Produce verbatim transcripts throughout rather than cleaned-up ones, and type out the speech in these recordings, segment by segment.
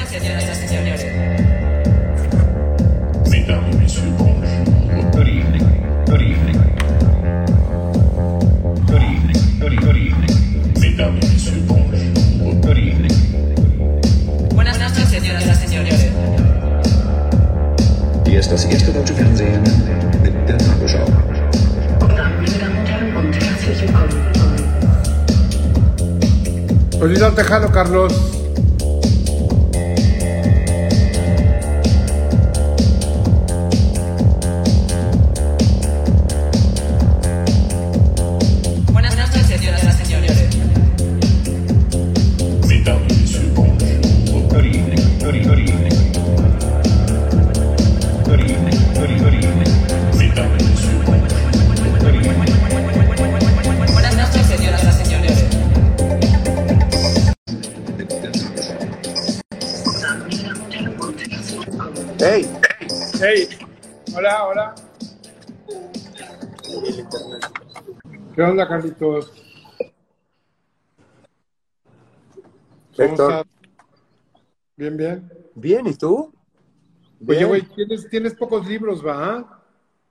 señoras y señores. Mesdames et messieurs, bonjour. Good evening. Good evening. Good evening. Good evening. Good evening. Mesdames et messieurs, bonjour. Good evening. Buenas noches, señoras y señores. Hier ist das erste deutsche Fernsehen mit der Tagesschau. Meine Damen und Herren, und herzlich willkommen. Olvido al tejano, Carlos. Buenas noches, señoras y señores. Mesdames et messieurs, bonjour. Good evening. Good evening. Good evening. Good evening. Good evening. Good evening. Mesdames et messieurs, bonjour. Good evening. Buenas noches, señoras y señores. Hey, Hey, hola, hola. ¿Qué onda, Carlitos? ¿Cómo Héctor. estás? Bien, bien. Bien, ¿y tú? Oye, Bien. güey, tienes, tienes pocos libros, ¿va?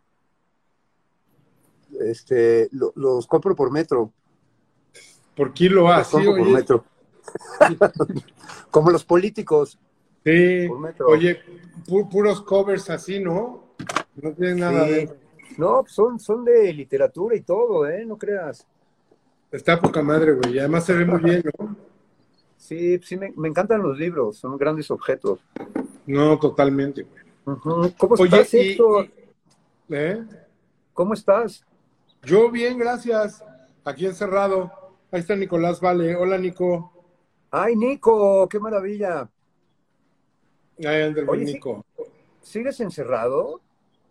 Este, lo- los compro por metro. Por kilo, ah, Los sí, compro por oye. metro. Como los políticos. Sí, Por metro. oye, pu- puros covers así, ¿no? No tienen nada Sí. de... No, son, son de literatura y todo, ¿eh? No creas. Está poca madre, güey, y además se ve muy bien, ¿no? Sí, sí, me, me encantan los libros, son grandes objetos. No, totalmente, güey. Ujú. ¿Cómo Oye, estás, y, Héctor? y- ¿eh? ¿Cómo estás? Yo bien, gracias. Aquí encerrado. Ahí está Nicolás Vale. Hola, Nico. ¡Ay, Nico! ¡Qué maravilla! Ahí anda el buen Oye, sí. Nico. ¿Sigues encerrado?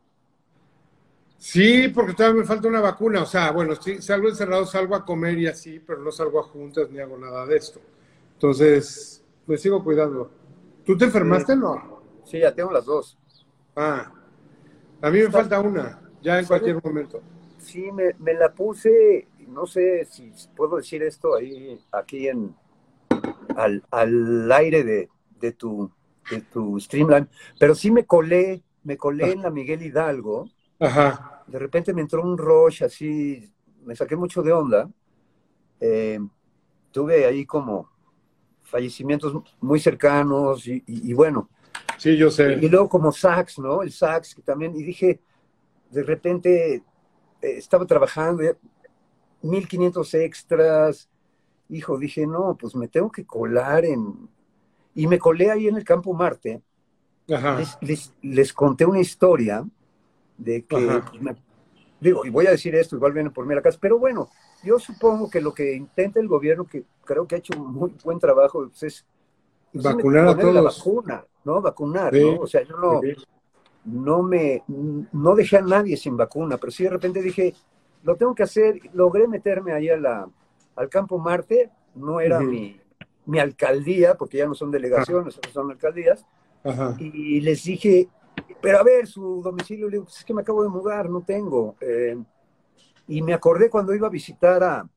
Sí, porque todavía me falta una vacuna. O sea, bueno, sí, salgo encerrado, salgo a comer y así, pero no salgo a juntas ni hago nada de esto. Entonces, me sigo cuidando. ¿Tú te enfermaste o no? Sí, ya tengo las dos. Ah, a mí me Está- falta una, ya en ¿Sabes? cualquier momento. Sí, me, me la puse, no sé si puedo decir esto ahí, aquí en, al, al aire de, de tu, de tu Streamline, pero sí me colé, me colé en la Miguel Hidalgo, Ajá, de repente me entró un rush así, me saqué mucho de onda, eh, tuve ahí como fallecimientos muy cercanos y, y- y bueno, sí, yo y, sé. y luego como sax, ¿no? El sax que también, y dije, de repente eh, estaba trabajando, eh, mil quinientos extras, hijo, dije, no, pues me tengo que colar en... Y me colé ahí en el Campo Marte, Ajá, les, les, les conté una historia de que, Ajá. pues, me- digo, y voy a decir esto, igual vienen por mí a la casa, pero bueno, yo supongo que lo que intenta el gobierno, que creo que ha hecho un muy buen trabajo, pues es pues, es Vacunar a poner la todos. vacuna, ¿no? Vacunar, Sí, ¿no? O sea, yo no, sí. no me, no dejé a nadie sin vacuna, pero sí de repente dije, lo tengo que hacer, logré meterme ahí a la, al Campo Marte, no era Ujú. mi, mi alcaldía, porque ya no son delegaciones, ahora son alcaldías, Ajá, y les dije, pero a ver, su domicilio, le digo, pues es que me acabo de mudar, no tengo. Eh, y me acordé cuando iba a visitar a,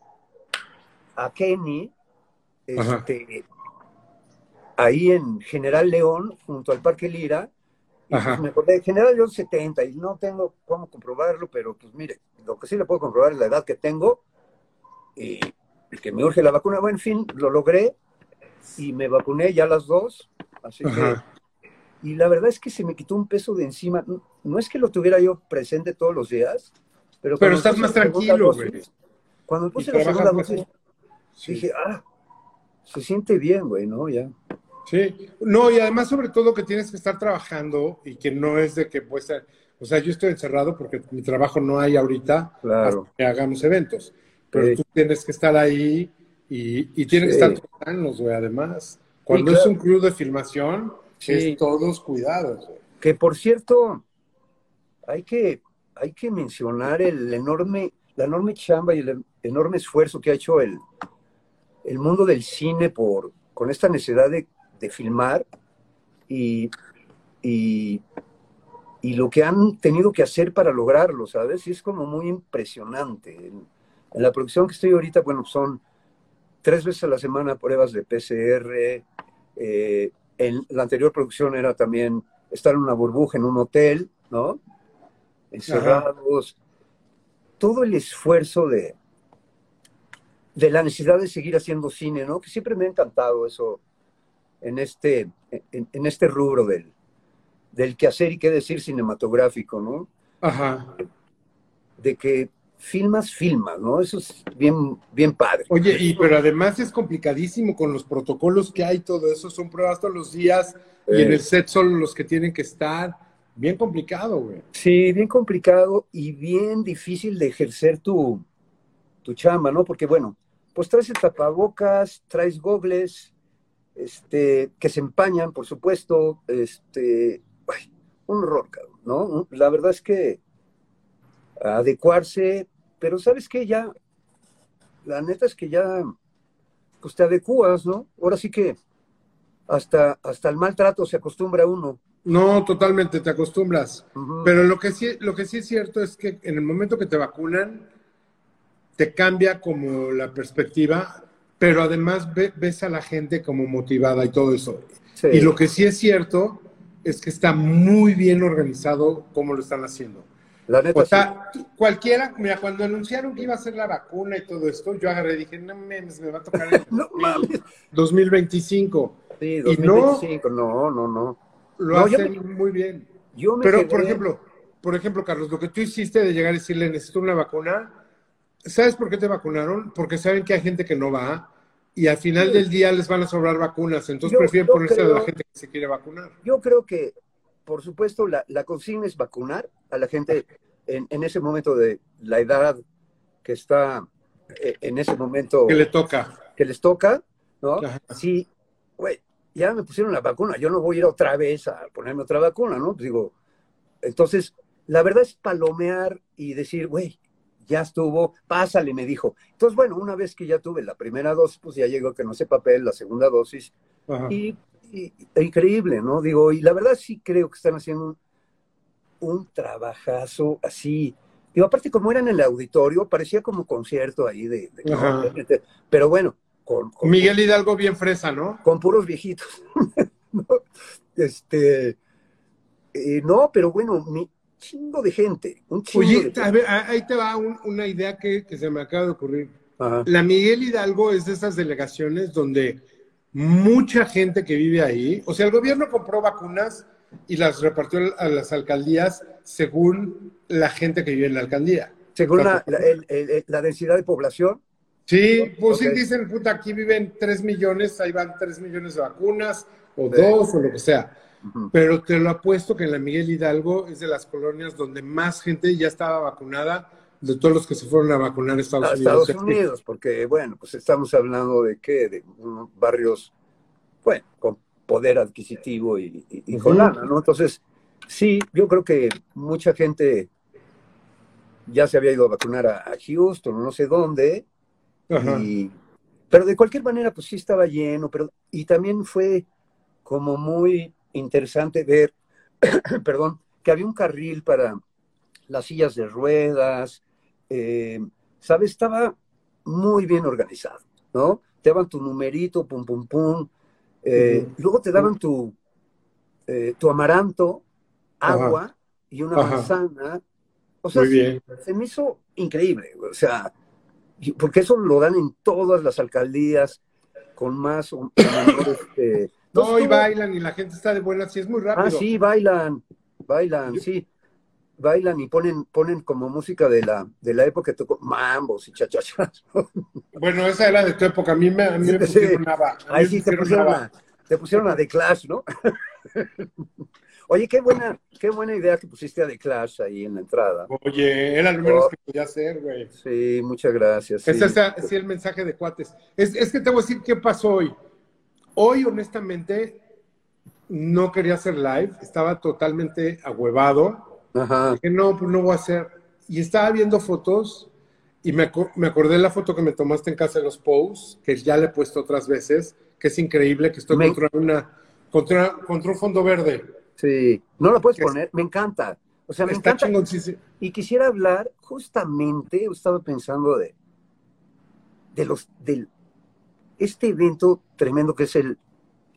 a Kenny, ajá. este, ahí en General León, junto al Parque Lira, y pues Ajá. me acordé de General León setenta, y no tengo cómo comprobarlo, pero pues mire, lo que sí le puedo comprobar es la edad que tengo, y, y que me urge la vacuna. Bueno, en fin, lo logré, y me vacuné ya las dos, así que... Ajá. Y la verdad es que se me quitó un peso de encima. No, no es que lo tuviera yo presente todos los días, pero Pero cuando me estás puse más la segunda tranquilo, dosis, güey. cuando me Y puse la trabajas segunda mejor. dosis, Sí. dije, ah, se siente bien, güey, ¿no? Ya. Sí, no, y además sobre todo que tienes que estar trabajando y que no es de que pues, o sea, yo estoy encerrado porque mi trabajo no hay ahorita Claro. hasta que hagamos eventos, pero Sí. tú tienes que estar ahí y, y tienes que Sí. estar todos sanos, güey, además. Cuando Sí, es claro. un crew de filmación, Sí. es todos cuidados, güey. Que por cierto, hay que, hay que mencionar el enorme, la enorme chamba y el enorme esfuerzo que ha hecho el, el mundo del cine por, con esta necesidad de, de filmar y, y, y lo que han tenido que hacer para lograrlo, ¿sabes? Y es como muy impresionante. En, en la producción que estoy ahorita, bueno, son tres veces a la semana pruebas de P C R, eh, en la anterior producción era también estar en una burbuja en un hotel, ¿no? Encerrados. Ajá. Todo el esfuerzo de, de la necesidad de seguir haciendo cine, ¿no? Que siempre me ha encantado eso en este, en, en este rubro del, del quehacer y qué decir cinematográfico, ¿no? Ajá. De que filmas, filmas, ¿no? Eso es bien, bien padre. Oye, y pero además es complicadísimo con los protocolos que hay, todo eso, son pruebas todos los días, eh. y en el set solo los que tienen que estar. Bien complicado, güey. Sí, bien complicado y bien difícil de ejercer tu, tu chamba, ¿no? Porque, bueno, pues traes el tapabocas, traes gogles, este, que se empañan, por supuesto, este, ay, un horror, cabrón, ¿no? La verdad es que adecuarse, pero ¿sabes qué? Ya, la neta es que ya, pues te adecuas, ¿no? Ahora sí que hasta, hasta el maltrato se acostumbra uno. No, totalmente, te acostumbras. Uh-huh. Pero lo que sí, lo que sí es cierto es que en el momento que te vacunan, te cambia como la perspectiva, pero además ve, ves a la gente como motivada y todo eso. Sí. Y lo que sí es cierto es que está muy bien organizado cómo lo están haciendo. La neta, o sea, sí. Cualquiera, mira, cuando anunciaron que iba a ser la vacuna y todo esto, yo agarré y dije, no mames, me va a tocar en no, dos mil veinticinco. Sí, dos mil veinticinco, y no, no, no. no. Lo no, hacen me, muy bien. Yo me Pero, quedé... por ejemplo, por ejemplo, Carlos, lo que tú hiciste de llegar y decirle, necesito una vacuna, ¿sabes por qué te vacunaron? Porque saben que hay gente que no va y al final sí. del día les van a sobrar vacunas, entonces yo, prefieren yo ponerse creo, a la gente que se quiere vacunar. Yo creo que, por supuesto, la, la consigna es vacunar a la gente en, en ese momento de la edad que está, eh, en ese momento... Que le toca. Que les toca, ¿no? Ajá. Sí, güey. Ya me pusieron la vacuna, yo no voy a ir otra vez a ponerme otra vacuna, ¿no? Pues digo, entonces, la verdad es palomear y decir, güey, ya estuvo, pásale, me dijo. Entonces, bueno, una vez que ya tuve la primera dosis, pues ya llegó que no sé papel, la segunda dosis, y, y, e increíble, ¿no? Digo, y la verdad sí creo que están haciendo un, un trabajazo así. Digo, aparte como era en el auditorio, parecía como concierto ahí de... de ¿no? Pero bueno, Con, con, Miguel Hidalgo bien fresa, ¿no? Con puros viejitos. ¿no? Este, eh, no, pero bueno, mi chingo de gente. Un chingo Oye, de gente. A ver, ahí te va un, una idea que, que se me acaba de ocurrir. Ajá. La Miguel Hidalgo es de esas delegaciones donde mucha gente que vive ahí, o sea, el gobierno compró vacunas y las repartió a las alcaldías según la gente que vive en la alcaldía. Según la, la, el, el, la densidad de población. Sí, pues okay. Sí dicen, puta, aquí viven tres millones, ahí van tres millones de vacunas, o sí. dos, o lo que sea. Uh-huh. Pero te lo apuesto que en la Miguel Hidalgo es de las colonias donde más gente ya estaba vacunada, de todos los que se fueron a vacunar a Estados a Unidos. Estados Unidos, porque, bueno, pues estamos hablando de qué, de unos barrios, bueno, con poder adquisitivo y, y, y uh-huh. con lana, ¿no? Entonces, sí, yo creo que mucha gente ya se había ido a vacunar a, a Houston, no sé dónde. Y, pero de cualquier manera, pues sí estaba lleno, pero y también fue como muy interesante ver, perdón, que había un carril para las sillas de ruedas, eh, ¿sabes? Estaba muy bien organizado, ¿no? Te daban tu numerito, pum, pum, pum, eh, uh-huh. luego te daban tu, eh, tu amaranto, agua Ajá. y una Ajá. manzana, o sea, se, se me hizo increíble, o sea, porque eso lo dan en todas las alcaldías con más o menor, este, no, y bailan y la gente está de buenas, sí, es muy rápido. Ah, sí, bailan, bailan, Yo... sí, bailan y ponen, ponen como música de la, de la época que tocó mambos y chachachas. Bueno, esa era de tu época, a mí me, a mí me pusieron nada. Ahí sí te pusieron a, te pusieron a The Clash, ¿no? Oye, qué buena, qué buena idea que pusiste a The Clash ahí en la entrada. Oye, era lo menos oh, que podía hacer, güey. Sí, muchas gracias. Ese sí. es sí, el mensaje de cuates. Es, es que te voy a decir qué pasó hoy. Hoy, honestamente, no quería hacer live. Estaba totalmente ahuevado. Ajá. Dije, no, pues no voy a hacer. Y estaba viendo fotos y me, me acordé de la foto que me tomaste en casa de los Pous, que ya le he puesto otras veces, que es increíble, que estoy me... contra, una, contra, contra un fondo verde. Sí, no lo puedes poner, me encanta. O sea, me Está encanta. Chingón, sí, sí. Y quisiera hablar justamente, estaba pensando de, de los, del, este evento tremendo que es el,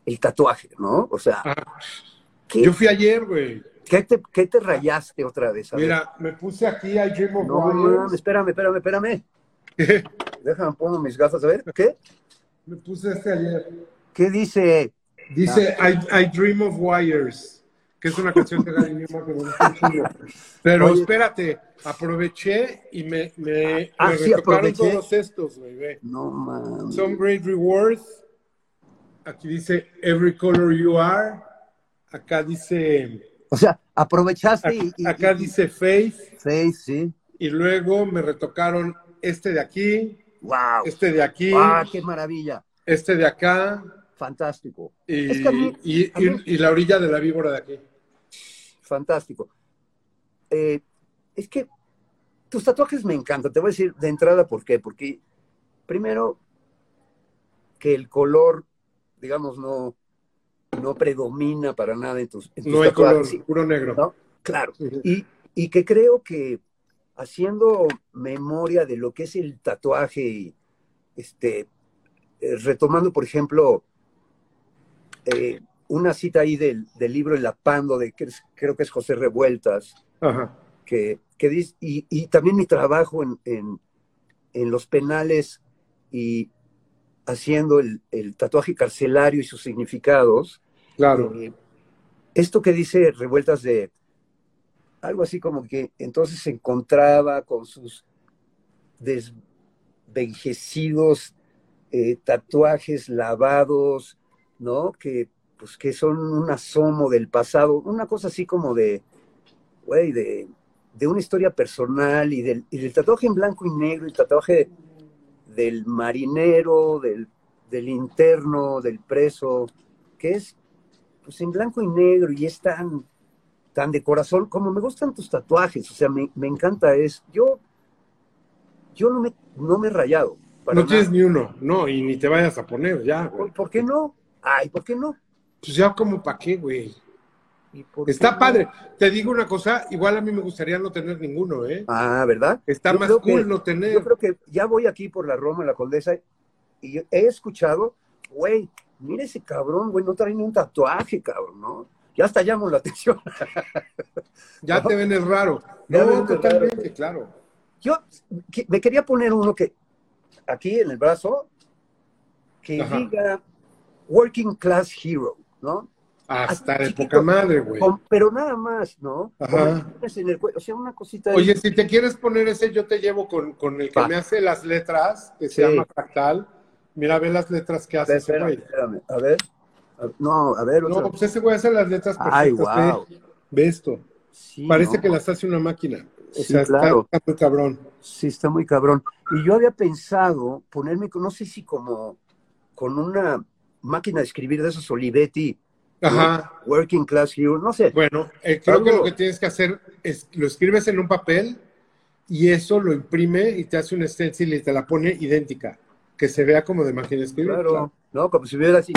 el tatuaje, ¿no? O sea, Ah, ¿qué, yo fui ayer, güey. qué te, qué te rayaste otra vez? A ver. Mira, me puse aquí I Dream of No, mames, Warriors. espérame, espérame, espérame. Déjame, pongo mis gafas, a ver, ¿qué? Me puse este ayer. ¿Qué dice? Dice I, I Dream of Wires, que es una canción de Gary Newman que me gusta un chingo. Pero Oye. espérate, aproveché y me, me, Ah, me sí, retocaron aproveché. todos estos, güey. Ve. No, man. Some Great Reward. Aquí dice Every Color You Are. Acá dice, O sea, aprovechaste y... y- acá y- dice Faith. Sí, sí. Y luego me retocaron este de aquí, Wow. este de aquí, ¡Ah, qué maravilla! este de acá Fantástico. y, Es que a mí- y- a mí- y- y la orilla de la víbora de aquí. Fantástico. Eh, es que tus tatuajes me encantan. Te voy a decir de entrada por qué. Porque, primero, que el color, digamos, no, no predomina para nada en tus, en tus No hay color, tatuajes. Sí, puro negro. ¿no? Claro. Ujú. Y, y que creo que haciendo memoria de lo que es el tatuaje y este, eh, retomando, por ejemplo, eh, una cita ahí del, del libro El Apando, de, que es- creo que es José Revueltas, Ajá. que, que dice, y, y también mi trabajo en, en, en los penales y haciendo el, el tatuaje carcelario y sus significados, Claro. eh, esto que dice Revueltas de algo así como que entonces se encontraba con sus desvejecidos eh, tatuajes lavados, ¿no? Que, pues, que son un asomo del pasado, una cosa así como de, güey, de, de una historia personal y del, y del tatuaje en blanco y negro, el tatuaje del marinero, del, del interno, del preso, que es pues en blanco y negro y es tan, tan de corazón, como me gustan tus tatuajes, o sea, me, me encanta es, yo, yo no me, no me he rayado. para No tienes nada. ni uno, no, y ni te vayas a poner ya, güey. ¿Por, por qué no? Ay, ¿por qué no? Pues ya como para qué, güey. ¿Y por qué Está no? padre. Te digo una cosa, igual a mí me gustaría no tener ninguno, ¿eh? Ah, ¿verdad? Está Yo más creo cool que- no tener. Yo creo que ya voy aquí por la Roma, la Condesa, y he escuchado, güey, mira ese cabrón, güey, no trae ni un tatuaje, cabrón, ¿no? Ya hasta llamo la atención. Ya te ven el raro. Ya No, ven el totalmente, raro. claro. Yo que- me quería poner uno que, aquí en el brazo, que Ajá. diga Working Class Hero, ¿no? Hasta Así de chiquito, poca madre, güey. con- pero nada más, ¿no? Ajá. Como tienes en el cuello, o sea, una cosita ahí. Oye, si te quieres poner ese, yo te llevo con, con el que Va. me hace las letras, que se Sí. llama Fractal. Mira, ve las letras que A hace ver, ese espérame, güey. espérame, a ver. A- No, a ver, otra. No, pues ese güey hace las letras perfectas. Ay, ve. guau. Ve esto. Sí, Parece ¿no? que las hace una máquina. O Sí, sea, está- claro. está muy cabrón. Sí, está muy cabrón. Y yo había pensado ponerme, con- no sé si como con una máquina de escribir de esos Olivetti, ¿no? Ajá. Working Class Hero, no sé. Bueno, eh, creo Algo- que lo que tienes que hacer es lo escribes en un papel y eso lo imprime y te hace un stencil y te la pone idéntica, que se vea como de máquina de escribir. Claro, ¿no? Como si hubiera así,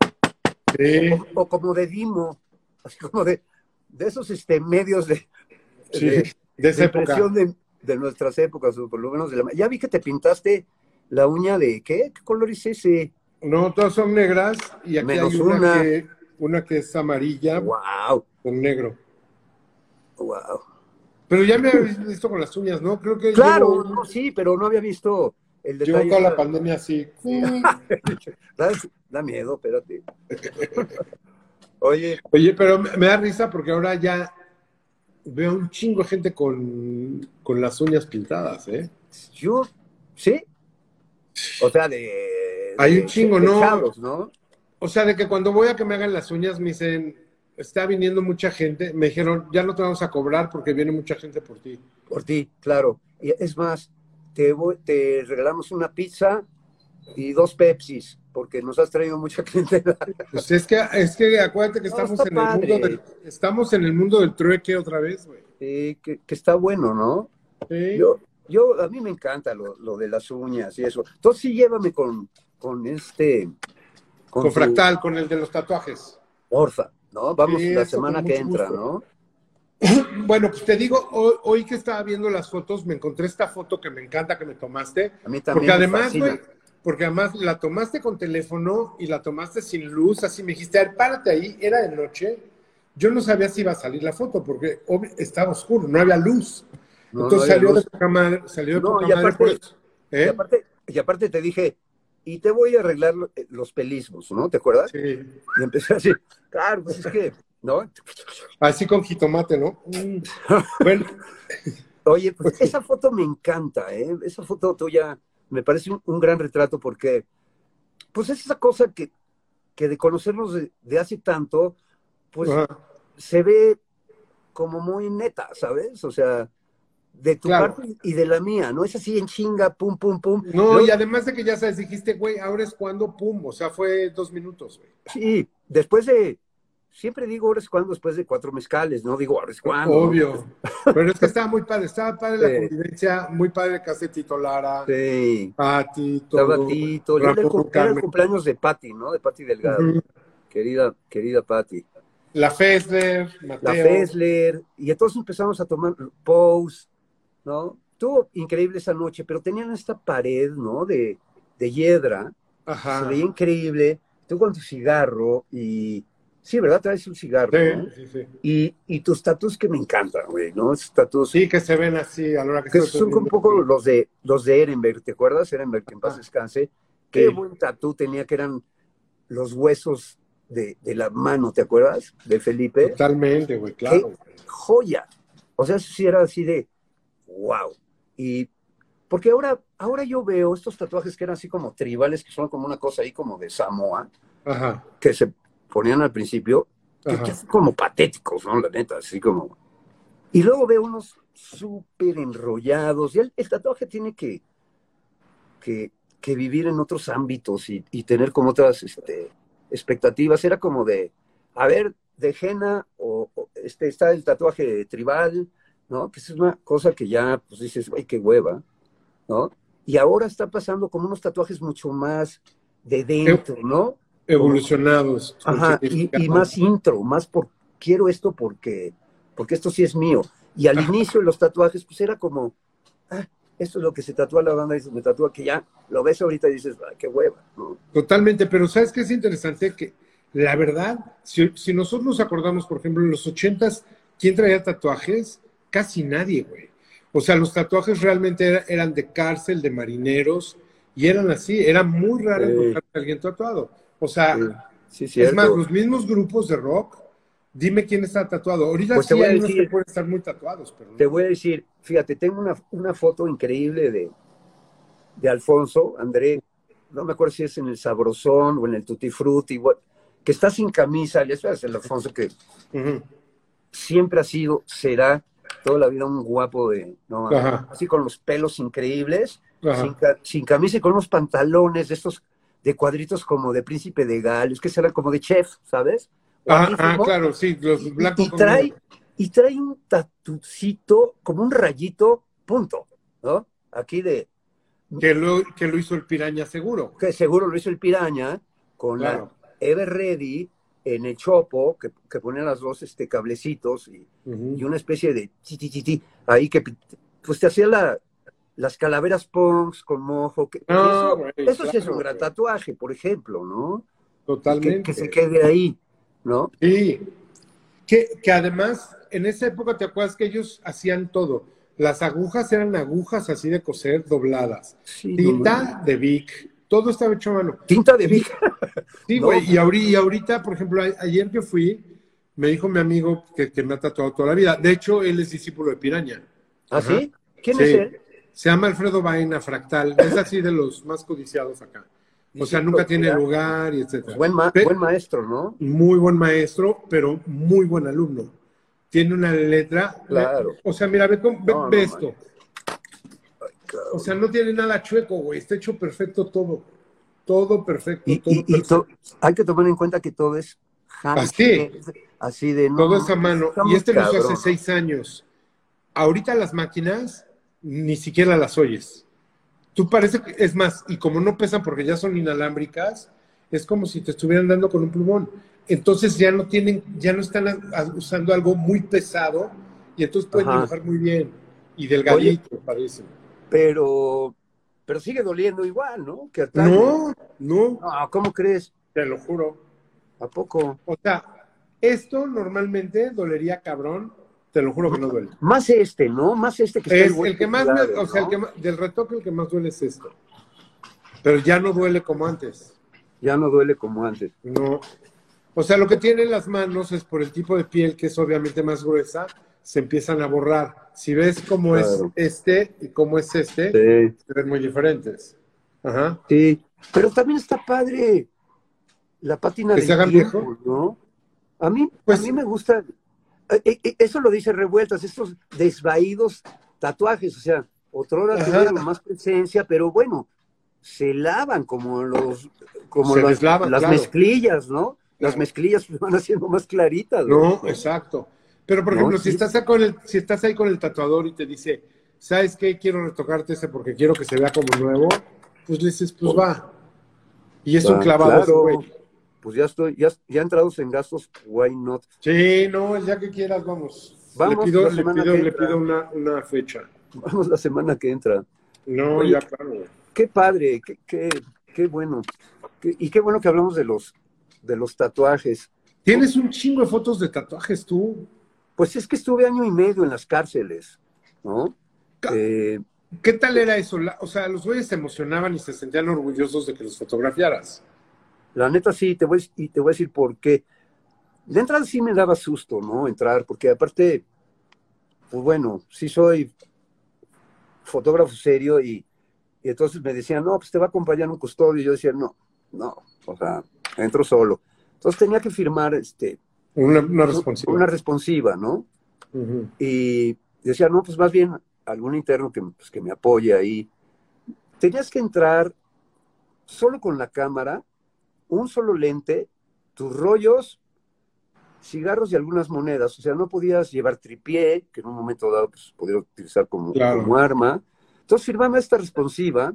Sí, o, o como de Dimo, así como de, de esos este, medios de, sí, de, de esa de época. impresión de, de nuestras épocas, o por lo menos de la... Ya vi que te pintaste la uña de, ¿qué? ¿Qué color es ese? No, todas son negras y aquí Menos hay una, una. Que, una que es amarilla ¡Wow! con negro. ¡Wow! Pero ya me habéis visto con las uñas, ¿no? Creo que Claro, llevo, no, sí, pero no había visto el llevo detalle. toda la pandemia así. Da, da miedo, espérate. Oye, Oye, pero me me da risa porque ahora ya veo un chingo de gente con, con las uñas pintadas, ¿eh? yo, ¿sí? O sea, de... Hay de- un chingo, de ¿no? chavos, ¿no? O sea, de que cuando voy a que me hagan las uñas me dicen, está viniendo mucha gente, me dijeron, ya no te vamos a cobrar porque viene mucha gente por ti. Por ti, claro. Y es más, te, voy- te regalamos una pizza y dos Pepsis, porque nos has traído mucha clientela. Pues es que, es que acuérdate que No, estamos, está en el padre. mundo del, estamos en el mundo del trueque otra vez, güey. Eh, que, que está bueno, ¿no? Sí. Yo, yo, a mí me encanta lo, lo de las uñas y eso. Entonces sí, llévame con, con este... Con tu Fractal, con el de los tatuajes. Porfa, ¿no? Vamos Sí, la eso, semana con que mucho entra, gusto. ¿no? Bueno, pues te digo, hoy, hoy que estaba viendo las fotos, me encontré esta foto que me encanta que me tomaste. A mí también Porque me además, fascina. güey, porque además la tomaste con teléfono y la tomaste sin luz, así me dijiste, a ver, párate ahí, era de noche. Yo no sabía si iba a salir la foto porque ob- estaba oscuro, no había luz. No, Entonces no había salió luz. de poca madre, salió de No, poca y madre aparte- por eso. ¿Eh? Y aparte, y aparte te dije, y te voy a arreglar lo- los pelismos, ¿no? ¿Te acuerdas? Sí. Y empecé así, claro, pues es que, ¿no? Así con jitomate, ¿no? Mm. Bueno, Oye, pues esa foto me encanta, ¿eh? Esa foto tuya me parece un, un gran retrato porque, pues es esa cosa que, que de conocernos de, de hace tanto, pues ajá. se ve como muy neta, ¿sabes? O sea, de tu Claro. parte y de la mía, ¿no? Es así en chinga, pum, pum, pum. No, Luego- y además de que ya sabes, dijiste, güey, ahora es cuando, pum, o sea, fue dos minutos, güey. Sí, después de, siempre digo ahora es cuando, después de cuatro mezcales, no digo ahora es cuando. Obvio. Pero es que estaba muy padre, estaba padre la Sí. convivencia, muy padre que hace Tito Lara, Sí, Pati, todo. estaba Tito, era el, Ramón cum- era el Carmen. cumpleaños de Pati, ¿no? De Pati Delgado, Ujú. querida, querida Pati. La Fessler, Mateo. La Fessler, y entonces empezamos a tomar pose, ¿no? Estuvo increíble esa noche, pero tenían esta pared, ¿no? De, de hiedra, Ajá. se veía increíble, tú con tu cigarro, y sí, ¿verdad? Traes un cigarro, ¿no? Sí, sí, sí. Y, y tus tatuos que me encantan, güey, ¿no? Esos tatuos Sí, que se ven así a la hora que, que estoy son un viendo. poco los de los de Ehrenberg, ¿te acuerdas? Ehrenberg, que en paz Ah. descanse. Qué Sí. buen tatú tenía, que eran los huesos de, de la mano, ¿te acuerdas? De Felipe. Totalmente, güey, claro. güey. Joya. O sea, eso sí era así de wow. Y porque ahora, ahora yo veo estos tatuajes que eran así como tribales, que son como una cosa ahí como de Samoa, Ajá. que se ponían al principio, que, Ajá. que son como patéticos, ¿no? La neta, así como. Y luego veo unos súper enrollados. Y el, el tatuaje tiene que, que, que vivir en otros ámbitos y, y tener como otras este, expectativas. Era como de, a ver, de henna, o, o, este, está el tatuaje tribal, ¿no? Que es una cosa que ya, pues dices, güey, qué hueva, ¿no? Y ahora está pasando como unos tatuajes mucho más de dentro, ¿no? Evolucionados. con Ajá, y, significado. y más intro, más por, quiero esto porque, porque esto sí es mío. Y al Ajá. inicio de los tatuajes, pues era como, ah, esto es lo que se tatúa la banda, y se me tatúa, que ya lo ves ahorita y dices, ah, qué hueva, ¿no? Totalmente, pero ¿sabes qué es interesante? Que la verdad, si, si nosotros nos acordamos, por ejemplo, en los ochentas, ¿quién traía tatuajes? Casi nadie, güey. O sea, los tatuajes realmente era- eran de cárcel, de marineros, y eran así, era muy raro Sí. encontrar a alguien tatuado. O sea, Sí, es cierto. más, los mismos grupos de rock, dime quién está tatuado. Ahorita Pues te sí voy a hay unos decir- que pueden estar muy tatuados, pero no. Te voy a decir, fíjate, tengo una, una foto increíble de, de Alfonso, André, no me acuerdo si es en el Sabrosón o en el Tutti Frutti, igual, que está sin camisa, ya sabes, el Alfonso que Ujú. siempre ha sido, será toda la vida un guapo de, no, Ajá. así con los pelos increíbles, Ajá. sin, ca- sin camisa y con unos pantalones de estos de cuadritos como de príncipe de Gales, que serán como de chef, ¿sabes? Ah, ah, Guapísimo. claro, sí, los Y- blancos. y, con trae, negro. y trae un tatucito, como un rayito, punto, ¿no? Aquí de, Que lo, que lo hizo el Piraña seguro. que seguro lo hizo el Piraña, con Claro. la Ever Ready en el chopo, que, que ponían las dos este, cablecitos y, Ujú. y una especie de ti, ti, ti, ti, ahí que pues te hacía la, las calaveras punks con mojo. Que, No, eso güey, eso sí es claro, un gran güey. tatuaje, por ejemplo, ¿no? Y Totalmente. Que, que se quede ahí, ¿no? Sí, que, que además en esa época te acuerdas que ellos hacían todo. Las agujas eran agujas así de coser dobladas. Sí, no, Tinta de Vic, todo estaba hecho a mano. tinta de Vic. Sí, No. güey, y, ahori- y ahorita, por ejemplo, a- ayer que fui, me dijo mi amigo que, que me ha tatuado toda la vida. De hecho, él es discípulo de Piraña. ¿Ah, Ajá. sí? ¿Quién Sí. es él? Se llama Alfredo Baena Fractal, es así de los más codiciados acá. O sea, nunca tiene lugar y etcétera. Pues buen, ma- Pe- buen maestro, ¿no? Muy buen maestro, pero muy buen alumno. Tiene una letra. Claro. O sea, mira, ve, cómo- ve- No, no, ve man. esto. O sea, no tiene nada chueco, güey. Está hecho perfecto todo. Todo perfecto. Y, todo, y- y perfecto. to- hay que tomar en cuenta que todo es handmade, así de no, Todo es a mano. está Y muy este lo hizo cabrón. hace seis años. Ahorita las máquinas ni siquiera las oyes. Tú parece que, es más, y como no pesan porque ya son inalámbricas, es como si te estuvieran dando con un plumón. Entonces ya no tienen, ya no están a- a- usando algo muy pesado y entonces pueden Ajá. dibujar muy bien. Y delgadito, parece. Pero, pero sigue doliendo igual, ¿no? Que antaño. No, no, No, ¿cómo crees? te lo juro. ¿A poco? O sea, esto normalmente dolería cabrón, te lo juro que no duele. Más este, ¿no? Más este que está Es igual el que más, me- lado, o sea, el ¿no? que más- del retoque el que más duele es esto. Pero ya no duele como antes. Ya no duele como antes. No. O sea, lo que tienen las manos es por el tipo de piel que es obviamente más gruesa, se empiezan a borrar. Si ves cómo Claro. es este y cómo es este, Sí, se ven muy diferentes. Ajá. sí. Pero también está padre la pátina ¿Que del se hagan tiempo, viejo? ¿no? A mí, Pues- a mí me gusta, eh, eh, eso lo dice Revueltas, estos desvaídos tatuajes, o sea, otrora Ajá. tuvieron más presencia, pero bueno, se lavan como los, como Se las, deslavan, las claro. mezclillas, ¿no? Las Claro. mezclillas se van haciendo más claritas, No, exacto. Pero, por No, ejemplo, sí. si estás, ahí con el, si estás ahí con el tatuador y te dice, ¿sabes qué? Quiero retocarte ese porque quiero que se vea como nuevo, pues le dices, pues va. Y es un Ah, clavado ese claro. güey. Pues ya estoy, ya, ya entrados en gastos, why not? Sí, no, el día que quieras, vamos. Vamos, le pido, la le semana pido, que le entra. pido una, una fecha. Vamos la semana que entra. No, Oye, ya claro. güey. Qué padre, qué, qué, qué bueno. Qué- y qué bueno que hablamos de los, de los tatuajes. Tienes un chingo de fotos de tatuajes tú. Pues es que estuve año y medio en las cárceles, ¿no? Ca- Eh, ¿Qué tal era eso? La- o sea, los güeyes se emocionaban y se sentían orgullosos de que los fotografiaras. la neta sí, te voy, y te voy a decir por qué. De entrada sí me daba susto, ¿no? Entrar, porque aparte, pues bueno, sí soy fotógrafo serio y, y entonces me decían, no, pues te va a acompañar un custodio. Y yo decía, no, no, o sea, entro solo. Entonces tenía que firmar este, Una, una responsiva. una responsiva, ¿no? Ujú. Y decía, no, pues más bien algún interno que, pues, que me apoye ahí. Tenías que entrar solo con la cámara, un solo lente, tus rollos, cigarros y algunas monedas. O sea, no podías llevar tripié, que en un momento dado pues, podía utilizar como, Claro. como arma. Entonces firmaba esta responsiva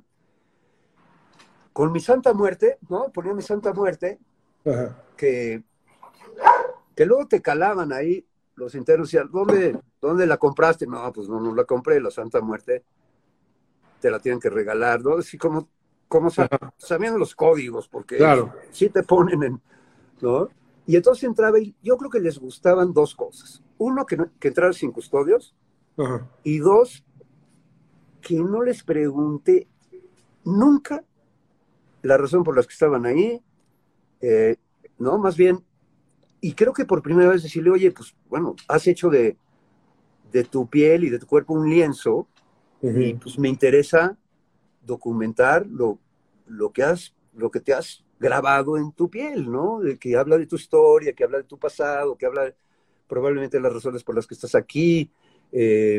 con mi santa muerte, ¿no? Ponía mi santa muerte, Ajá. que, que luego te calaban ahí los internos, decían, ¿dónde, ¿dónde la compraste? No, pues no, no la compré, la Santa Muerte, te la tienen que regalar, ¿no? Así como, como sa- sabiendo los códigos, porque Claro. sí te ponen en, ¿no? Y entonces entraba y yo creo que les gustaban dos cosas. Uno, que, no- que entrara sin custodios, Ajá. y dos, que no les pregunté nunca la razón por la que estaban ahí, eh, ¿no? Más bien, y creo que por primera vez decirle, oye, pues bueno, has hecho de, de tu piel y de tu cuerpo un lienzo, Ujú. y pues me interesa documentar lo, lo, que has, lo que te has grabado en tu piel, ¿no? De que habla de tu historia, que habla de tu pasado, que habla probablemente de las razones por las que estás aquí. eh,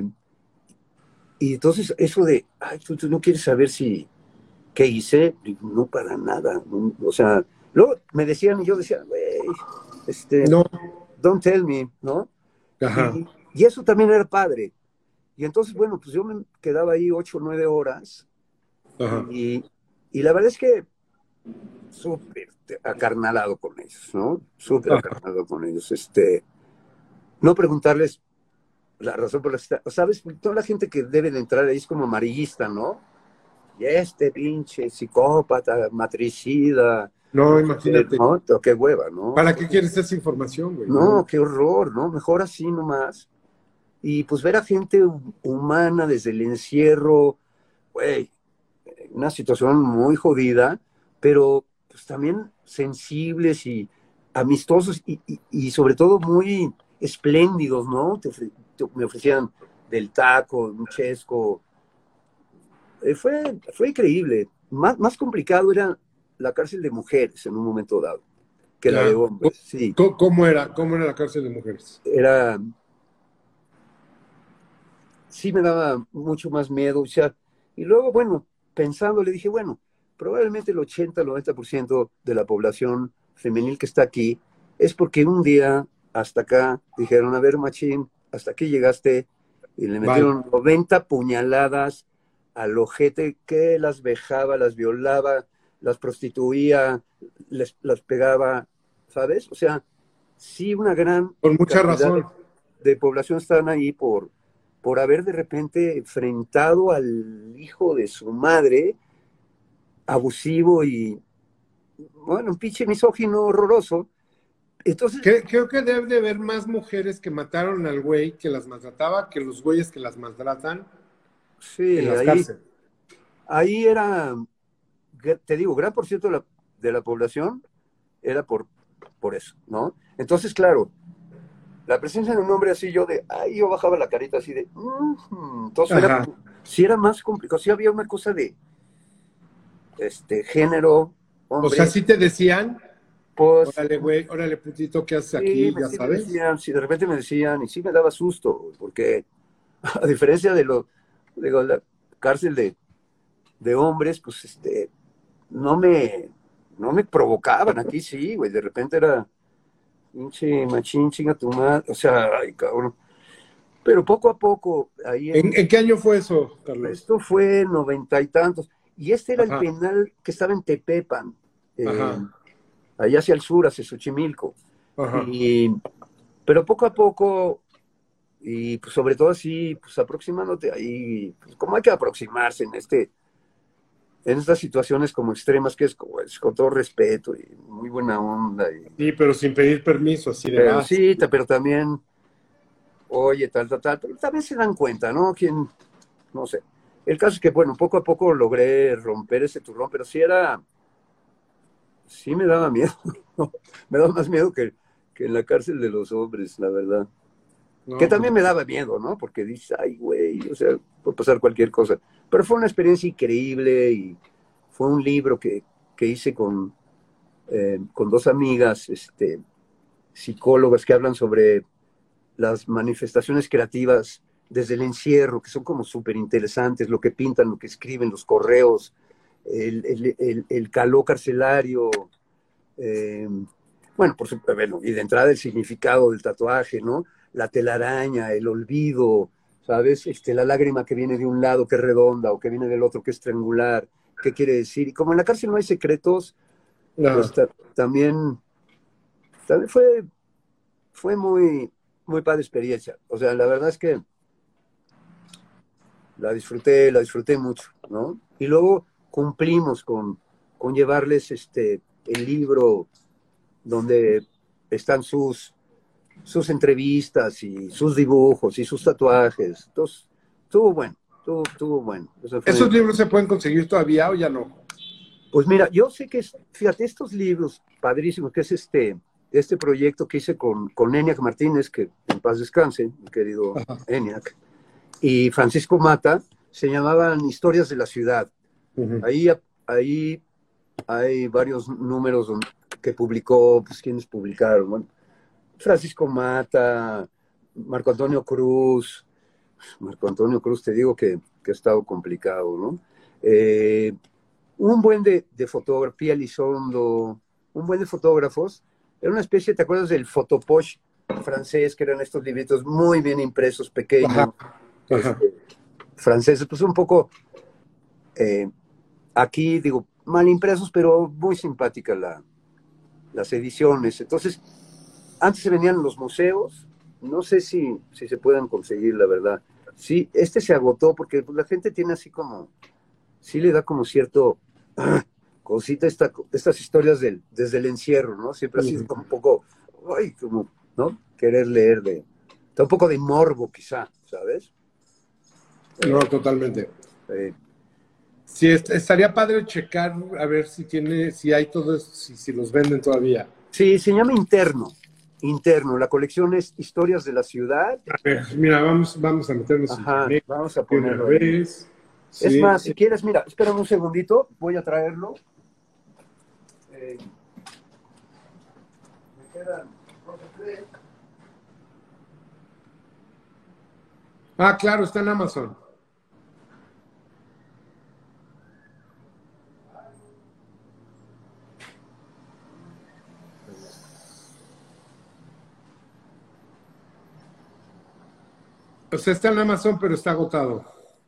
y entonces eso de, ay, tú, tú no quieres saber si, ¿qué hice? Digo, no, para nada. no, o sea, luego me decían y yo decía, güey, este, No. don't tell me, ¿no? Ajá. Y, y eso también era padre. Y entonces, bueno, pues yo me quedaba ahí ocho o nueve horas Ajá. y, y la verdad es que súper acarnalado con ellos, ¿no? Súper Ajá. acarnalado con ellos. Este, no preguntarles la razón por la que está, ¿sabes? Toda la gente que debe de entrar ahí es como amarillista, ¿no? Y este pinche psicópata, matricida. No, imagínate. ¿No? Qué hueva, ¿no? ¿Para qué quieres esa información, güey? No, qué horror, ¿no? Mejor así nomás. Y pues ver a gente humana desde el encierro, güey, una situación muy jodida, pero pues también sensibles y amistosos y, y, y sobre todo muy espléndidos, ¿no? Te ofre- te- me ofrecían del taco, un chesco. Eh, fue, fue increíble. Más, más complicado era la cárcel de mujeres en un momento dado que la Ya. de hombres. Sí, ¿Cómo, cómo era? ¿Cómo era la cárcel de mujeres? era... Sí me daba mucho más miedo. O sea, y luego, bueno, pensando, le dije, bueno, probablemente el ochenta, noventa por ciento de la población femenil que está aquí es porque un día hasta acá dijeron, a ver, machín, hasta aquí llegaste, y le metieron Vale. noventa puñaladas al ojete que las vejaba, las violaba, las prostituía, les, las pegaba, ¿sabes? O sea, sí una gran Con mucha cantidad razón. de, de población están ahí por, por haber de repente enfrentado al hijo de su madre abusivo y, bueno, un pinche misógino horroroso. Entonces, Cre- Creo que debe de haber más mujeres que mataron al güey que las maltrataba que los güeyes que las maltratan sí, en las ahí, cárceles. ahí era, te digo, gran por ciento de la, de la población era por, por eso, ¿no? Entonces, claro, la presencia de un hombre así, yo de, ay, yo bajaba la carita así de, "Mhm". Entonces era, Ajá. sí era más complicado, sí había una cosa de, este, género, O hombre, sea, sí te decían, pues, órale, güey, órale, putito, ¿qué haces sí, aquí? me, Ya sí me sabes. decían, sí, de repente me decían, y sí me daba susto, porque a diferencia de lo, digo, la cárcel de, de hombres, pues, este, no me, no me provocaban, aquí sí, güey, de repente era, pinche machín, chinga tu madre, o sea, ay, cabrón. Pero poco a poco, ahí ¿En, en, en qué año fue eso, Carlos? esto fue noventa y tantos, y este era el Ajá, penal que estaba en Tepepan, eh, ajá, allá hacia el sur, hacia Xochimilco, ajá. y, pero poco a poco, y pues sobre todo así, pues aproximándote ahí, pues como hay que aproximarse en este, en estas situaciones como extremas, que es, como, es con todo respeto y muy buena onda, y, Sí, pero sin pedir permiso, así de pero vas. sí, ta- pero también, oye, tal, tal, tal, pero también se dan cuenta, ¿no? Quién, no sé. El caso es que, bueno, poco a poco logré romper ese turrón, pero sí era, sí me daba miedo, ¿no? Me daba más miedo que, que en la cárcel de los hombres, la verdad. Que No, pues, también me daba miedo, ¿no? Porque dices, ay, güey, o sea, puede pasar cualquier cosa. Pero fue una experiencia increíble y fue un libro que, que hice con, eh, con dos amigas, este, psicólogas, que hablan sobre las manifestaciones creativas desde el encierro, que son como súper interesantes, lo que pintan, lo que escriben, los correos, el, el, el, el calor carcelario, eh, bueno, por supuesto, bueno, y de entrada el significado del tatuaje, ¿no? La telaraña, el olvido, ¿sabes? Este, la lágrima que viene de un lado que es redonda o que viene del otro que es triangular, ¿qué quiere decir? Y como en la cárcel no hay secretos, no. pues ta- también, también fue, fue muy, muy padre experiencia. O sea, la verdad es que la disfruté, la disfruté mucho, ¿no? Y luego cumplimos con, con llevarles este, el libro donde están sus, sus entrevistas y sus dibujos y sus tatuajes. Entonces, estuvo bueno, estuvo, estuvo bueno. Eso fue. ¿Esos libros se pueden conseguir todavía o ya no? Pues mira, yo sé que, es, fíjate, estos libros padrísimos, que es este, este proyecto que hice con, con Eniac Martínez, que en paz descanse, mi querido Ajá. Eniac, y Francisco Mata, se llamaban Historias de la Ciudad. Ujú. Ahí, ahí hay varios números donde, que publicó, pues quienes publicaron, bueno, Francisco Mata, Marco Antonio Cruz, Marco Antonio Cruz, te digo que, que ha estado complicado, ¿no? Eh, un buen de, de fotografía, Elizondo, un buen de fotógrafos, era una especie, ¿te acuerdas del fotopoche francés, que eran estos libritos muy bien impresos, pequeños, Ajá, ajá. este, franceses, pues un poco, eh, aquí digo, mal impresos, pero muy simpáticas la, las ediciones. Entonces, antes se venían en los museos, no sé si, si se puedan conseguir, la verdad. Sí, este se agotó porque pues, la gente tiene así como, sí le da como cierto ah, cosita esta, estas historias del, desde el encierro, ¿no? Siempre ha sido como un poco, ay, como, ¿no? Querer leer de, da un poco de morbo quizá, ¿sabes? No, totalmente. Eh, Sí, est- estaría padre checar a ver si tiene, si hay todos, si, si los venden todavía. sí, se llama Interno, Interno, la colección es Historias de la Ciudad. A ver, mira, vamos, vamos a meternos en Ajá, internet vamos a de una ponerlo ahí. vez. Es Sí. más, si quieres, mira, espérame un segundito, voy a traerlo. Eh, me quedan dos o tres. Ah, claro, está en Amazon. O sea, está en Amazon, pero está agotado.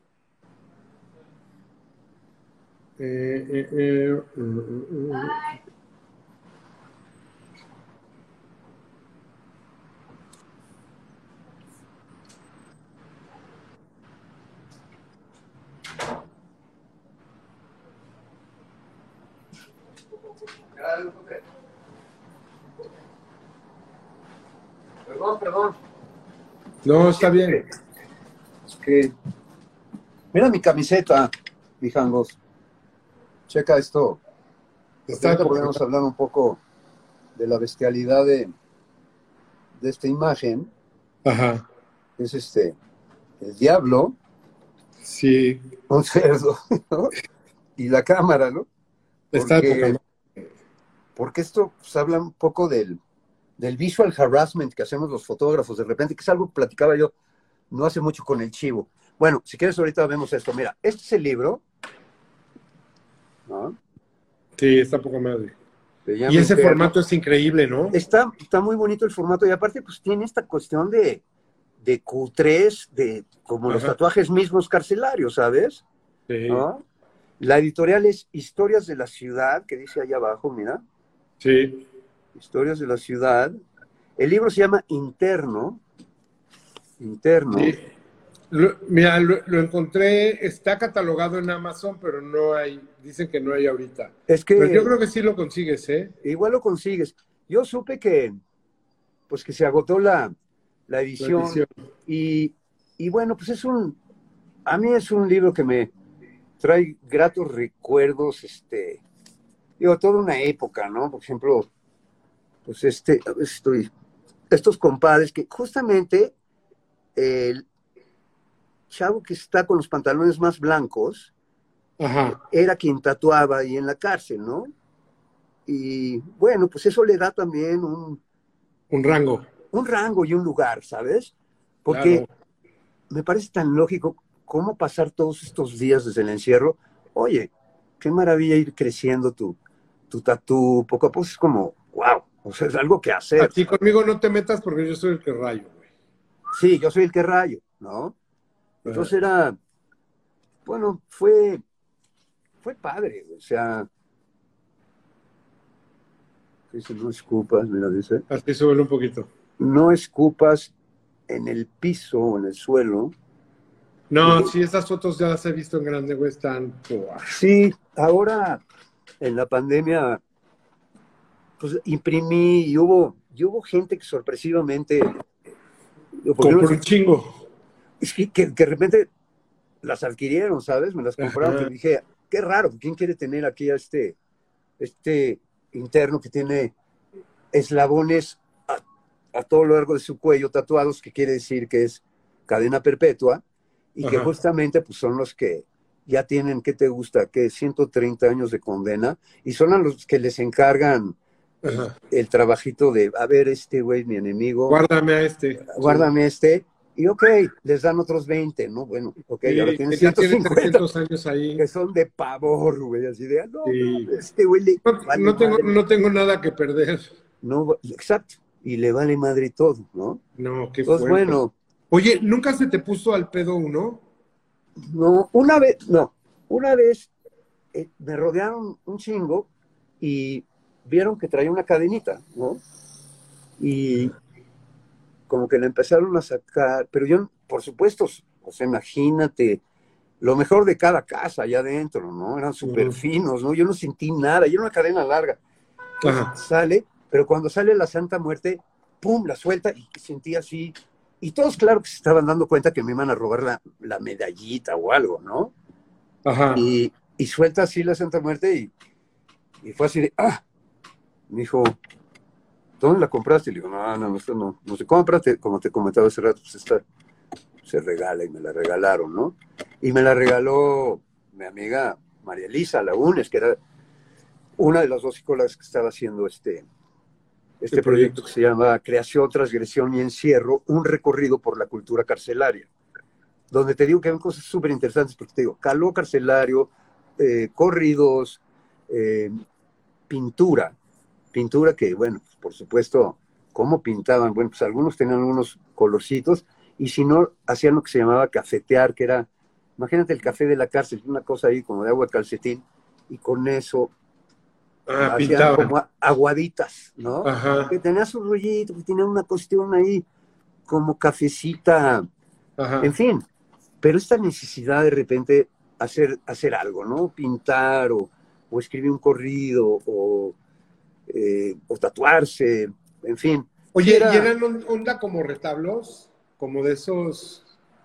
Eh, eh, eh, uh, uh, uh. Perdón, perdón. No, está bien. Es que... Mira mi camiseta, mijangos. Checa esto. Está Ahorita como- podemos hablar un poco de la bestialidad de, de esta imagen. Ajá. Es este, el diablo, Sí. un cerdo, ¿no? Y la cámara, ¿no? Está Porque, poca madre. porque esto pues, habla un poco del, del visual harassment que hacemos los fotógrafos de repente, que es algo que platicaba yo no hace mucho con el Chivo. Bueno, si quieres ahorita vemos esto. Mira, este es el libro, ¿no? Sí, está poca madre. Se llama Y ese Inferno. formato es increíble, ¿no? Está, está muy bonito el formato y aparte pues tiene esta cuestión de, de Q tres, de, como los Ajá. tatuajes mismos carcelarios, ¿sabes? Sí. ¿No? La editorial es Historias de la Ciudad, que dice ahí abajo, mira. Sí. Historias de la Ciudad. El libro se llama Interno. Interno. Sí. Lo- mira, lo, lo encontré, está catalogado en Amazon, pero no hay, dicen que no hay ahorita. Es que Pero yo creo que sí lo consigues, ¿eh? igual lo consigues. Yo supe que, pues que se agotó la, la La edición. edición. Y, y bueno, pues es un, a mí es un libro que me trae gratos recuerdos, este, digo, toda una época, ¿no? Por ejemplo, pues este, a ver si estoy, estos compadres que justamente el chavo que está con los pantalones más blancos Ajá. era quien tatuaba ahí en la cárcel, ¿no? Y bueno, pues eso le da también un, Un rango. un rango y un lugar, ¿sabes? Porque Claro. me parece tan lógico cómo pasar todos estos días desde el encierro. Oye, qué maravilla ir creciendo tu, tu tatú, poco a poco es como, wow, o sea, es algo que hacer. A ti conmigo no te metas porque yo soy el que rayo, güey. Sí, yo soy el que rayo, ¿no? Entonces era, bueno, fue, fue padre, o sea, dice, no escupas, mira, dice, Así súbelo un poquito. no escupas en el piso o en el suelo. No, sí, esas fotos ya las he visto en grande, güey, están... ¡buah! Sí, ahora en la pandemia, pues imprimí y hubo, y hubo gente que sorpresivamente, porque Compró no- un chingo. es que, que, que de repente las adquirieron, ¿sabes? Me las compraron Ajá. y dije, qué raro, ¿quién quiere tener aquí a este, este interno que tiene eslabones a, a todo lo largo de su cuello tatuados, que quiere decir que es cadena perpetua, y que Ajá. justamente pues, son los que ya tienen, ¿qué te gusta? Que ciento treinta años de condena, y son a los que les encargan Ajá. el trabajito de, a ver, este güey es mi enemigo, Guárdame a este. guárdame este, y ok, les dan otros veinte, ¿no? Bueno, ok, Sí, ahora tienen que ya tiene ciento cincuenta, trescientos años ahí. que son de pavor, güey, así de, ah, no, Sí. no, este güey le No, vale no tengo, madre. no tengo nada que perder. No, exacto, y le vale madre todo, ¿no? No, qué Entonces, fuerte. bueno, Oye, ¿nunca se te puso al pedo uno? no, una vez, no, una vez eh, me rodearon un chingo y vieron que traía una cadenita, ¿no? Y como que la empezaron a sacar, pero yo, por supuesto, o sea, imagínate, lo mejor de cada casa allá adentro, ¿no? Eran súper finos, ¿no? Yo no sentí nada, y era una cadena larga. Entonces, Ajá. sale, pero cuando sale la Santa Muerte, ¡pum!, la suelta y sentí así. Y todos, claro, que se estaban dando cuenta que me iban a robar la, la medallita o algo, ¿no? Ajá. Y, y suelta así la Santa Muerte y, y fue así de, ¡ah! Me dijo, ¿dónde la compraste? Y le digo, no, no, esto no, no se compra, te- como te comentaba hace rato, pues esta se regala y me la regalaron, ¿no? Y me la regaló mi amiga María Elisa Lagunes, que era una de las dos psicólogas que estaba haciendo este, este ¿Qué proyecto proyecto? que se llama Creación, Transgresión y Encierro, un recorrido por la cultura carcelaria, donde te digo que hay cosas súper interesantes, porque te digo, caló carcelario, eh, corridos, eh, pintura, pintura que, bueno, pues, por supuesto, ¿cómo pintaban? Bueno, pues algunos tenían unos colorcitos, y si no, hacían lo que se llamaba cafetear, que era, imagínate el café de la cárcel, una cosa ahí como de agua de calcetín, y con eso Ah, hacían pintaban. como aguaditas, ¿no? Ajá. Que tenía su rollito, que tenía una cuestión ahí, como cafecita, Ajá. en fin, pero esta necesidad de repente hacer, hacer algo, ¿no? Pintar o o escribir un corrido, o, eh, o tatuarse, en fin. Oye, Era- ¿y eran un- onda como retablos? Como de esos,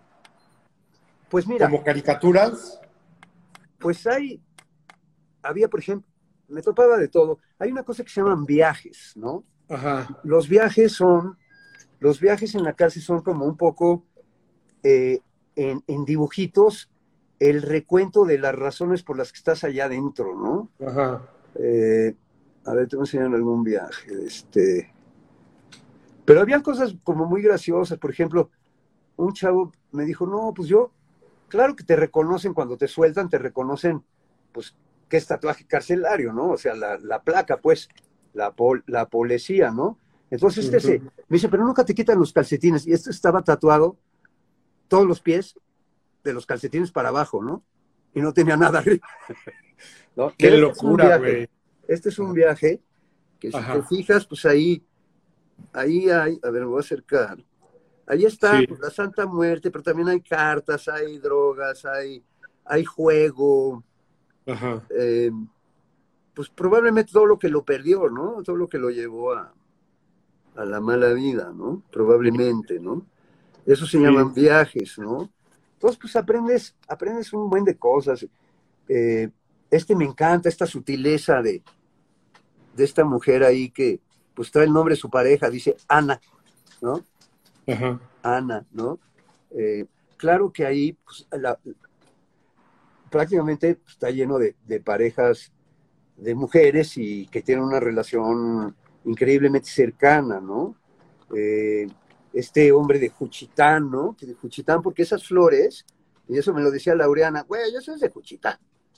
Pues mira, como caricaturas. pues hay, había, por ejemplo, me topaba de todo. Hay una cosa que se llaman viajes, ¿no? Ajá, Los viajes son, los viajes en la cárcel son como un poco eh, en, en dibujitos el recuento de las razones por las que estás allá adentro, ¿no? ajá. Eh, a ver, te voy a enseñar algún viaje. Este... Pero había cosas como muy graciosas. Por ejemplo, un chavo me dijo, no, pues yo, claro que te reconocen cuando te sueltan, te reconocen, pues, que es tatuaje carcelario, ¿no? O sea, la, la placa, pues, la, pol, la policía, ¿no? Entonces este se, Ujú. me dice, pero nunca te quitan los calcetines. Y este estaba tatuado todos los pies de los calcetines para abajo, ¿no? Y no tenía nada arriba. ¿No? Qué Pero este es un locura, viaje. güey. Este es un viaje que si Ajá. te fijas, pues ahí, ahí hay, a ver, me voy a acercar. Ahí está Sí. pues, la Santa Muerte, pero también hay cartas, hay drogas, hay, hay juego, Ajá. eh, pues probablemente todo lo que lo perdió, ¿no? Todo lo que lo llevó a, a la mala vida, ¿no? Probablemente, ¿no? Eso se Sí. llaman viajes, ¿no? Entonces, pues aprendes, aprendes un buen de cosas. Eh, este me encanta, esta sutileza de, de esta mujer ahí que pues trae el nombre de su pareja, dice Ana, ¿no? Ajá. Ana, ¿no? Eh, claro que ahí pues, la, prácticamente pues, está lleno de, de parejas de mujeres y que tienen una relación increíblemente cercana, ¿no? Eh, este hombre de Juchitán, ¿no? De Juchitán, porque esas flores, y eso me lo decía Laureana, güey, yo soy de Juchitán.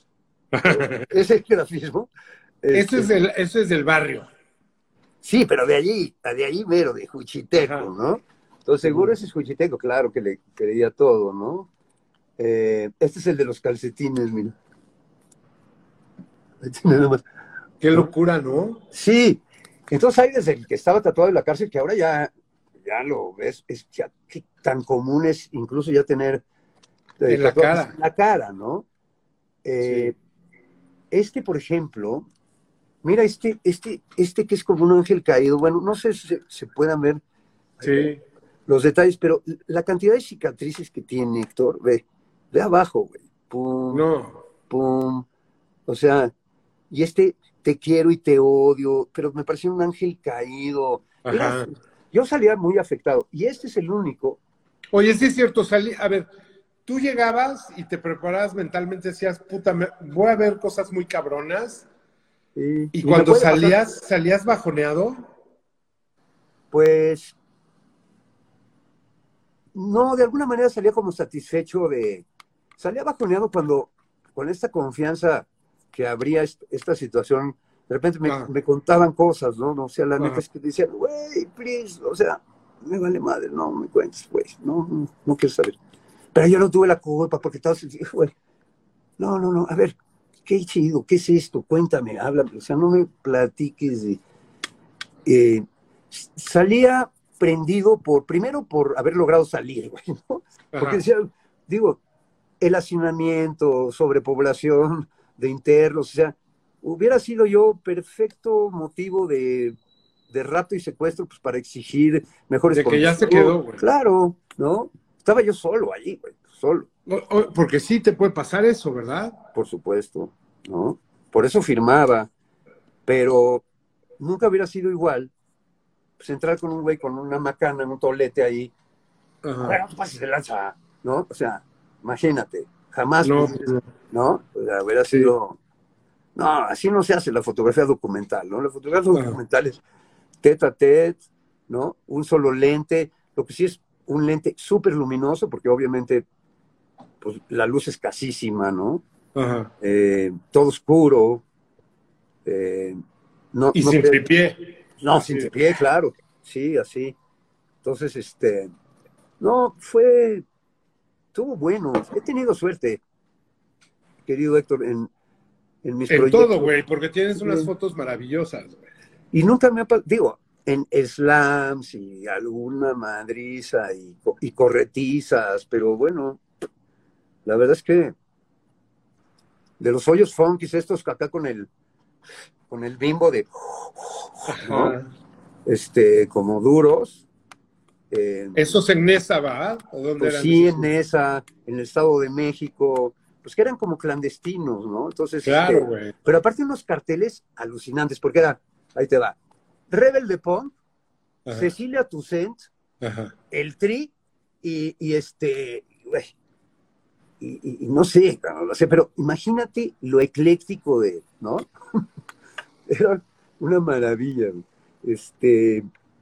Ese grafismo. Eso este, es del, eso es del barrio. Sí, pero de allí, de allí mero, de Juchiteco, Ajá. ¿no? Entonces, seguro Ujú. ese es Juchiteco, claro que le creía todo, ¿no? Eh, este es el de los calcetines, mira. Ahí tiene nada más. Qué locura, ¿no? Sí, entonces hay desde el que estaba tatuado en la cárcel que ahora ya, ya lo ves, es ya que tan común es incluso ya tener eh, En la tatuajes cara. en la cara, ¿no? Eh, Este, por ejemplo, mira, este, este, este que es como un ángel caído, bueno, no sé si se, se puedan ver Sí. los detalles, pero la cantidad de cicatrices que tiene Héctor, ve, ve abajo, güey, pum, No. pum, o sea, y este te quiero y te odio, pero me pareció un ángel caído. Era- Ajá. yo salía muy afectado, y este es el único. Oye, sí es cierto, salí, a ver, tú llegabas y te preparabas mentalmente, decías, puta, me- voy a ver cosas muy cabronas. eh, Y me cuando puede pasar, salías, salías bajoneado. pues, no, de alguna manera salía como satisfecho de, salía bajoneado cuando, con esta confianza que habría est- esta situación, de repente me, Ah. me contaban cosas, ¿no? No, o sea, la neta Ajá. es que decían, güey, please, o sea, me vale madre, no me cuentes, güey, no, no, no quiero saber. Pero yo no tuve la culpa porque todos, güey, no, no, no, a ver, qué chido, qué es esto, cuéntame, háblame, o sea, no me platiques de... eh, salía prendido por, primero por haber logrado salir, güey, ¿no? Porque Ajá. decía, digo, el hacinamiento, sobrepoblación de internos, o sea, hubiera sido yo perfecto motivo de, de rapto y secuestro pues, para exigir mejores De que ya se condiciones. quedó, güey. Claro, ¿no? Estaba yo solo allí, güey, solo, O- o- Porque sí te puede pasar eso, ¿verdad? por supuesto, ¿no? Por eso firmaba, pero nunca hubiera sido igual pues entrar con un güey con una macana, un tolete ahí. Ajá. Bueno, no te pases de lanza, ¿no? O sea, imagínate, jamás, No, pudieras, ¿no? O sea, hubiera Sí. sido... No, así no se hace la fotografía documental, ¿no? La fotografía Ajá. documental es tete a tete, ¿no? Un solo lente, lo que sí es un lente súper luminoso, porque obviamente pues, la luz es escasísima, ¿no? Ajá. Eh, todo oscuro, eh, no, Y no sin creo- tripié. No, Así sin de- tripié, claro. Sí, así. Entonces, este. No, fue. Estuvo bueno. He tenido suerte, querido Héctor, en, en mis En proyectos. todo, güey, porque tienes unas Sí. fotos maravillosas, güey. Y nunca me ha pasado. Digo, en slams y alguna madriza y, co- y corretizas, pero bueno, la verdad es que de los hoyos funkis, estos acá con el, con el bimbo de, ¿no? Ajá. Este, como duros. Eh, ¿Esos en Nesa, va? ¿O dónde pues eran? sí, esos? en esa, en el Estado de México, pues que eran como clandestinos, ¿no? Entonces, Claro, este, güey. pero aparte unos carteles alucinantes, porque era, ahí te va, Rebel de Punk, Ajá. Cecilia Toussaint, Ajá. el Tri, y, y este, güey, y, y- y no sé, no sé, pero imagínate lo ecléctico de, ¿no? Era una maravilla, güey. Este,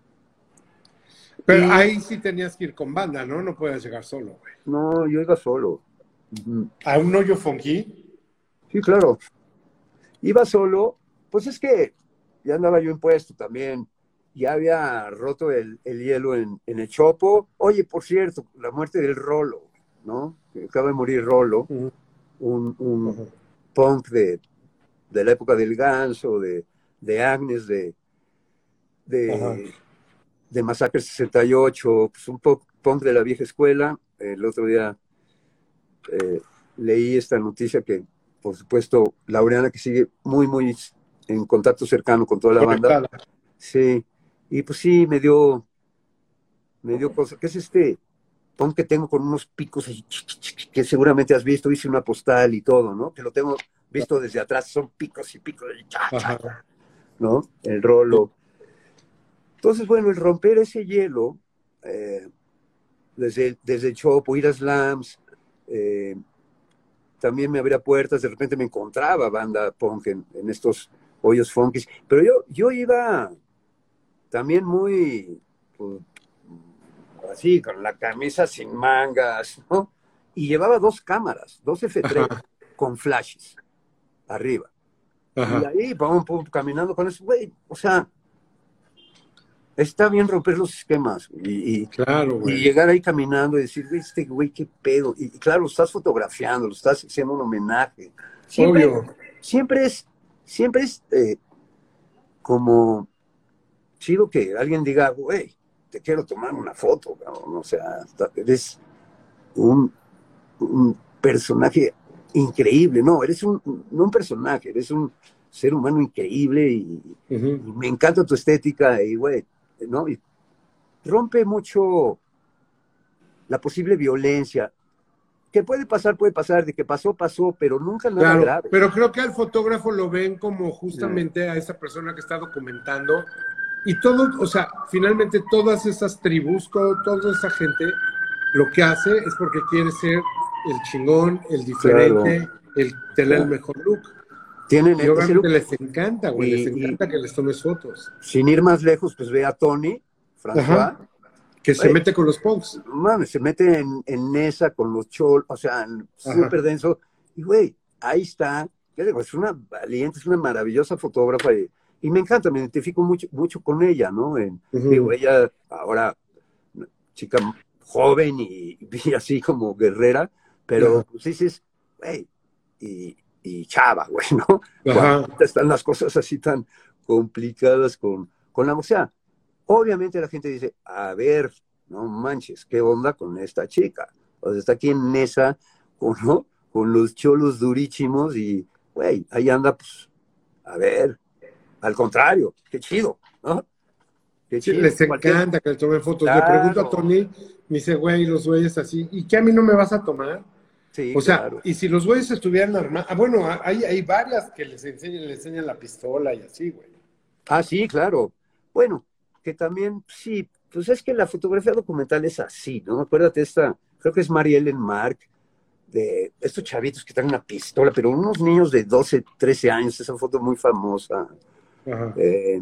Pero Y- ahí sí tenías que ir con banda, ¿no? No puedes llegar solo, güey. no, yo iba solo. Ujú. ¿A un hoyo funky? Sí, claro. Iba solo, pues es que ya andaba yo impuesto también. Ya había roto el, el hielo en, en el Chopo. Oye, por cierto, la muerte del Rolo, ¿no? Que acaba de morir Rolo, Ujú. un, un Ujú. punk de, de la época del Ganso, de, de Agnes, de, Ajá. de, de Masacre sesenta y ocho, pues un punk, punk de la vieja escuela. El otro día eh, leí esta noticia que, por supuesto, Laureana, que sigue muy, muy en contacto cercano con toda la banda. Conectada. Sí, y pues sí, me dio, me dio cosa. ¿Qué es este punk que tengo con unos picos así, ch, ch, ch, que seguramente has visto? Hice una postal y todo, ¿no? Que lo tengo visto desde atrás, son picos y picos, y cha, cha, Ajá. cha, ¿no? El rolo. Entonces, bueno, el romper ese hielo, eh, desde, desde el Chopo, ir a slams, eh, también me abría puertas, de repente me encontraba banda punk en, en estos hoyos funkis, pero yo, yo iba también muy, pues, así, con la camisa sin mangas, ¿no? Y llevaba dos cámaras, dos F tres, Ajá. con flashes, arriba. Y Ajá. ahí, pum, pum, caminando con eso, güey, o sea, está bien romper los esquemas, y, y, Claro, y güey. llegar ahí caminando y decir, güey, este güey, qué pedo. Y, y claro, lo estás fotografiando, lo estás haciendo un homenaje. Siempre, Obvio. siempre es, siempre es eh, como chido que alguien diga, güey, te quiero tomar una foto, cabrón. O sea, está- eres un, un personaje increíble. No, eres un, no un personaje, eres un ser humano increíble y, Ujú. y me encanta tu estética y, güey, ¿no? Y rompe mucho la posible violencia. Que puede pasar, puede pasar, de que pasó, pasó, pero nunca nada Claro, grave. pero creo que al fotógrafo lo ven como justamente a esa persona que está documentando y todo, o sea, finalmente todas esas tribus, todo, toda esa gente lo que hace es porque quiere ser el chingón, el diferente, el tener Claro. el mejor look. Tienen Y ese obviamente look. les encanta, güey, Y- les encanta que les tomes fotos. Sin ir más lejos, pues ve a Tony, François, Ajá. Que se Oye. mete con los punks. mames, se mete en, en esa con los chol, o sea, en- súper denso. Y güey, ahí está. ¿Qué digo? Es una valiente, es una maravillosa fotógrafa y, y me encanta, me identifico mucho, mucho con ella, ¿no? En, Ujú. Digo, ella ahora, una chica joven y, y así como guerrera, pero Ajá. pues dices, güey, y, y chava, güey, ¿no? Ajá. Cuando están las cosas así tan complicadas con, con la, o sea, obviamente la gente dice, a ver, no manches, ¿qué onda con esta chica? O sea, está aquí en esa, con, ¿no? Con los cholos durísimos y, güey, ahí anda, pues, a ver, al contrario, qué chido, ¿no? Qué Sí, chido. les Cualquier- encanta que le tomen fotos. Claro. Le pregunto a Tony, me dice, güey, los güeyes así, ¿y qué a mí no me vas a tomar? Sí, O sea, claro. y si los güeyes estuvieran armados, ah, bueno, hay, hay varias que les enseñan, les enseñan la pistola y así, güey. Ah, sí, claro. Bueno, que también, sí, pues es que la fotografía documental es así, ¿no? Acuérdate esta, creo que es Mary Ellen Mark, de estos chavitos que traen una pistola, pero unos niños de doce, trece años, esa foto muy famosa. Ajá. Eh,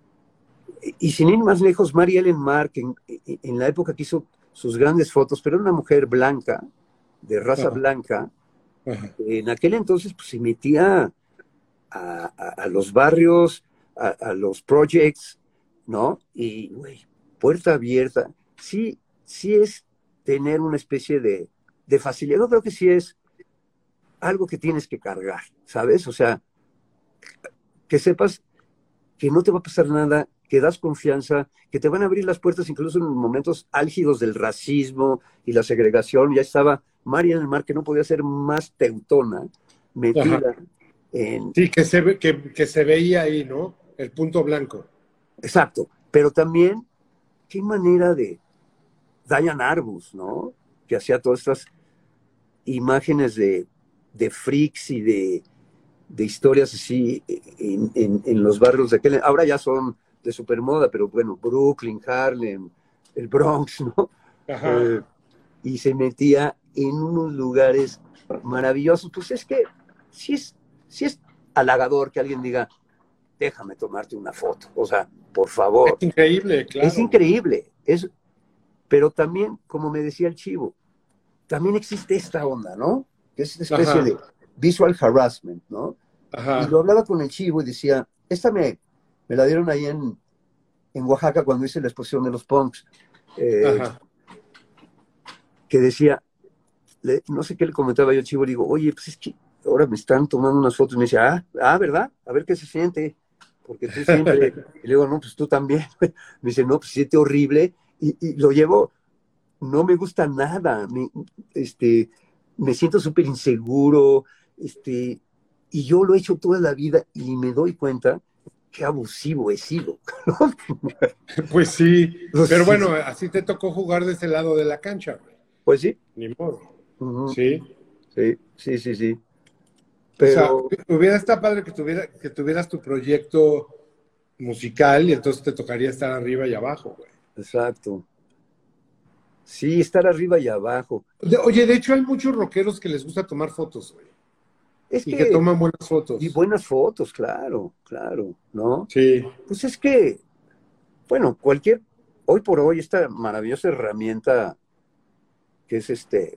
y, y sin ir más lejos, Mary Ellen Mark, en, en la época que hizo sus grandes fotos, pero era una mujer blanca, de raza Ajá. blanca, Ajá. en aquel entonces pues se metía a, a, a los barrios, a, a los projects, ¿no? Y, güey, puerta abierta. Sí, sí es tener una especie de, de facilidad. Yo creo que sí es algo que tienes que cargar, ¿sabes? O sea, que sepas que no te va a pasar nada, que das confianza, que te van a abrir las puertas incluso en momentos álgidos del racismo y la segregación. Ya estaba Marian Mar, que no podía ser más teutona, metida en... Sí, que se, ve- que, que se veía ahí, ¿no? El punto blanco. Exacto, pero también, qué manera de Diane Arbus, ¿no? Que hacía todas estas imágenes de, de freaks y de, de historias así en, en- en los barrios de aquel... Ahora ya son de supermoda, pero bueno, Brooklyn, Harlem, el Bronx, ¿no? Ajá. Eh, y se metía en unos lugares maravillosos. Pues es que sí es, sí es halagador que alguien diga, déjame tomarte una foto. O sea, por favor. Es increíble, claro. Es increíble. Es, pero también, como me decía el Chivo, también existe esta onda, ¿no? Que es una especie Ajá. de visual harassment, ¿no? Ajá. Y lo hablaba con el Chivo y decía, esta me, me la dieron ahí en, en Oaxaca cuando hice la exposición de los punks. Eh, Ajá. que decía, le- no sé qué le comentaba yo al Chivo, le digo, oye, pues es que ahora me están tomando unas fotos. Y me dice, ah, ah, ¿verdad? A ver qué se siente. Porque tú siempre... Y le digo, no, pues tú también. Me dice, no, pues se siente horrible. Y, y lo llevo, no me gusta nada. Me, este, me siento súper inseguro. Este, y yo lo he hecho toda la vida y me doy cuenta qué abusivo he sido. ¿no? Pues sí. Pues Pero sí. bueno, así te tocó jugar de ese lado de la cancha, güey. Pues sí. Ni modo. Ujú. Sí. Sí, sí, sí, sí. O sea, Pero, hubiera estado padre que, tuviera, que tuvieras tu proyecto musical y entonces te tocaría estar arriba y abajo, güey. exacto. Sí, estar arriba y abajo. De- Oye, de hecho hay muchos rockeros que les gusta tomar fotos, güey. Es Y que, que toman buenas fotos. y buenas fotos, claro, claro, ¿no? Sí. Pues es que, bueno, cualquier, hoy por hoy, esta maravillosa herramienta que es este,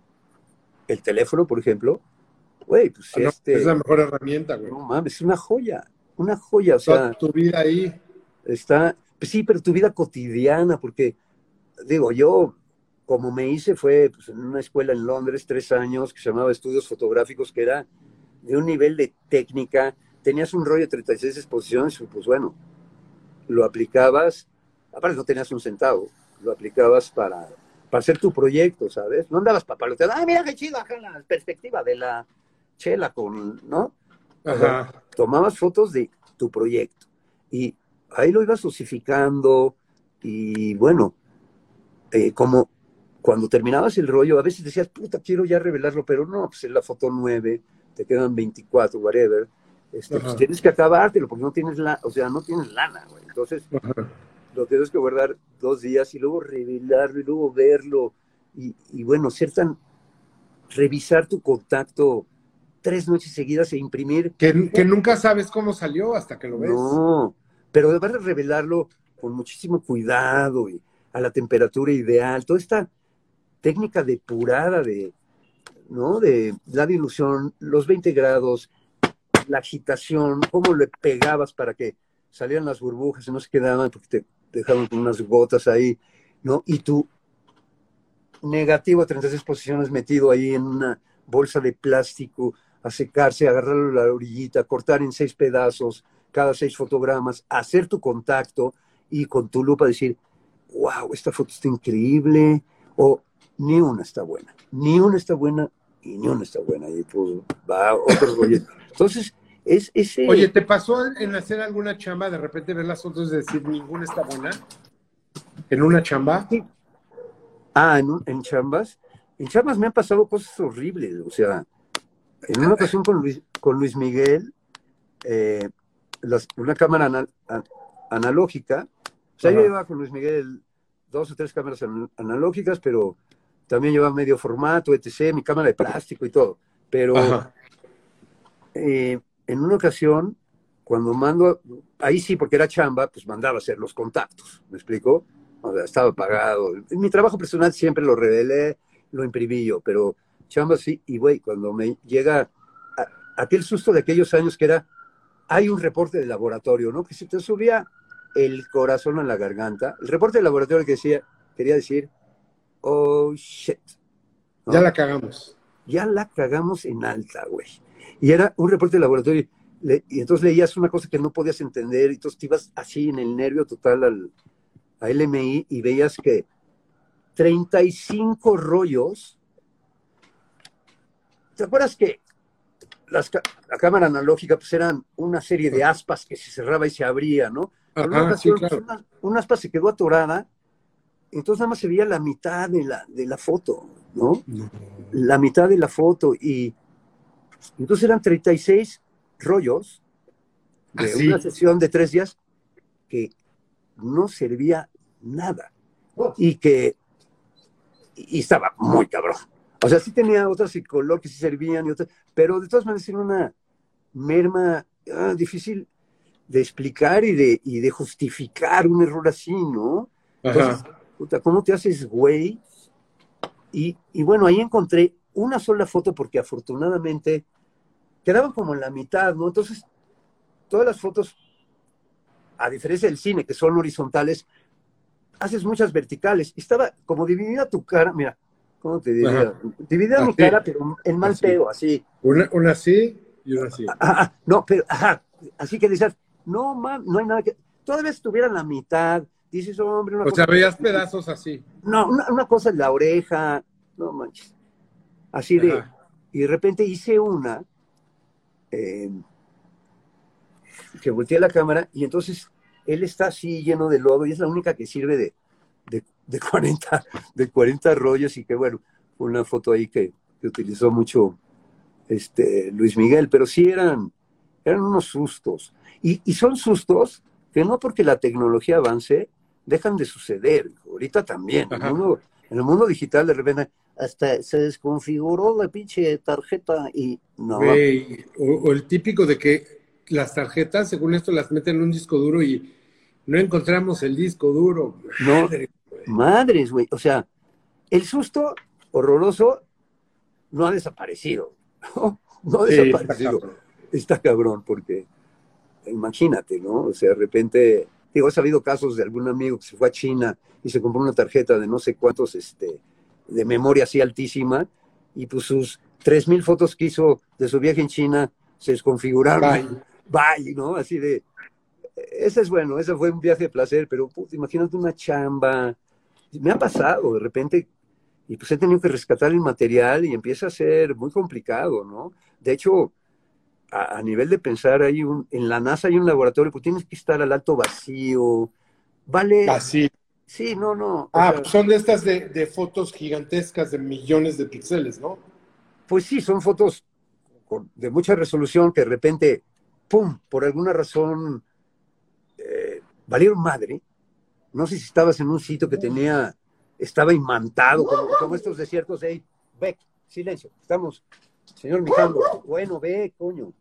el teléfono, por ejemplo, güey, pues Ah, no, este, es la mejor herramienta, güey. no mames, es una joya, una joya, o Toda sea, tu vida ahí. está, pues sí, pero tu vida cotidiana, porque, digo, yo, como me hice, fue pues, en una escuela en Londres, tres años, que se llamaba Estudios Fotográficos, que era de un nivel de técnica, tenías un rollo de treinta y seis exposiciones, y pues bueno, lo aplicabas, aparte no tenías un centavo, lo aplicabas para, para hacer tu proyecto, ¿sabes? No andabas papaloteando, ah, mira qué chido, acá la perspectiva de la chela con, ¿no? O sea, Ajá. tomabas fotos de tu proyecto y ahí lo ibas dosificando y bueno, eh, como cuando terminabas el rollo, a veces decías, puta, quiero ya revelarlo, pero no, pues es la foto nueve, te quedan veinticuatro, whatever, este, pues Ajá. tienes que acabártelo porque no tienes la, o sea, no tienes lana, güey. Entonces, Ajá. lo tienes que guardar dos días y luego revelarlo y luego verlo y, y bueno, ser tan, revisar tu contacto tres noches seguidas e imprimir. Que, que nunca sabes cómo salió hasta que lo ves. No, pero debes revelarlo con muchísimo cuidado y a la temperatura ideal, toda esta técnica depurada de, ¿no? De la dilución, los veinte grados, la agitación, cómo le pegabas para que salieran las burbujas y no se quedaban porque te dejaban con unas gotas ahí, ¿no? Y tu negativo a treinta y seis posiciones metido ahí en una bolsa de plástico, a secarse, agarrarlo a la orillita, cortar en seis pedazos cada seis fotogramas, hacer tu contacto y con tu lupa decir, wow, esta foto está increíble, o ni una está buena, ni una está buena y ni una está buena, y pues va otro rollo. Entonces, es ese... Oye, ¿te pasó en hacer alguna chamba, de repente ver las fotos y decir ninguna está buena? ¿En una chamba? Sí. Ah, en, un- en chambas. En chambas me han pasado cosas horribles. O sea, en una ocasión con Luis, con Luis Miguel, eh, las- una cámara anal- an- analógica. O sea, yo Ajá. llevaba con Luis Miguel dos o tres cámaras an- analógicas, pero también llevaba medio formato, etcétera, mi cámara de plástico y todo. Pero Ajá. eh, en una ocasión, cuando mando, ahí sí, porque era chamba, pues mandaba hacer los contactos, ¿me explico? O sea, estaba pagado. En mi trabajo personal siempre lo revelé, lo imprimí yo, pero chamba sí, y güey, cuando me llega a- aquel susto de aquellos años que era, hay un reporte de laboratorio, ¿no? Que se te subía el corazón a la garganta. El reporte de laboratorio que decía, quería decir, oh, shit. ¿no? Ya la cagamos. Ya la cagamos en alta, güey. Y era un reporte de laboratorio. Le- y entonces leías una cosa que no podías entender, y entonces te ibas así en el nervio total al, a L M I y veías que treinta y cinco rollos. ¿Te acuerdas que las, ca- la cámara analógica pues eran una serie de aspas que se cerraba y se abría, ¿no? Pero en una Ajá, sí, ocasión, claro. pues, una, una aspa se quedó atorada, entonces nada más se veía la mitad de la, de la foto, ¿no? La mitad de la foto, y entonces eran treinta y seis rollos de Así. una sesión de tres días que no servía nada, y que y estaba muy cabrón. O sea, sí tenía otras y color que sí servían, y otras, pero de todas maneras era una merma ah, difícil de explicar y de, y de justificar un error así, ¿no? Entonces, Ajá. puta, ¿cómo te haces güey? Y, y bueno, ahí encontré una sola foto porque afortunadamente quedaban como en la mitad, ¿no? Entonces, todas las fotos, a diferencia del cine, que son horizontales, haces muchas verticales. Estaba como dividida tu cara, mira, ¿cómo te diría? Ajá. Dividida mi Así. cara, pero en mal Así. pedo, así. Una, una así y una así. Ah, ah, no, pero, ajá, así que dices, no, man, no hay nada que... Todavía estuviera en la mitad, dices, hombre, una O sea, cosa... veías pedazos así. No, una, una cosa en la oreja, no manches. Así de... Ajá. Y de repente hice una, eh, que volteé la cámara, y entonces él está así lleno de lodo, y es la única que sirve de, de, de, cuarenta, de cuarenta rollos, y que bueno, fue una foto ahí que, que utilizó mucho este, Luis Miguel, pero sí eran, eran unos sustos. Y, y son sustos que no porque la tecnología avance, dejan de suceder. Ahorita también, en el, Ajá. mundo, en el mundo digital de repente hasta se desconfiguró la pinche tarjeta y no. Güey, o, o el típico de que las tarjetas, según esto, las meten en un disco duro y no encontramos el disco duro. No, Madre, güey. madres, güey. O sea, el susto horroroso no ha desaparecido. No, no ha Sí, está desaparecido. cabrón. Está cabrón, porque imagínate, ¿no? O sea, de repente, digo, he sabido casos de algún amigo que se fue a China y se compró una tarjeta de no sé cuántos, este, de memoria así altísima, y pues sus tres mil fotos que hizo de su viaje en China se desconfiguraron. Bye. Bye, ¿no? Así de, ese es bueno, ese fue un viaje de placer, pero puta, imagínate una chamba. Me ha pasado de repente, y pues he tenido que rescatar el material y empieza a ser muy complicado, ¿no? De hecho, a, a nivel de pensar, hay un, en la NASA hay un laboratorio, pues tienes que estar al alto vacío, vale, Así. sí, no, no, o Ah, sea, pues son de estas de, de fotos gigantescas de millones de píxeles, ¿no? pues sí, son fotos con- de mucha resolución que de repente, pum, por alguna razón, eh, valieron madre. No sé si estabas en un sitio que tenía, estaba imantado, como, como estos desiertos, hey, ve, silencio, estamos, señor Mijangos, bueno, ve, coño.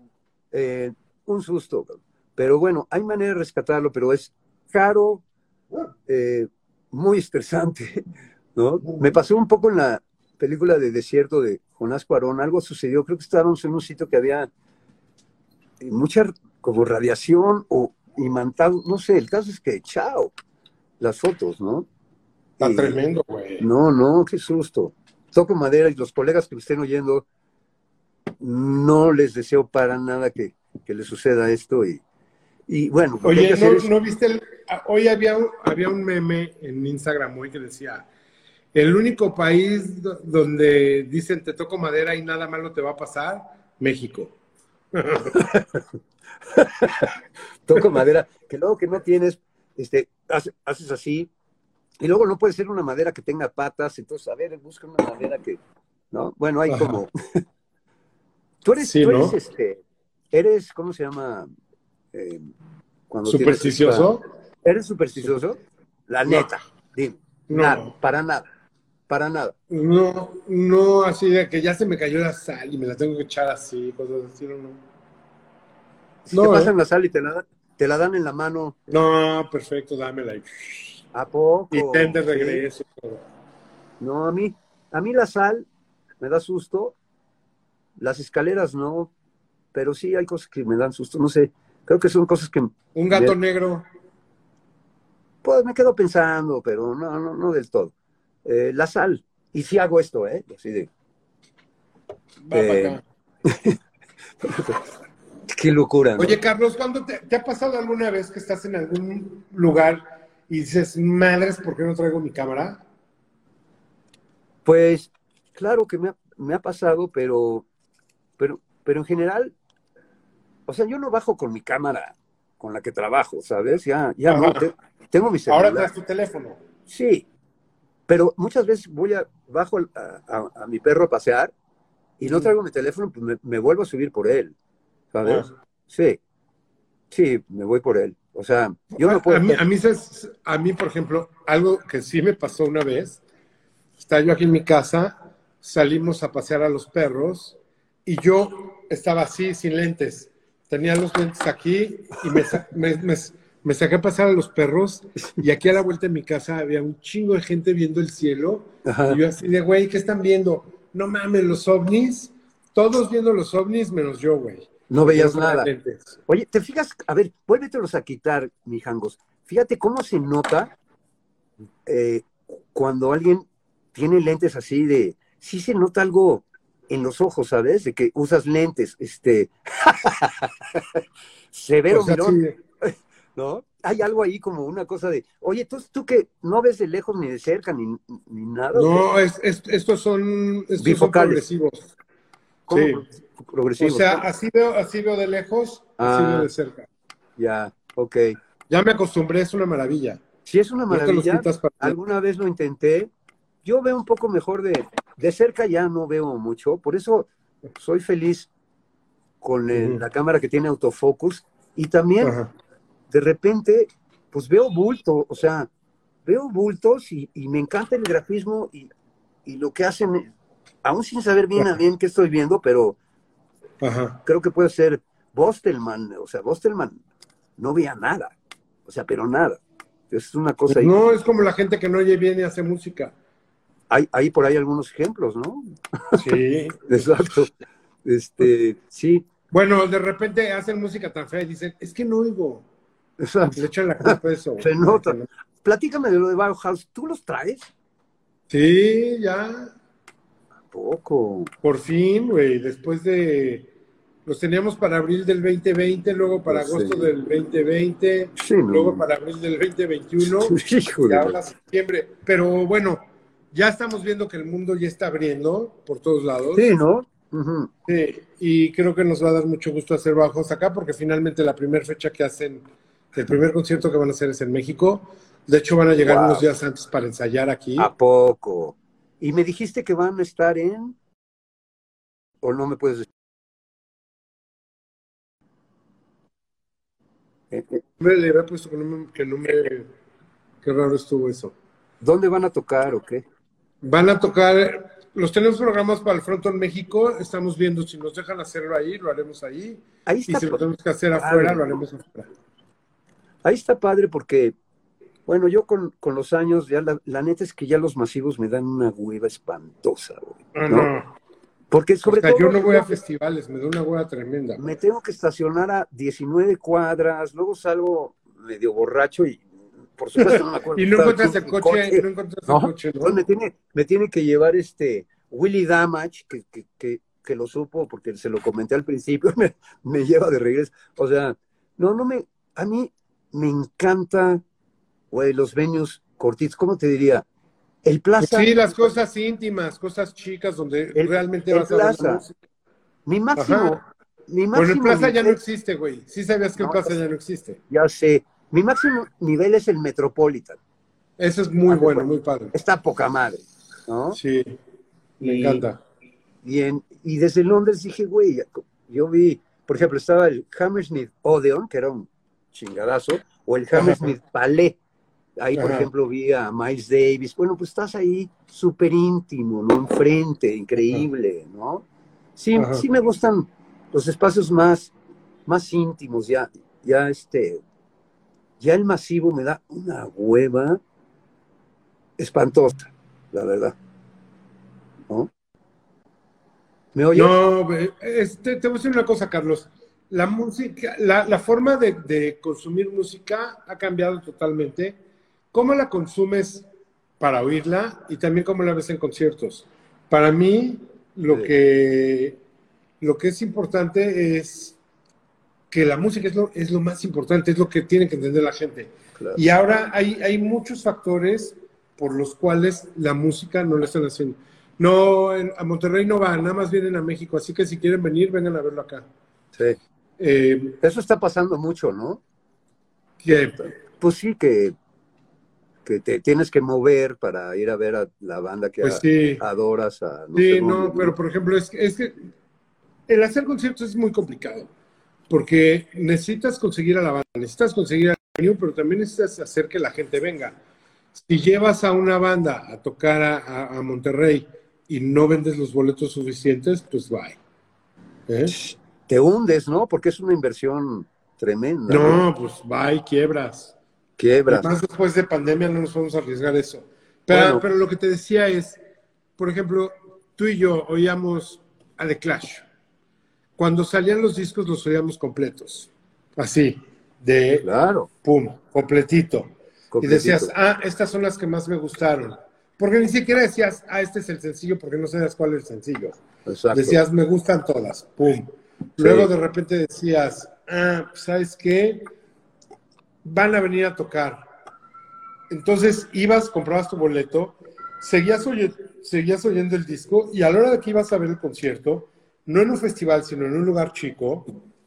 Eh, un susto, pero bueno, hay manera de rescatarlo, pero es caro, eh, muy estresante, ¿no? Me pasó un poco en la película de Desierto de Jonás Cuarón, algo sucedió, creo que estábamos en un sitio que había eh, mucha como radiación o imantado, no sé, el caso es que, chao, las fotos, ¿no? Está Y- tremendo, güey. No, no, qué susto. Toco madera y los colegas que me estén oyendo, no les deseo para nada que, que les suceda esto. Y, y bueno, lo que hay Oye, que hacer ¿no, es- ¿no viste? El, ah, hoy había, un- había un meme en Instagram hoy que decía, el único país do- donde dicen te toco madera y nada malo te va a pasar, México. toco madera, que luego que no tienes, este, hace- haces así, y luego no puede ser una madera que tenga patas, entonces, a ver, busca una madera que, ¿no? Bueno, hay Ajá. como... Tú eres, Sí, tú ¿no? eres, este, eres, ¿cómo se llama? Eh, cuando tienes ¿Supersticioso? esta- ¿Eres supersticioso? La No. neta, dime. No. Nada, para nada, para nada. No, no así de que ya se me cayó la sal y me la tengo que echar así, cosas así, no, no. Si No, te ¿eh? pasan la sal y te la, dan- te la dan en la mano, No, perfecto, dámela. y- ¿a poco? Y ten de Sí. regreso. No, a mí, a mí la sal me da susto, las escaleras no, pero sí hay cosas que me dan susto, no sé, creo que son cosas que Un gato me, negro. pues, me quedo pensando, pero no, no, no del todo. Eh, la sal, y sí hago esto, ¿eh? Así de, Va Eh, para acá. qué locura, ¿no? Oye, Carlos, ¿cuándo te, te ha pasado alguna vez que estás en algún lugar y dices, madres, ¿por qué no traigo mi cámara? Pues, claro que me ha, me ha pasado, pero, pero pero en general, o sea, yo no bajo con mi cámara con la que trabajo, ¿sabes? Ya, ya no, Ajá. te- tengo mi celular. Ahora traes tu teléfono. Sí, pero muchas veces voy a, bajo al- a, a- a mi perro a pasear y no Ujú. traigo mi teléfono, pues me, me vuelvo a subir por él, ¿sabes? Ah. Sí, sí, me voy por él. O sea, yo no A, puedo... a mí, a, mí, ¿sabes? A mí, por ejemplo, algo que sí me pasó una vez, estaba yo aquí en mi casa, salimos a pasear a los perros y yo estaba así, sin lentes. Tenía los lentes aquí y me, sa- me, me- me saqué a pasear a los perros y aquí a la vuelta de mi casa había un chingo de gente viendo el cielo. Ajá. Y yo así de, güey, ¿qué están viendo? No mames, los ovnis. Todos viendo los ovnis menos yo, güey. No veías Yo no traía nada. lentes. Oye, ¿te fijas? A ver, vuélvetelos a quitar, mi jangos. Fíjate cómo se nota eh, cuando alguien tiene lentes así de... Sí se nota algo en los ojos, ¿sabes? De que usas lentes, este... Severo O sea, mirón, sí, ¿no? Hay algo ahí como una cosa de... Oye, ¿tú, tú que no ves de lejos ni de cerca ni, ni nada? no, es, es- estos son, estos son Bifocales. progresivos. ¿Cómo? Sí. O Progresivo. sea, ¿no? así veo, así veo de lejos, así Ah. veo de cerca. Ya, ok. Ya me acostumbré, es una maravilla. Si es una No te los maravilla, quitas para nada. alguna vez lo intenté. Yo veo un poco mejor de, de cerca, ya no veo mucho. Por eso soy feliz con el- Ujú. la cámara que tiene autofocus. Y también, Ajá. de repente, pues veo bulto, o sea, veo bultos y, y me encanta el grafismo y, y lo que hacen, aún sin saber bien a bien qué estoy viendo, pero Ajá. creo que puede ser Bostelman. O sea, Bostelman no veía nada, o sea, pero nada. Es una cosa ahí. No, es como la gente que no oye bien y hace música. Hay, hay por ahí algunos ejemplos, ¿no? Sí. Exacto. Este, sí, Bueno, de repente hacen música tan fea y dicen, es que no oigo. exacto. Le echan la culpa a eso. Se nota. Platícame de lo de Bauhaus. ¿Tú los traes? Sí, ya. Poco. Por fin, güey. Después de... Los teníamos para abril del veinte veinte, luego para Pues agosto sí. del veinte veinte, Sí, no. luego para abril del veinte veintiuno. Híjole. Y ahora septiembre. Pero bueno, ya estamos viendo que el mundo ya está abriendo por todos lados. Sí, ¿no? Ujú. Sí, y creo que nos va a dar mucho gusto hacer bajos acá porque finalmente la primera fecha que hacen, el primer concierto que van a hacer es en México. De hecho, van a llegar Wow. unos días antes para ensayar aquí. ¿A poco? ¿Y me dijiste que van a estar en...? ¿O no me puedes decir? Eh, eh, Me le había puesto que no me... Que no me qué raro estuvo eso. ¿Dónde van a tocar o qué? Van a tocar... Los tenemos programados para el Frontón México. Estamos viendo si nos dejan hacerlo ahí, lo haremos ahí. Ahí Y está, si lo pa- tenemos que hacer padre. afuera, lo haremos afuera. ahí está padre porque, bueno, yo con, con los años, ya la, la neta es que ya los masivos me dan una hueva espantosa, güey, Ah, ¿no? no. Porque O sobre sea, todo yo no voy a festivales, me da una hueva tremenda. me tengo que estacionar a diecinueve cuadras, luego salgo medio borracho y por supuesto no me acuerdo. Y no estaba encuentras el mi coche, no encuentras ¿no? el coche, ¿no? Entonces me tiene, me tiene que llevar este Willy Damage, que, que, que, que lo supo porque se lo comenté al principio, me, me lleva de regreso. O sea, no, no me, a mí me encanta, güey, los venues cortitos, ¿cómo te diría? El Plaza. Sí, las cosas íntimas, cosas chicas donde El- realmente el vas a ver la Plaza. música. Mi máximo, Ajá. mi Bueno, el máximo Plaza ya no nivel- existe, güey. Sí sabías que el No, Plaza ya ya sé. no existe. ya sé, mi máximo nivel es el Metropolitan. Eso es muy Ah, bueno, bueno. muy padre. Está poca madre, ¿no? Sí, me Y- encanta. Y, en- y desde Londres dije, güey, yo vi, por ejemplo, estaba el Hammersmith Odeon, que era un chingadazo, o el Hammersmith Palais. Ahí, por Ajá. ejemplo, vi a Miles Davis. Bueno, pues estás ahí súper íntimo, ¿no? Enfrente, increíble, ¿no? Sí, Ajá. sí me gustan los espacios más, más íntimos, ya, ya este, ya el masivo me da una hueva espantosa, la verdad. ¿No? ¿Me oyes? No, güey, este, te voy a decir una cosa, Carlos. La música, la, la forma de, de consumir música ha cambiado totalmente. ¿Cómo la consumes para oírla y también cómo la ves en conciertos? Para mí, lo Sí. que, lo que es importante es que la música es lo, es lo más importante, es lo que tiene que entender la gente. Claro. Y ahora hay, hay muchos factores por los cuales la música no la están haciendo. No, en- a Monterrey no van, nada más vienen a México, así que si quieren venir, vengan a verlo acá. Sí. Eh, Eso está pasando mucho, ¿no? que, Pues sí, que, que te tienes que mover para ir a ver a la banda que pues a- sí, adoras. A, no sí, sé dónde, no, pero por ejemplo, es, que- es que el hacer conciertos es muy complicado, porque necesitas conseguir a la banda, necesitas conseguir al venue, pero también necesitas hacer que la gente venga. Si llevas a una banda a tocar a, a- a Monterrey y no vendes los boletos suficientes, pues bye. ¿Eh? Te hundes, ¿no? Porque es una inversión tremenda. ¿no? No, pues bye, quiebras. Y Quiebras. más después de pandemia no nos vamos a arriesgar eso. Pero, Bueno. pero lo que te decía es, por ejemplo, tú y yo oíamos a The Clash. Cuando salían los discos los oíamos completos. Así, de Claro. pum, completito. Y Completito. decías, ah, estas son las que más me gustaron. Porque ni siquiera decías, ah, este es el sencillo, porque no sabías cuál es el sencillo. Exacto. Decías, me gustan todas, pum. Luego de repente decías, ah, ¿sabes qué? Van a venir a tocar. Entonces ibas, comprabas tu boleto, seguías, oye- seguías oyendo el disco y a la hora de que ibas a ver el concierto, no en un festival, sino en un lugar chico,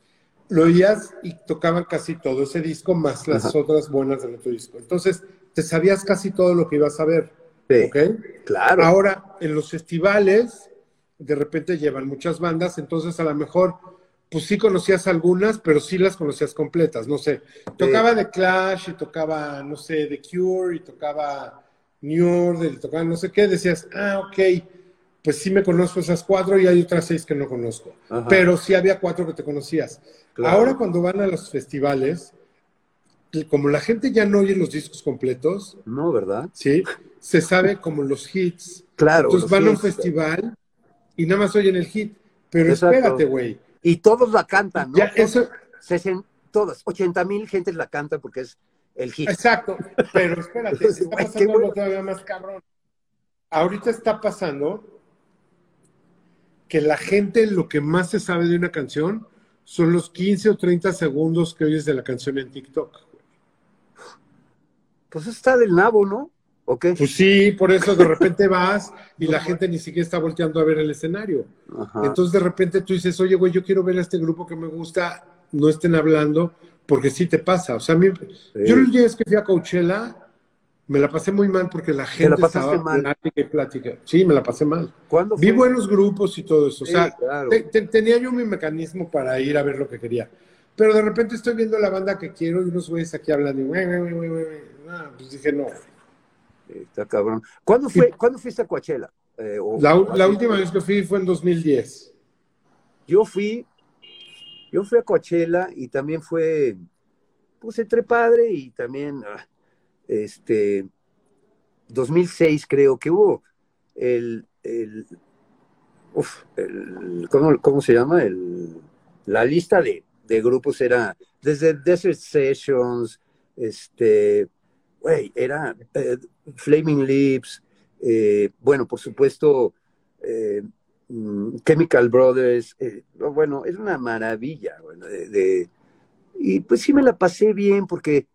lo oías y tocaban casi todo ese disco más las Ajá. otras buenas del otro disco. Entonces te sabías casi todo lo que ibas a ver. Sí. ¿Ok? Claro. Ahora, en los festivales, de repente llevan muchas bandas, entonces a lo mejor, pues sí conocías algunas, pero sí las conocías completas, no sé. Tocaba The Clash y tocaba, no sé, The Cure y tocaba New Order y tocaba no sé qué, decías, ah, ok, pues sí me conozco esas cuatro y hay otras seis que no conozco. Ajá. Pero sí había cuatro que te conocías. Claro. Ahora cuando van a los festivales, como la gente ya no oye los discos completos, No, ¿verdad? ¿sí? Se sabe como los hits. Claro. Entonces los van a un hits. festival y nada más oyen el hit. Pero Exacto. espérate, güey. Y todos la cantan, ¿no? Ya, eso, Sesen- todas, ochenta mil gentes la cantan porque es el hit. exacto. Pero espérate, está Güey, qué pasando bueno. algo todavía más cabrón. Ahorita está pasando que la gente lo que más se sabe de una canción son los quince o treinta segundos que oyes de la canción en TikTok. Pues está del nabo, ¿no? ¿O qué? Pues sí, por eso de repente vas y la gente ni siquiera está volteando a ver el escenario. Ajá. Entonces de repente tú dices, oye, güey, yo quiero ver a este grupo que me gusta, no estén hablando, porque sí te pasa. O sea, a mí, yo el día que fui a Coachella, me la pasé muy mal porque la gente pasaste estaba mal? plática y plática. Sí, me la pasé mal. ¿Cuándo Vi fue? buenos grupos y todo eso. O Sí, sea, claro. te- te- tenía yo mi mecanismo para ir a ver lo que quería. Pero de repente estoy viendo la banda que quiero y unos güeyes aquí hablando. Y, güey, güey, güey, güey, güey. Ah, pues dije, no. Está cabrón. ¿Cuándo, fue, ¿cuándo fuiste a Coachella? Eh, o- La, o la así? última vez que fui fue en dos mil diez. Yo fui, yo fui a Coachella y también fue, pues entre padre y también, ah, este, dos mil seis creo que hubo el, el, uf, el ¿cómo, cómo se llama? El, la lista de, de grupos era desde Desert Sessions, este, güey, era eh, Flaming Lips, eh, bueno, por supuesto, eh, mm, Chemical Brothers, eh, bueno, es una maravilla, bueno, de, de- y pues sí me la pasé bien porque,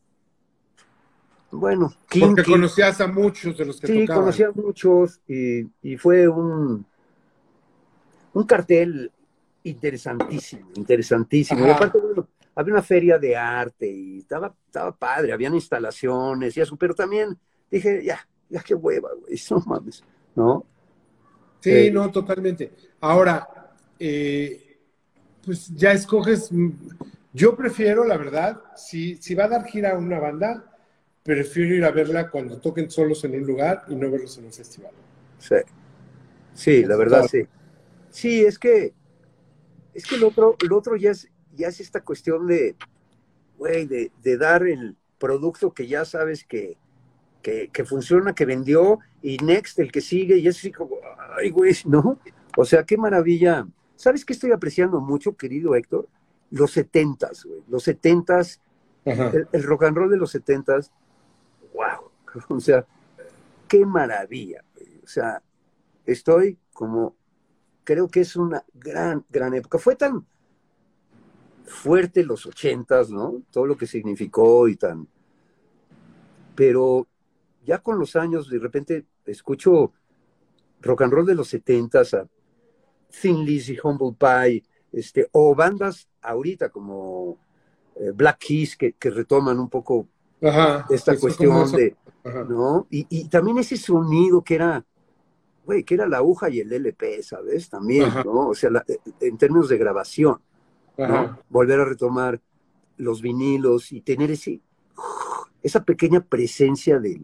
bueno, Porque Kinky, conocías a muchos de los que sí, tocaban. conocí a muchos y, y fue un, un cartel interesantísimo, interesantísimo. Ajá. Y aparte, bueno, había una feria de arte y estaba, estaba padre, habían instalaciones y eso, pero también dije, ya, ya qué hueva, güey, no mames, ¿no? Sí, Eh, no, totalmente. Ahora, eh, pues ya escoges. mm, Yo prefiero, la verdad, si, si va a dar gira a una banda, prefiero ir a verla cuando toquen solos en un lugar y no verlos en un festival. Sí, sí, la verdad, sí. Sí, es que, es que el otro, el otro ya es, ya es esta cuestión de, güey, de, de dar el producto que ya sabes que, que, que funciona, que vendió, y next, el que sigue, y es así como, ay, güey, ¿no? O sea, qué maravilla. ¿Sabes qué estoy apreciando mucho, querido Héctor? Los setentas, güey. Los setentas, Ajá. el, el rock and roll de los setentas, wow. O sea, qué maravilla, güey. O sea, estoy como, creo que es una gran, gran época. Fue tan fuerte los ochentas, ¿no? Todo lo que significó y tan... Pero ya con los años, de repente, escucho rock and roll de los setentas, a Thin Lizzy, Humble Pie, este, o bandas ahorita como eh, Black Keys que, que retoman un poco Ajá, esta eso cuestión como eso. de, Ajá. ¿no? Y, y también ese sonido que era, güey, que era la aguja y el L P, ¿sabes? También, Ajá. ¿no? O sea, la- en términos de grabación, ¿no? Ajá. Volver a retomar los vinilos y tener ese, esa pequeña presencia de,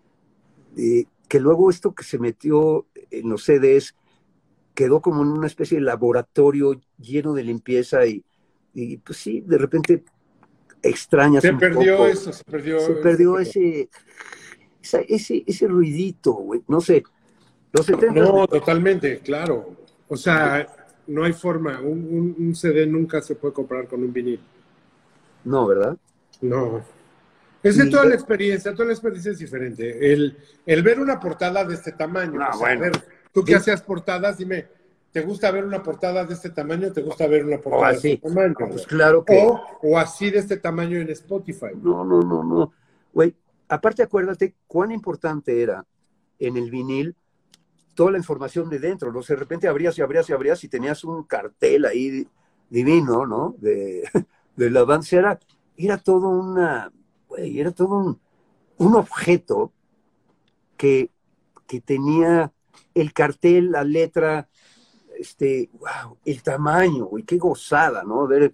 de que luego esto que se metió en los C Ds quedó como en una especie de laboratorio lleno de limpieza y, y pues sí, de repente extrañas Se un perdió poco. eso, se perdió. Se perdió ese- ese, esa- ese, ese ruidito, güey. No sé, los setenta No, totalmente, claro. O sea, no hay forma. Un, un, un C D nunca se puede comparar con un vinil. no, ¿verdad? No. Es que Y- toda la experiencia, toda la experiencia es diferente. El, el ver una portada de este tamaño. No, o sea, bueno. a ver, tú que Sí. hacías portadas, dime, ¿te gusta ver una portada de este tamaño o te gusta ver una O portada de así. este tamaño? Pues claro que. O, o así de este tamaño en Spotify. No, no, no, no. Güey, aparte acuérdate cuán importante era en el vinil toda la información de dentro, ¿no? O sea, de repente abrías y abrías y abrías y tenías un cartel ahí divino, ¿no? De, de la banda. Era, era todo una, güey, era todo un, un objeto que, que tenía el cartel, la letra, este, wow, el tamaño, güey, qué gozada, ¿no? Ver,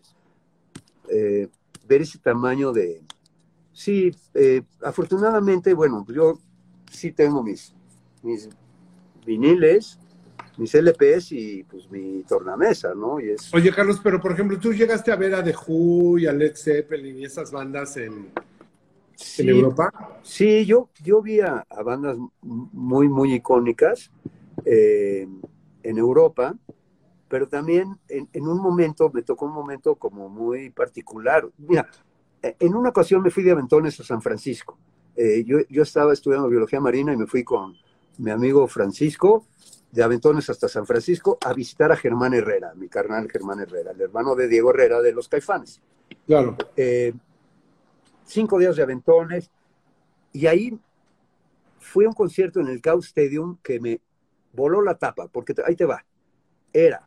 eh, ver ese tamaño de... Sí, eh, afortunadamente, bueno, yo sí tengo mis, mis viniles, mis L Ps y pues mi tornamesa, ¿no? Y es... Oye, Carlos, pero por ejemplo, tú llegaste a ver a The Who y a Led Zeppelin y esas bandas en, Sí, en Europa. sí, yo, yo vi a, a bandas muy, muy icónicas eh, en Europa, pero también en, en un momento, me tocó un momento como muy particular. Mira, en una ocasión me fui de aventones a San Francisco. Eh, yo, yo estaba estudiando biología marina y me fui con mi amigo Francisco de aventones hasta San Francisco a visitar a Germán Herrera, mi carnal Germán Herrera, el hermano de Diego Herrera de los Caifanes. Claro. Eh, cinco días de aventones y ahí fui a un concierto en el Cow Stadium que me voló la tapa, porque te- ahí te va. Era,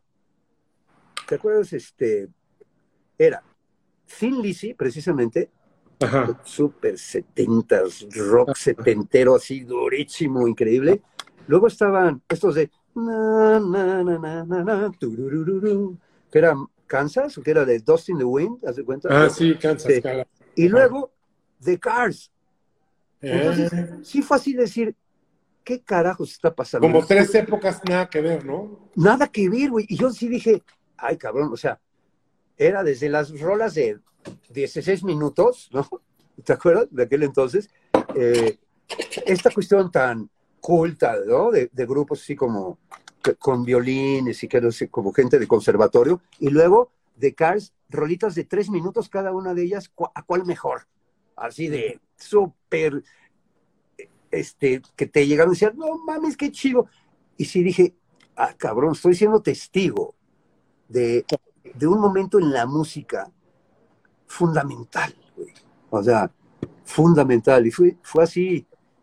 ¿te acuerdas? Este, era Thin Lizzy, precisamente, Ajá. super setentas, rock setentero, así durísimo, increíble. Luego estaban estos de na, na, na, na, na, na, tururururu, que era Kansas, que era de Dust in the Wind, ¿haz de cuenta? Ah, sí, Kansas, Sí. claro. Y Ajá. luego The Cars. Entonces, Eh, sí fue así decir, ¿qué carajos está pasando? como tres épocas, nada que ver, ¿no? Nada que ver, güey. Y yo sí dije, ay, cabrón, o sea, era desde las rolas de dieciséis minutos, ¿no? ¿Te acuerdas de aquel entonces? Eh, esta cuestión tan culta, ¿no? De, de grupos así como que- con violines y que no sé, como gente de conservatorio. Y luego de Cars, rolitas de tres minutos cada una de ellas, ¿cu- ¿a cuál mejor? Así de súper, este, que te llegaron y decían, no mames, qué chido. Y sí dije, ah, cabrón, estoy siendo testigo de, de un momento en la música fundamental, güey. O sea, fundamental. Y fue, fue así,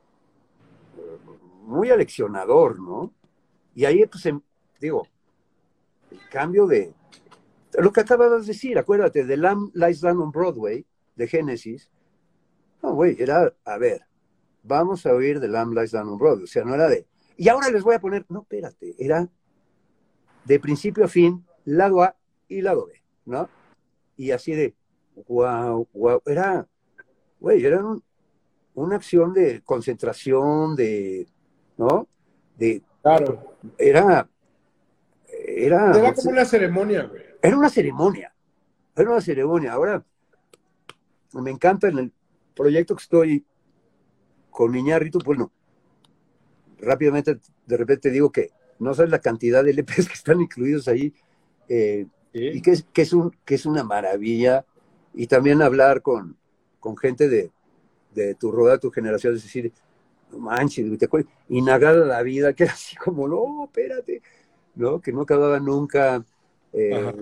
muy aleccionador, ¿no? Y ahí, pues, em- digo, el cambio de... Lo que acabas de decir, acuérdate, de Lamb Lies Down on Broadway, de Genesis. No, güey, era, a ver, vamos a oír de Lamb Lies Down on Broadway. O sea, no era de... Y ahora les voy a poner... No, espérate, era de principio a fin, lado A y lado B, ¿no? Y así de, wow, wow, era, güey, era un- una acción de concentración, de, ¿no? De, Claro. era, era, Era como una ceremonia, güey. era una ceremonia, era una ceremonia. Ahora, me encanta en el proyecto que estoy con Iñárritu, bueno, rápidamente, de repente digo que no sabes la cantidad de L Ps que están incluidos ahí, eh, Sí. y que es, que, es un, que es una maravilla. Y también hablar con, con gente de, de tu roda, tu generación, es decir, no manches, güey, te acuerdas, Inagada la vida, que era así como, no, espérate, ¿no? Que no acababa nunca. Eh, Ajá.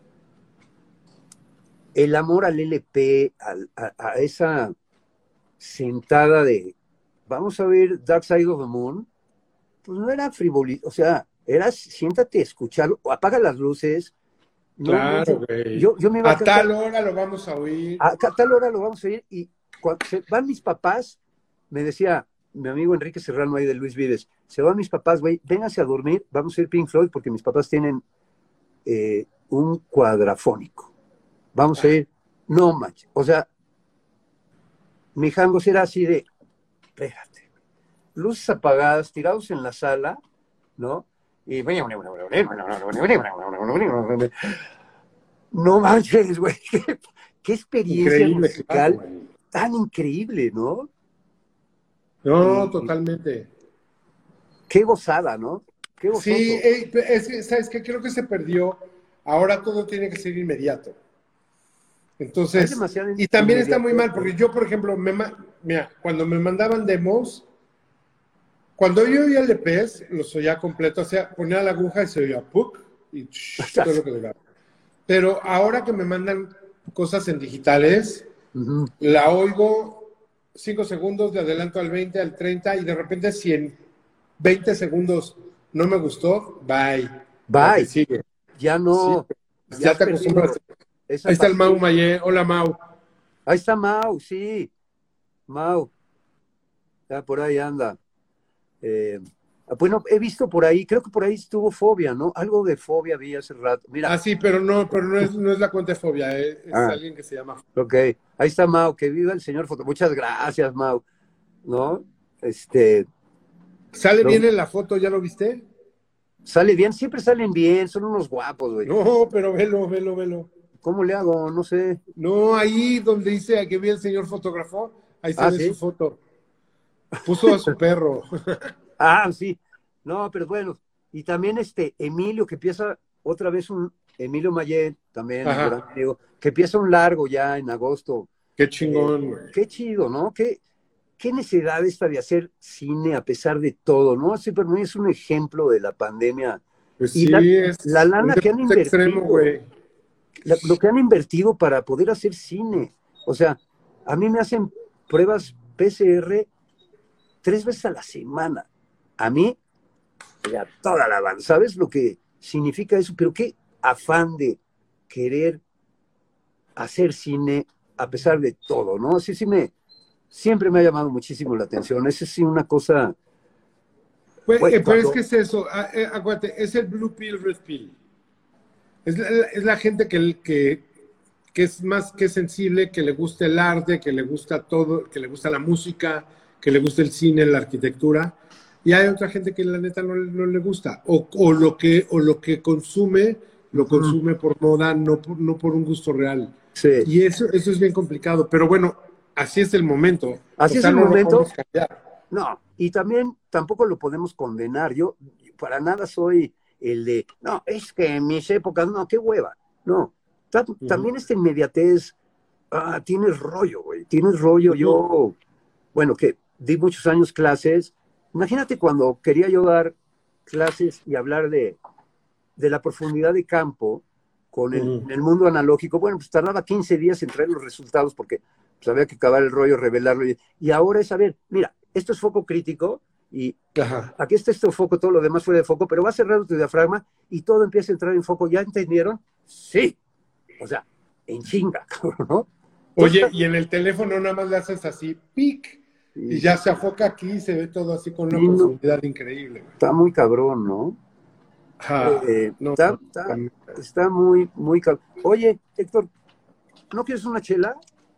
el amor al L P, al- a, a esa sentada de, vamos a ver Dark Side of the Moon, pues no era frivolidad, o sea, era siéntate a escucharlo, o apaga las luces. No, Claro, no, güey. yo, yo me iba A a cantar- tal hora lo vamos a oír. a ca- tal hora lo vamos a ir y cuando se van mis papás, me decía mi amigo Enrique Serrano ahí de Luis Vives, se van mis papás, güey, vénganse a dormir, vamos a ir Pink Floyd porque mis papás tienen eh, un cuadrafónico. Vamos a ir, no manches, o sea, mi jango era así de, espérate, luces apagadas, tirados en la sala, ¿no? Y no manches, güey, qué, qué experiencia Increíble, musical claro, güey. tan increíble, ¿no? No, totalmente. Qué gozada, ¿no? Qué gozoso. Sí, eh, es que, ¿sabes qué? Creo que se perdió. Ahora todo tiene que ser inmediato. Hay Entonces, demasiada y también está muy inmediatez. mal, porque yo, por ejemplo, me, ma- mira, cuando me mandaban demos, cuando yo oía L Pes, los oía completo, o sea, ponía la aguja y se oía ¡puc! Y ch, todo lo que le daba. Pero ahora que me mandan cosas en digitales, Ujú. la oigo cinco segundos, le adelanto al veinte, al treinta, y de repente si en veinte segundos no me gustó, bye. Bye. La que sigue. Ya no. Sí, ya has te perdido acostumbras. esa Ahí está el pasión. Mau Mayé. Hola, Mau. Ahí está Mau, sí. Mau. Ya por ahí anda. Eh, bueno, he visto por ahí, creo que por ahí estuvo Fobia, ¿no? Algo de Fobia vi hace rato. Mira, Ah, sí, pero no, pero no es, no es la cuenta de Fobia, eh, es Ah. alguien que se llama. ok. Ahí está Mau, que viva el señor foto. Muchas gracias, Mau. ¿No? Este, ¿Sale No. bien en la foto? ¿Ya lo viste? sale bien, siempre salen bien, son unos guapos, güey. No, pero velo, velo, velo. ¿Cómo le hago? No sé. No, ahí donde dice que vi el señor fotógrafo, ahí se Ah, ve ¿sí? su foto. Puso a su perro. Ah, sí. No, pero bueno. Y también este Emilio, que empieza otra vez un Emilio Mayet, también, Ajá. gran amigo, que empieza un largo ya en agosto. Qué chingón, güey. Qué chido, ¿no? Qué, qué necesidad esta de hacer cine a pesar de todo, ¿no? Sí, pero es un ejemplo de la pandemia. Pues y sí, la- es la lana un que han deporte extremo, invertido. güey. La- lo que han invertido para poder hacer cine. O sea, a mí me hacen pruebas P C R tres veces a la semana. A mí y a toda la banda. ¿Sabes lo que significa eso? Pero qué afán de querer hacer cine a pesar de todo, ¿no? Sí, sí me, siempre me ha llamado muchísimo la atención. Esa sí una cosa. Pues, Güey, eh, pero cuando- es que es eso, ah, eh, acuérdate, es el blue pill, red pill. Es la, es la gente que, que, que es más que sensible, que le gusta el arte, que le gusta todo, que le gusta la música, que le gusta el cine, la arquitectura. Y hay otra gente que la neta no, no le gusta. O, o, lo que, o lo que consume, lo consume por moda, no por, no por un gusto real. Sí. Y eso, eso es bien complicado. Pero bueno, así es el momento. Así O es sea, el no lo momento. podemos cambiar. No, y también tampoco lo podemos condenar. Yo para nada soy el de, no, es que en mis épocas, no, qué hueva. No, ta- también esta inmediatez, ah, tienes rollo, güey, tienes rollo. Yo, bueno, que di muchos años clases. Imagínate cuando quería yo dar clases y hablar de, de la profundidad de campo con el, Ujú. en el mundo analógico. Bueno, pues tardaba quince días en traer los resultados porque pues, había que acabar el rollo, revelarlo. Y, y ahora es, a ver, mira, esto es foco crítico y Ajá. aquí está este foco, todo lo demás fuera de foco, pero va cerrado tu diafragma y todo empieza a entrar en foco. ¿Ya entendieron? Sí. O sea, en chinga, cabrón, ¿no? Oye, y en el teléfono nada más le haces así, pic, y ya se afoca aquí y se ve todo así con una Sí, no. profundidad increíble. güey. Está muy cabrón, ¿no? Ajá. Eh, No, está, no, está- también. está muy, muy cabrón. Oye, Héctor, ¿no quieres una chela?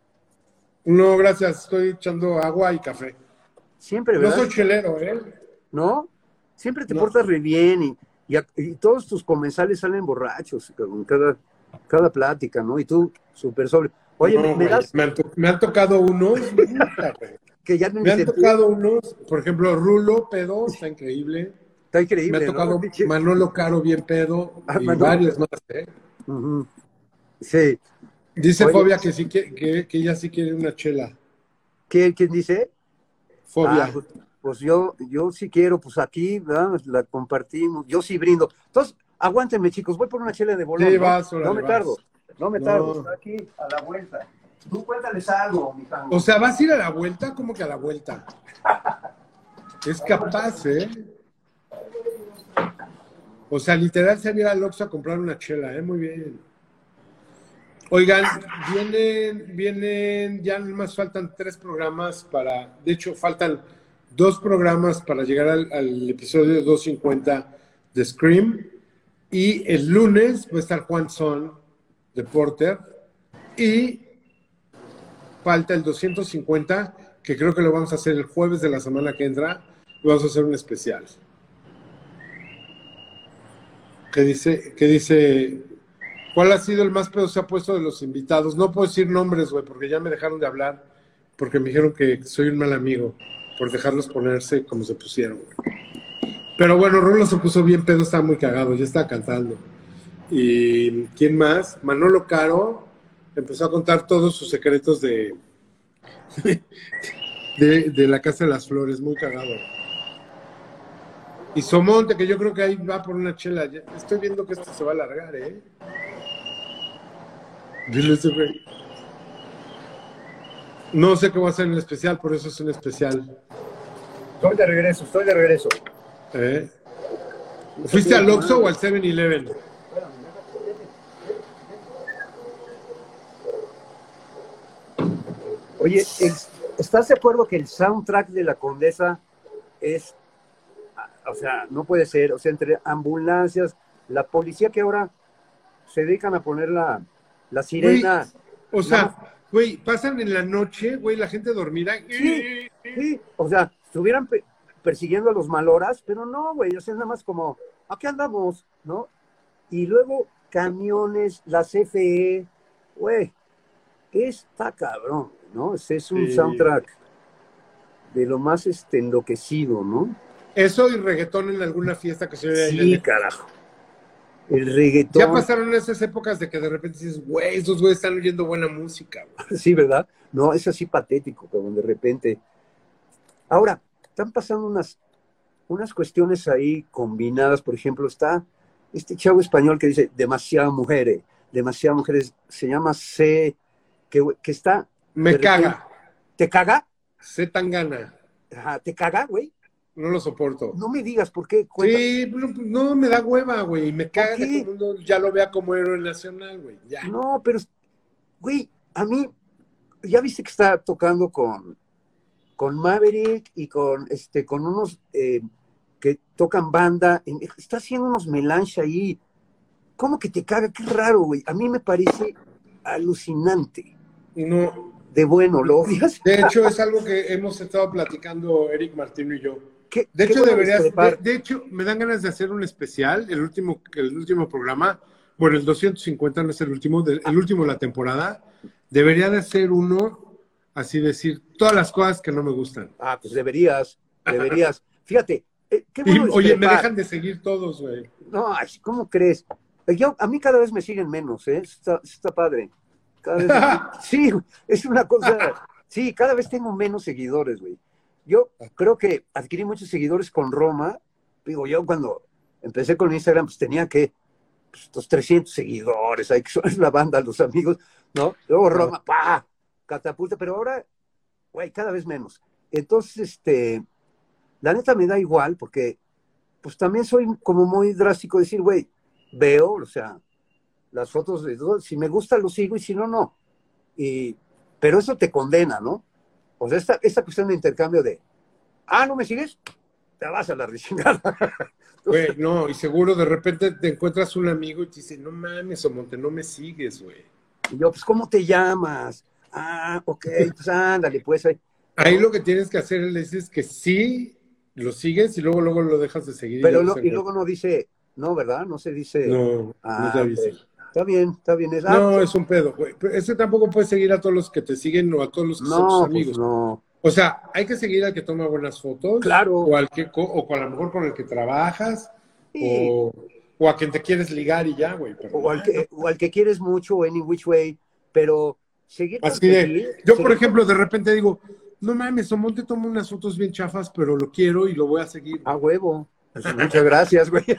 No, gracias, estoy echando agua y café. Siempre, No ¿verdad? soy chelero, ¿eh? ¿No? Siempre te No. portas re bien y, y, a- y todos tus comensales salen borrachos con cada, cada plática, ¿no? Y tú, súper sobre. Oye, No, me, me güey, das me han, to- me han tocado unos, puta, güey. que ya no me han sentí- tocado unos, por ejemplo, Rulo, pedo, está increíble. Está Me increíble, ha tocado ¿no? Pinche- Manolo Caro, bien pedo, Ah, y Manolo. varios más, ¿eh? Ujú. Sí. Dice Oye. Fobia que, sí, que, que, que ella sí quiere una chela. ¿Quién, quién dice? Fobia. Ah, pues, pues yo, yo sí quiero, pues aquí, ¿verdad? La compartimos, yo sí brindo. Entonces, aguántenme, chicos, voy por una chela de bolón. Sí, ¿no? vas, órale, no me vas. tardo, no me No. tardo, está aquí a la vuelta. Tú cuéntales algo, mi tango. O sea, ¿vas a ir a la vuelta? ¿Cómo que a la vuelta? Es capaz, ¿eh? O sea, literal se iba al Oxxo a comprar una chela, ¿eh? Muy bien. Oigan, vienen, vienen, ya más faltan tres programas para, de hecho, faltan dos programas para llegar al, al episodio doscientos cincuenta de Scream. Y el lunes va a estar Juan Son de Porter. Y falta el doscientos cincuenta, que creo que lo vamos a hacer el jueves de la semana que entra. Lo vamos a hacer un especial. ¿Qué dice? ¿Qué dice? ¿Cuál ha sido el más pedo se ha puesto de los invitados? No puedo decir nombres, güey, porque ya me dejaron de hablar, porque me dijeron que soy un mal amigo por dejarlos ponerse como se pusieron, güey. Pero bueno, Rulo se puso bien pedo, estaba muy cagado, ya estaba cantando. ¿Y quién más? Manolo Caro empezó a contar todos sus secretos de, de, de la Casa de las Flores, muy cagado. Y Somonte, que yo creo que ahí va por una chela. Ya estoy viendo que esto se va a alargar, ¿eh? Dile ese güey. No sé qué va a hacer en el especial, por eso es un especial. Estoy de regreso, estoy de regreso. ¿Eh? ¿Fuiste al Oxxo o al seven eleven? Oye, es- ¿estás de acuerdo que el soundtrack de La Condesa es, o sea, no puede ser, o sea, entre ambulancias, la policía que ahora se dedican a poner la, la sirena? O sea, güey, pasan en la noche, güey, la gente dormida. Sí, sí, o sea, estuvieran pe- persiguiendo a los maloras, pero no, güey, o sea, es nada más como, aquí andamos, ¿no? Y luego camiones, la C F E, güey, está cabrón, ¿no? Ese es un Sí. soundtrack de lo más este, enloquecido, ¿no? Eso y reggaetón en alguna fiesta que se oye ahí en Sí, el- carajo. El reggaetón. Ya pasaron esas épocas de que de repente dices, güey, esos güeyes están oyendo buena música, güey. Sí, ¿verdad? No, es así patético, cabrón, de repente. Ahora, están pasando unas, unas cuestiones ahí combinadas. Por ejemplo, está este chavo español que dice demasiadas mujeres, demasiadas mujeres, se llama C, que, que está... Me de caga. repente- ¿Te caga? Se tan gana. Ajá, ¿te caga, güey? No lo soporto. No me digas por qué. Cuenta. Sí, no, no, me da hueva, güey. Me caga que qué? todo el mundo ya lo vea como héroe nacional, güey. Ya. No, pero, güey, a mí, ya viste que está tocando con, con Maverick y con, este, con unos eh, que tocan banda. en- Está haciendo unos melange ahí. ¿Cómo que te caga? Qué raro, güey. A mí me parece alucinante. No. De bueno, ¿lo odias? De hecho, es algo que hemos estado platicando Eric Martino y yo. ¿Qué- De qué hecho, bueno deberías, de, discrepar? de hecho, me dan ganas de hacer un especial, el último, el último programa, bueno, el doscientos cincuenta no es el último, de- el último de la temporada, debería de hacer uno, así decir, todas las cosas que no me gustan. Ah, pues deberías, deberías. Fíjate, eh, qué Y, bueno oye, me discrepar. dejan de seguir todos, güey. No, ay, ¿cómo crees? Yo, a mí cada vez me siguen menos, ¿eh? Está, está padre. Cada vez me- sí, es una cosa. Sí, cada vez tengo menos seguidores, güey. Yo creo que adquirí muchos seguidores con Roma. Digo, yo cuando empecé con Instagram, pues tenía que, pues, estos trescientos seguidores, ahí que son la banda, los amigos, ¿no? Luego Roma, ¡pa! Catapulta, pero ahora, güey, cada vez menos. Entonces, este, la neta me da igual, porque, pues también soy como muy drástico decir, güey, veo, o sea, las fotos de todos, si me gusta lo sigo y si no, no. Y, pero eso te condena, ¿no? O sea, esta, esta cuestión de intercambio de, ah, ¿no me sigues? Te vas a la rechingada. Güey, no, y seguro de repente te encuentras un amigo y te dice, no mames, Omonte, no me sigues, güey. Y yo, pues, ¿cómo te llamas? Ah, ok, pues ándale, pues. Ahí. Ahí lo que tienes que hacer es le dices que sí, lo sigues y luego luego lo dejas de seguir. Pero ya lo- se y ve. luego no dice, no, ¿verdad? No se dice. No, ah, no te avisa. ok. Está bien, está bien. Es, ah, No, es un pedo, güey. Pero ese tampoco puedes seguir a todos los que te siguen o a todos los que son no, tus pues amigos. no. O sea, hay que seguir al que toma buenas fotos. Claro. O al que, co- o con, a lo mejor con el que trabajas. Sí. O, o a quien te quieres ligar y ya, güey. Pero O al, que, o al que quieres mucho, any which way, pero seguir. así con de, seguir, yo seguir por ejemplo, de repente digo, no mames, Omonte toma unas fotos bien chafas, pero lo quiero y lo voy a seguir. A huevo. Pues muchas gracias, güey.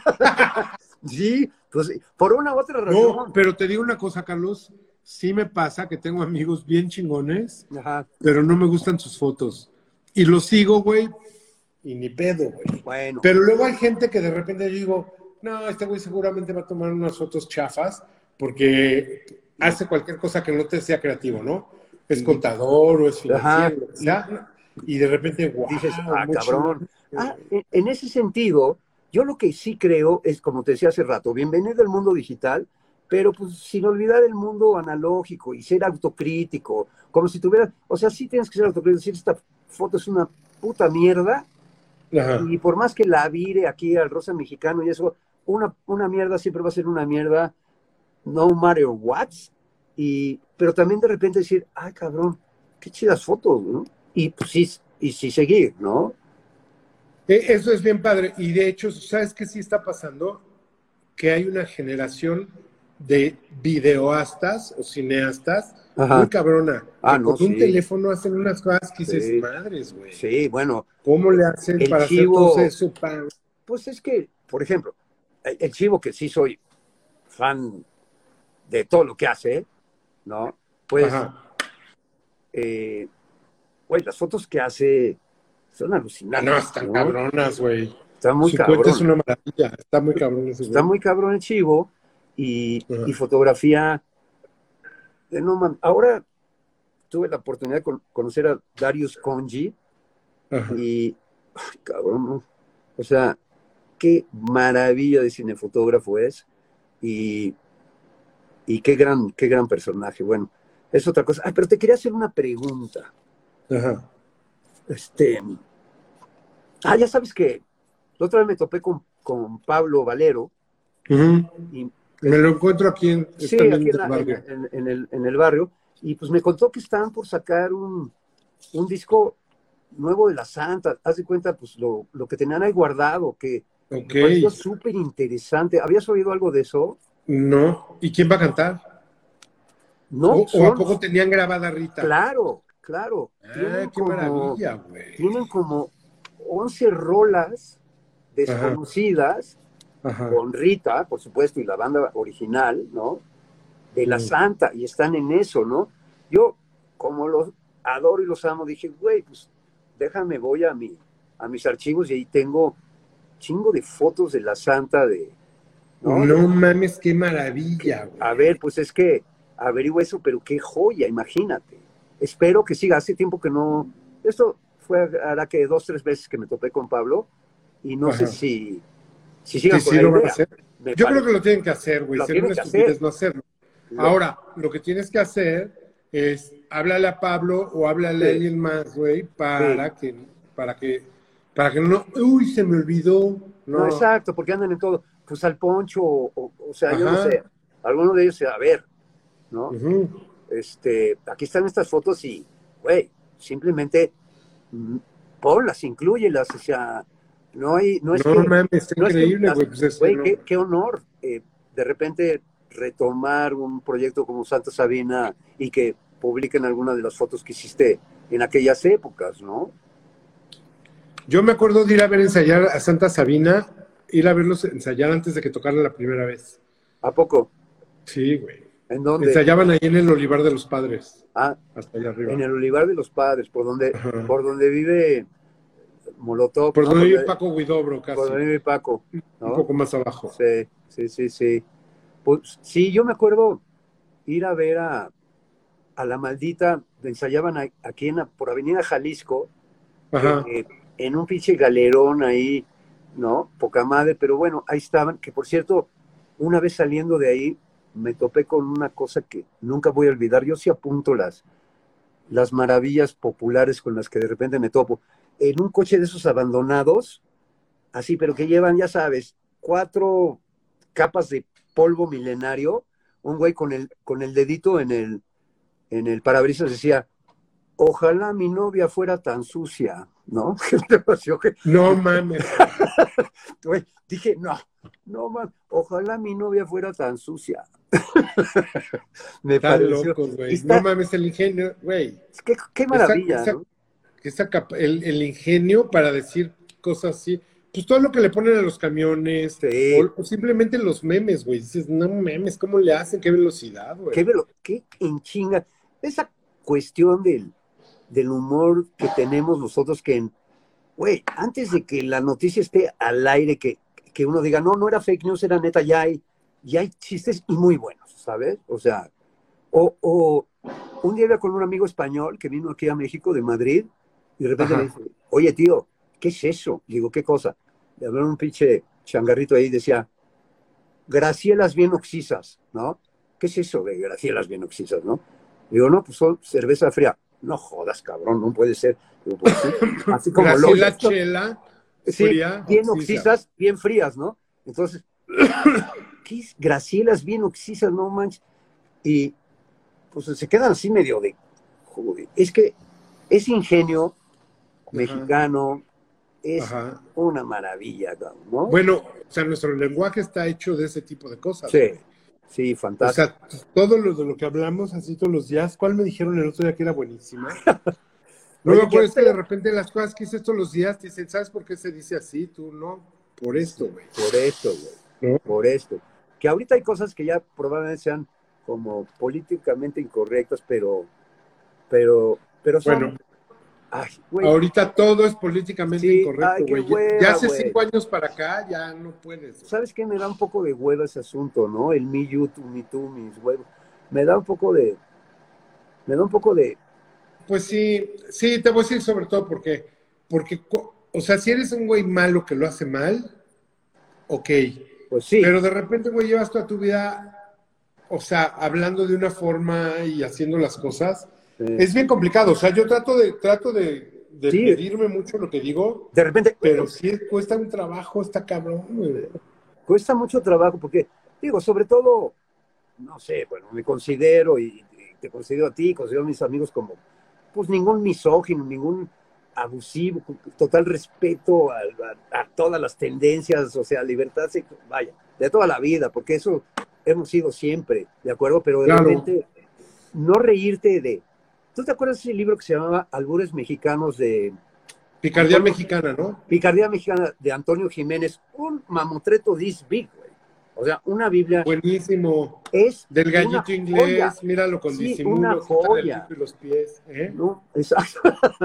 Sí, pues por una u otra razón. No, pero te digo una cosa, Carlos, sí me pasa que tengo amigos bien chingones, Ajá. pero no me gustan sus fotos. Y los sigo, güey, y ni pedo, güey. Bueno, Pero luego hay gente que de repente yo digo, no, este güey seguramente va a tomar unas fotos chafas porque hace cualquier cosa que no te sea creativo, ¿no? Es contador o es Ajá. financiero, o sea, y de repente, wow, Dices, ah, muy cabrón. chingón. Ah, en, en ese sentido, yo lo que sí creo es, como te decía hace rato, bienvenido al mundo digital, pero pues sin olvidar el mundo analógico y ser autocrítico, como si tuvieras, o sea, sí tienes que ser autocrítico, decir, esta foto es una puta mierda, Ajá. y por más que la vire aquí al rosa mexicano y eso, una, una mierda siempre va a ser una mierda, no matter what, y, pero también de repente decir, ay cabrón, qué chidas fotos, ¿no? Y pues sí, y sí seguir, ¿no? Eh, Eso es bien padre. Y de hecho, ¿sabes qué sí está pasando? Que hay una generación de videoastas o cineastas Ajá. muy cabrona. Ah, que no, con un sí. teléfono hacen unas cosas que dices, Sí. madres, güey. Sí, bueno, ¿Cómo le hacen El para Chivo- hacer todo eso? Pa- pues es que, por ejemplo, el el Chivo, que sí soy fan de todo lo que hace, ¿no? Pues, Ajá. eh, güey, las fotos que hace son Ah, alucinantes. no, están ¿no? cabronas, güey. Está muy Su cabrón. cuenta es una maravilla. Está muy cabrón ese Está güey. muy cabrón el Chivo y, Ajá. y fotografía de no man- Ahora tuve la oportunidad de con- conocer a Darius Conji Ajá. y, ay, cabrón, ¿no? O sea, qué maravilla de cinefotógrafo es y, y qué gran, qué gran personaje. Bueno, es otra cosa. Ah, pero te quería hacer una pregunta. Ajá. Este, ah, ya sabes que la otra vez me topé con, con Pablo Valero Ujú. y Me lo encuentro aquí en, sí, también aquí en, del la- barrio. en- en el, en el barrio, y pues me contó que estaban por sacar un, un disco nuevo de la Santa. Haz de cuenta, pues lo, lo que tenían ahí guardado, que Ok. me pareció súper interesante. ¿Habías oído algo de eso? No. ¿Y quién va a cantar? No, ¿O, o a son- poco tenían grabada a Rita? claro, claro. Ah, Tienen qué como- maravilla, güey. Tienen como once rolas desconocidas, Ajá. con Rita, por supuesto, y la banda original, ¿no? De la Mm. Santa, y están en eso, ¿no? Yo, como los adoro y los amo, dije, güey, pues déjame, voy a, mi, a mis archivos y ahí tengo chingo de fotos de la Santa de... No, De- mames, qué maravilla, güey. a ver, pues es que averigüe eso, pero qué joya, imagínate. Espero que siga. Hace tiempo que no... Esto fue, hará que dos, tres veces que me topé con Pablo, y no sé Ajá. si, si sigan Sí, con sí la lo van a idea. hacer. Me Yo parece. creo que lo tienen que hacer, güey. Lo Sería tienen una que estupidez hacer. no hacerlo. Lo- Ahora, lo que tienes que hacer es háblale a Pablo o háblale Sí. a alguien más, güey, para que, para que, para que no, uy, se me olvidó. No, No, exacto, porque andan en todo. Pues al Poncho, o, o- o sea, yo no Ajá. sé. Alguno de ellos, a ver, ¿no? Ujú. Este, aquí están estas fotos y, güey, simplemente mm, ponlas, inclúyelas, o sea, no hay, no es No que, mames, está no es que increíble, las- güey. Pues ese güey, no. qué, qué honor, eh, de repente retomar un proyecto como Santa Sabina y que publiquen algunas de las fotos que hiciste en aquellas épocas, ¿no? Yo me acuerdo de ir a ver ensayar a Santa Sabina, ir a verlos ensayar antes de que tocaran la primera vez. ¿A poco? Sí, güey. ¿En dónde? Ensayaban ahí en el Olivar de los Padres, Ah, hasta allá arriba. en el Olivar de los Padres, por donde, Ajá. por donde vive Molotov. Por ¿no? donde vive Por- Paco Huidobro, casi. Por donde vive Paco, Un ¿no? poco más abajo. Sí, sí, sí, sí. Pues sí, yo me acuerdo ir a ver a, a La Maldita, ensayaban a- aquí en la- por Avenida Jalisco, Ajá. eh, en un pinche galerón ahí, ¿no? Poca madre, pero bueno, ahí estaban, que por cierto, una vez saliendo de ahí, me topé con una cosa que nunca voy a olvidar. Yo sí apunto las, las maravillas populares con las que de repente me topo. En un coche de esos abandonados, así, pero que llevan, ya sabes, cuatro capas de polvo milenario, un güey con el, con el dedito en el, en el parabrisas decía, ojalá mi novia fuera tan sucia, ¿no? ¿Qué te pareció? Que, No mames. güey, dije, no, no, man, ojalá mi novia fuera tan sucia. Me Están pareció. locos, güey. Está- No mames, el ingenio, güey. Qué, qué maravilla, Esa- esa- ¿no? Esa capa- el, el ingenio para decir cosas así. Pues todo lo que le ponen a los camiones. Sí. O, o simplemente los memes, güey. Dices, no memes, ¿cómo le hacen? ¿Qué velocidad, güey? Qué, velo- qué en chinga. Esa cuestión del, del humor que tenemos nosotros que, en- güey, antes de que la noticia esté al aire, que, que uno diga, no, no era fake news, era neta, ya hay, ya hay chistes y muy buenos, ¿sabes? O sea, o, o un día iba con un amigo español que vino aquí a México de Madrid y de repente Ajá. le dice, oye, tío, ¿qué es eso? Digo, ¿qué cosa? Le hablaron un pinche changarrito ahí y decía, Gracielas bien oxisas, ¿no? ¿Qué es eso de Gracielas bien oxisas, no? Digo, no, pues son cerveza fría. No jodas, cabrón, no puede ser. Digo, pues, sí. Así como lo Graciela Chela, sí, fría, bien oxisa. oxisas, bien frías, ¿no? Entonces, ¿qué es Gracielas bien oxisas, no manches? Y pues se quedan así medio de, joder, es que ese ingenio mexicano es Ajá. una maravilla, ¿no? Bueno, o sea, nuestro lenguaje está hecho de ese tipo de cosas. Sí, sí, O fantástico. sea, todo lo de lo que hablamos así todos los días, ¿cuál me dijeron el otro día que era buenísima? No, Oye, me acuerdo, es que ¿qué- de repente las cosas que dices todos los días te dicen, ¿sabes por qué se dice así? Tú no, por esto, güey. Por esto, güey. ¿No? Por esto. Que ahorita hay cosas que ya probablemente sean como políticamente incorrectas, pero, pero, pero son. Bueno, Ay, güey. ahorita todo es políticamente Sí, incorrecto, ay, qué güey. Ya- hueva, ya hace güey. cinco años para acá ya no puedes. güey. ¿Sabes qué? Me da un poco de hueva ese asunto, ¿no? El me, you, tú, me, tú, mis huevos. Me da un poco de. Me da un poco de. Pues sí, sí, te voy a decir sobre todo porque, porque, co- o sea, si eres un güey malo que lo hace mal, ok. Pues sí. Pero de repente, güey, llevas toda tu vida, o sea, hablando de una forma y haciendo las cosas. Sí. Es bien complicado. O sea, yo trato de, trato de, de Sí. medirme mucho lo que digo, De repente. pero sí cuesta un trabajo, está cabrón, güey. Cuesta mucho trabajo porque, digo, sobre todo, no sé, bueno, me considero y, y te considero a ti, considero a mis amigos como, pues ningún misógino, ningún abusivo, con total respeto a, a- a todas las tendencias, o sea, libertad, sexual, vaya, de toda la vida, porque eso hemos sido siempre, ¿de acuerdo? Pero de Claro. repente, no reírte de... ¿Tú te acuerdas de ese libro que se llamaba Albures Mexicanos de Picardía Antonio- mexicana, ¿no? Picardía Mexicana de Antonio Jiménez? Un mamotreto this big, güey. O sea, una Biblia Buenísimo. es Del una gallito inglés, joya. míralo con Sí, disimulo, una quítale el joya. pito y los pies, ¿eh? No, exacto.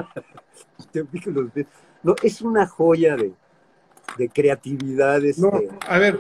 Te pico los dedos. No, es una joya de, de creatividad. Este. No, a ver,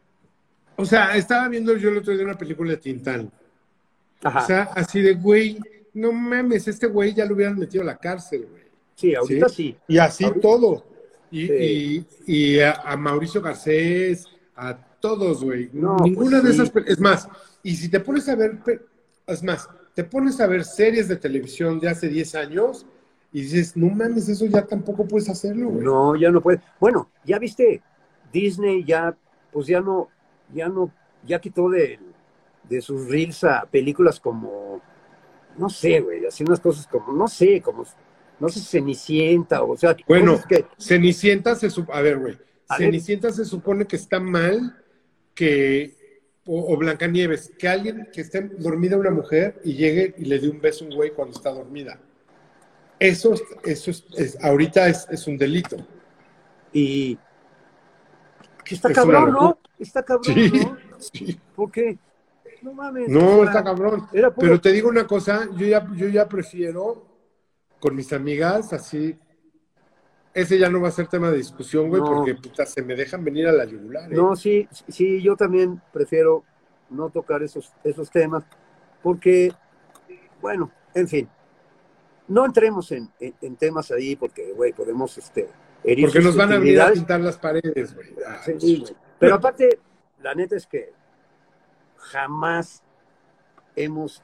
o sea, estaba viendo yo el otro día una película de Tintán. Ajá. O sea, así de, güey, no mames, este güey ya lo hubieran metido a la cárcel, güey. sí, ahorita sí. Y así Ahorita- todo. Y, Sí. y, y a, a Mauricio Garcés, a todos, güey. No, Ninguna pues de sí. esas... pe- Es más, y si te pones a ver... pe- Es más, te pones a ver series de televisión de hace diez años y dices, no mames, eso ya tampoco puedes hacerlo, güey. No, ya no puede. Bueno, ya viste, Disney ya, pues ya no, ya no, ya quitó de, de sus reels a películas como, no sé, güey, así unas cosas como, no sé, como, no sé, Cenicienta, o sea, Bueno, cosas que, Cenicienta se supone... A ver, güey. A ver. Cenicienta se supone que está mal que... O, o Blancanieves, que alguien que esté dormida una mujer y llegue y le dé un beso a un güey cuando está dormida. Eso, es- eso es, es- ahorita es, es un delito. y, que está Es cabrón, una ¿no? locura. Está cabrón, Sí, ¿no? sí. Porque, no mames. o No, sea, está cabrón. era puro- Pero te digo una cosa, yo ya, yo ya prefiero con mis amigas así. Ese ya no va a ser tema de discusión, güey, No. porque puta, se me dejan venir a la yugular. ¿eh? No, sí, sí, yo también prefiero no tocar esos, esos temas, porque, bueno, en fin, no entremos en, en, en temas ahí, porque, güey, podemos este, herir Porque nos van a venir a susceptibilidades. pintar las paredes, güey. Ah, Sí, güey. Pero aparte, la neta es que jamás hemos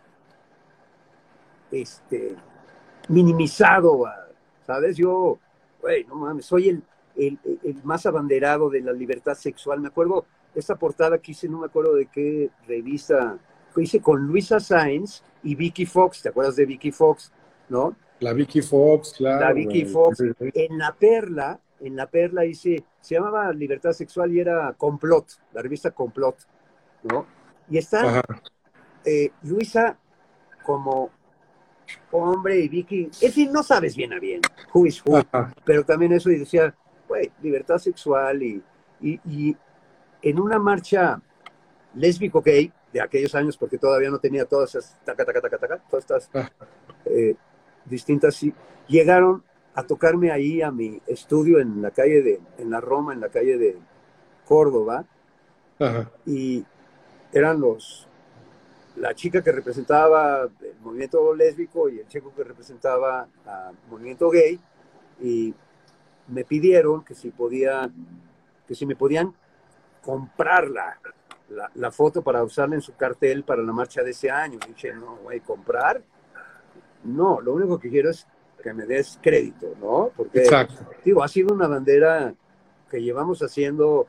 este, minimizado, a, ¿sabes? Yo, güey, no mames, soy el, el, el más abanderado de la libertad sexual. Me acuerdo, esta portada que hice, no me acuerdo de qué revista, que hice con Luisa Sáenz y Vicky Fox, ¿te acuerdas de Vicky Fox? ¿No? La Vicky Fox, claro. La Vicky güey. Fox. En La Perla, en La Perla hice, se llamaba Libertad Sexual y era Complot, la revista Complot, ¿no? Y está Ajá. eh, Luisa como hombre y Vicky, en fin, no sabes bien a bien who is who, Ajá. pero también eso y decía, güey, libertad sexual y, y, y en una marcha lésbico gay de aquellos años, porque todavía no tenía todas esas taca, taca, taca, taca, todas estas Ajá. eh, distintas, sí, llegaron a tocarme ahí a mi estudio en la calle de, en la Roma, en la calle de, Córdoba, Ajá. y eran los, la chica que representaba el movimiento lésbico y el chico que representaba al movimiento gay, y me pidieron que si podía, que si me podían comprar la, la, la foto para usarla en su cartel para la marcha de ese año. Y dije, no, güey, ¿comprar? No, lo único que quiero es que me des crédito, ¿no? Porque, Exacto. digo, ha sido una bandera que llevamos haciendo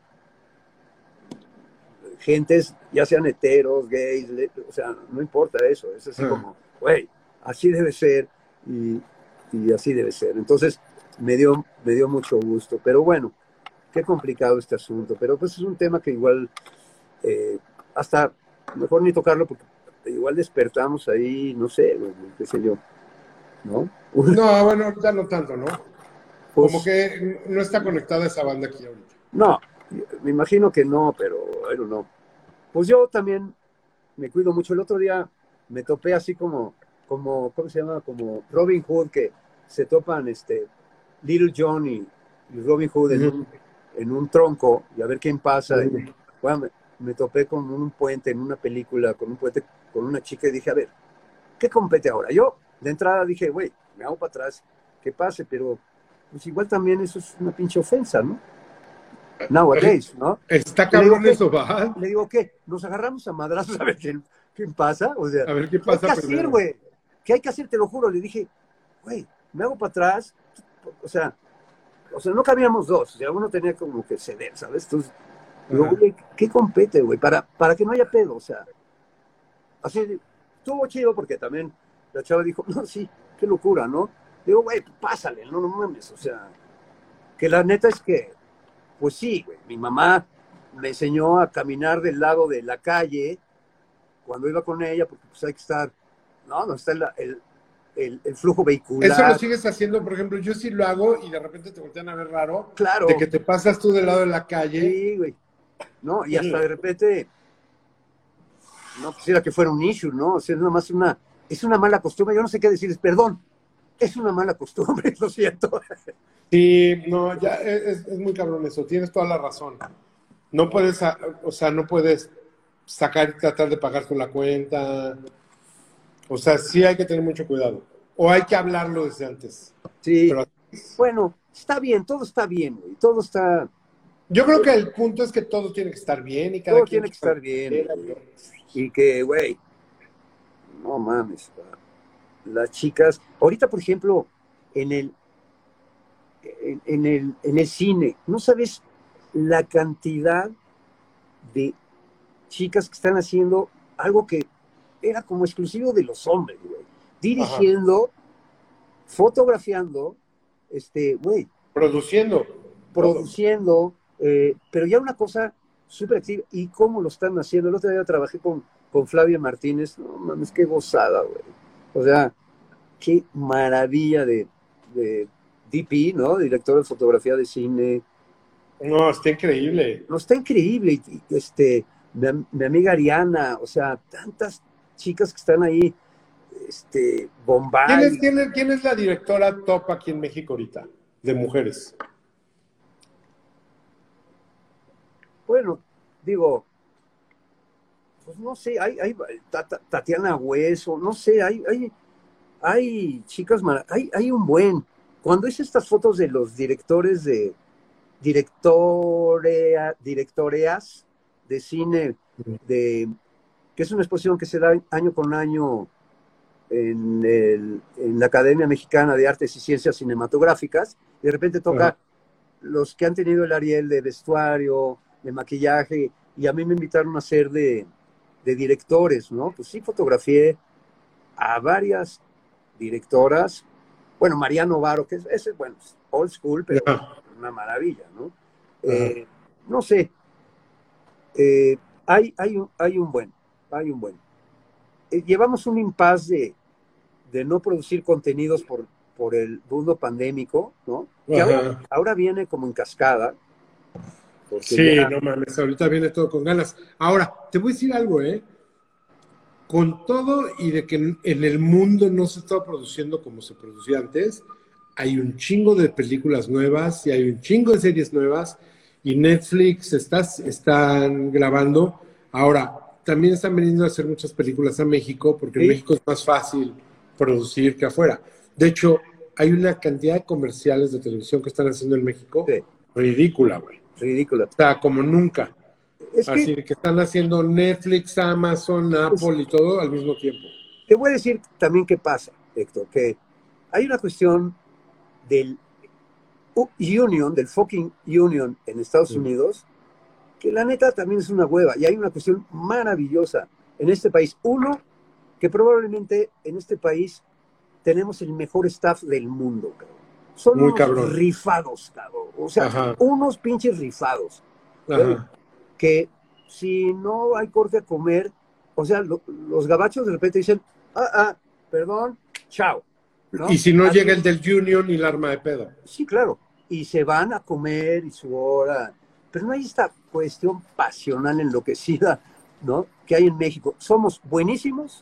gentes, ya sean heteros, gays, le- o sea, no importa eso, es así Ah. como, güey, así debe ser y, y así debe ser. Entonces, me dio, me dio mucho gusto, pero bueno, qué complicado este asunto, pero pues es un tema que igual, eh, hasta mejor ni tocarlo porque igual despertamos ahí, no sé, güey, qué sé yo, ¿no? No, bueno, ahorita no tanto, ¿no? Pues, Como que no está conectada esa banda aquí ahorita. no, me imagino que no, pero I don't know. Pues yo también me cuido mucho. El otro día me topé así como, como, ¿cómo se llama? Como Robin Hood, que se topan este Little John y, y Robin Hood en, Ujú. un, en un tronco y a ver quién pasa. Ujú. Y, bueno, me, me topé con un puente en una película, con un puente con una chica y dije, a ver, ¿qué compete ahora? Yo de entrada dije, güey, me hago para atrás, que pase, pero pues igual también eso es una pinche ofensa, ¿no? Nowadays, ¿no? Está Le digo, cabrón ¿qué? eso, va. Le digo, ¿qué? ¿Nos agarramos a madrazos a ver quién, quién pasa? O sea, A ver qué ¿qué hay pasa que hacer, primero. güey? ¿Qué hay que hacer? Te lo juro. Le dije, güey, me hago para atrás. O sea, o sea, no cabíamos dos. O sea, uno tenía como que ceder, ¿sabes? Entonces, digo, Ajá. güey, ¿qué compete, güey? Para, para que no haya pedo, o sea. Así, estuvo chido porque también la chava dijo, no, sí, qué locura, ¿no? Digo, güey, pásale, no, no mames, o sea, que la neta es que, pues sí, güey, mi mamá me enseñó a caminar del lado de la calle cuando iba con ella, porque pues hay que estar, no, no está el, el, el, el flujo vehicular. Eso lo sigues haciendo, por ejemplo, yo sí lo hago y de repente te voltean a ver raro. Claro. De que te pasas tú del lado de la calle. Sí, güey. No, y hasta de repente, no quisiera que fuera un issue, ¿no? O sea, es nada más una, es una mala costumbre, yo no sé qué decirles, perdón, es una mala costumbre, lo siento. Sí, no, ya es, es muy cabrón eso, tienes toda la razón. No puedes, a- o sea, no puedes sacar y tratar de pagar con la cuenta. O sea, sí hay que tener mucho cuidado. O hay que hablarlo desde antes. Sí, Pero bueno, está bien, todo está bien, güey, todo está, yo creo que el punto es que todo tiene que estar bien y cada todo quien tiene que estar bien, güey. Y que, güey, no mames, las chicas, ahorita, por ejemplo, en el, en, en el, en el cine, no sabes la cantidad de chicas que están haciendo algo que era como exclusivo de los hombres, güey. Dirigiendo, fotografiando, este, güey, Produciendo. produciendo, eh, pero ya una cosa súper activa. ¿Y cómo lo están haciendo? El otro día trabajé con, con Flavia Martínez. No mames, qué gozada, güey. O sea, qué maravilla de, de D P, ¿no? Director de fotografía de cine. No, está increíble. No, está increíble. Y, y, este, mi, am- mi amiga Ariana, o sea, tantas chicas que están ahí, este, Bombay. ¿Quién es, quién es- quién es la directora top aquí en México ahorita? De mujeres. Bueno, digo, pues no sé, hay, hay Tata- Tatiana Hueso, no sé, hay, hay, hay chicas, mara- hay, hay un buen. Cuando hice estas fotos de los directores de directorea, directoreas de cine, de, que es una exposición que se da año con año en, el- en la Academia Mexicana de Artes y Ciencias Cinematográficas, y de repente toca Ajá. los que han tenido el Ariel de vestuario, de maquillaje, y a mí me invitaron a ser de, de directores, ¿no? Pues sí, fotografié a varias directoras. Bueno, Mariano Varo, que es, ese, bueno, es old school, pero Ajá. una maravilla, ¿no? Eh, no sé, eh, hay, hay, un, hay un buen, hay un buen. Eh, llevamos un impasse de, de no producir contenidos por, por el mundo pandémico, ¿no? Que Ajá. ahora, ahora viene como en cascada. porque Sí, ya- no mames, ahorita viene todo con ganas. Ahora, te voy a decir algo, ¿eh? Con todo y de que en en el mundo no se está produciendo como se producía antes, hay un chingo de películas nuevas y hay un chingo de series nuevas y Netflix está, están grabando. Ahora, también están veniendo a hacer muchas películas a México, porque Sí. en México es más fácil producir que afuera. De hecho, hay una cantidad de comerciales de televisión que están haciendo en México Sí. ridícula, güey. Ridícula. O sea, como nunca. Es que Así que están haciendo Netflix, Amazon, Apple y todo al mismo tiempo. te voy a decir también qué pasa, Héctor, que hay una cuestión del U- Union, del fucking Union en Estados Mm. Unidos, que la neta también es una hueva. Y hay una cuestión maravillosa en este país. Uno, que probablemente en este país tenemos el mejor staff del mundo, cabrón. Son Muy unos cabrón. rifados, cabrón. O sea, Ajá. unos pinches rifados. Ajá. Que si no hay corte a comer, o sea, lo- los gabachos de repente dicen, ah, ah, perdón, chao. ¿no? Y si no Así- llega el del Union y el arma de pedo. Sí, claro. Y se van a comer y su hora. Pero no hay esta cuestión pasional enloquecida, ¿no? Que hay en México. Somos buenísimos.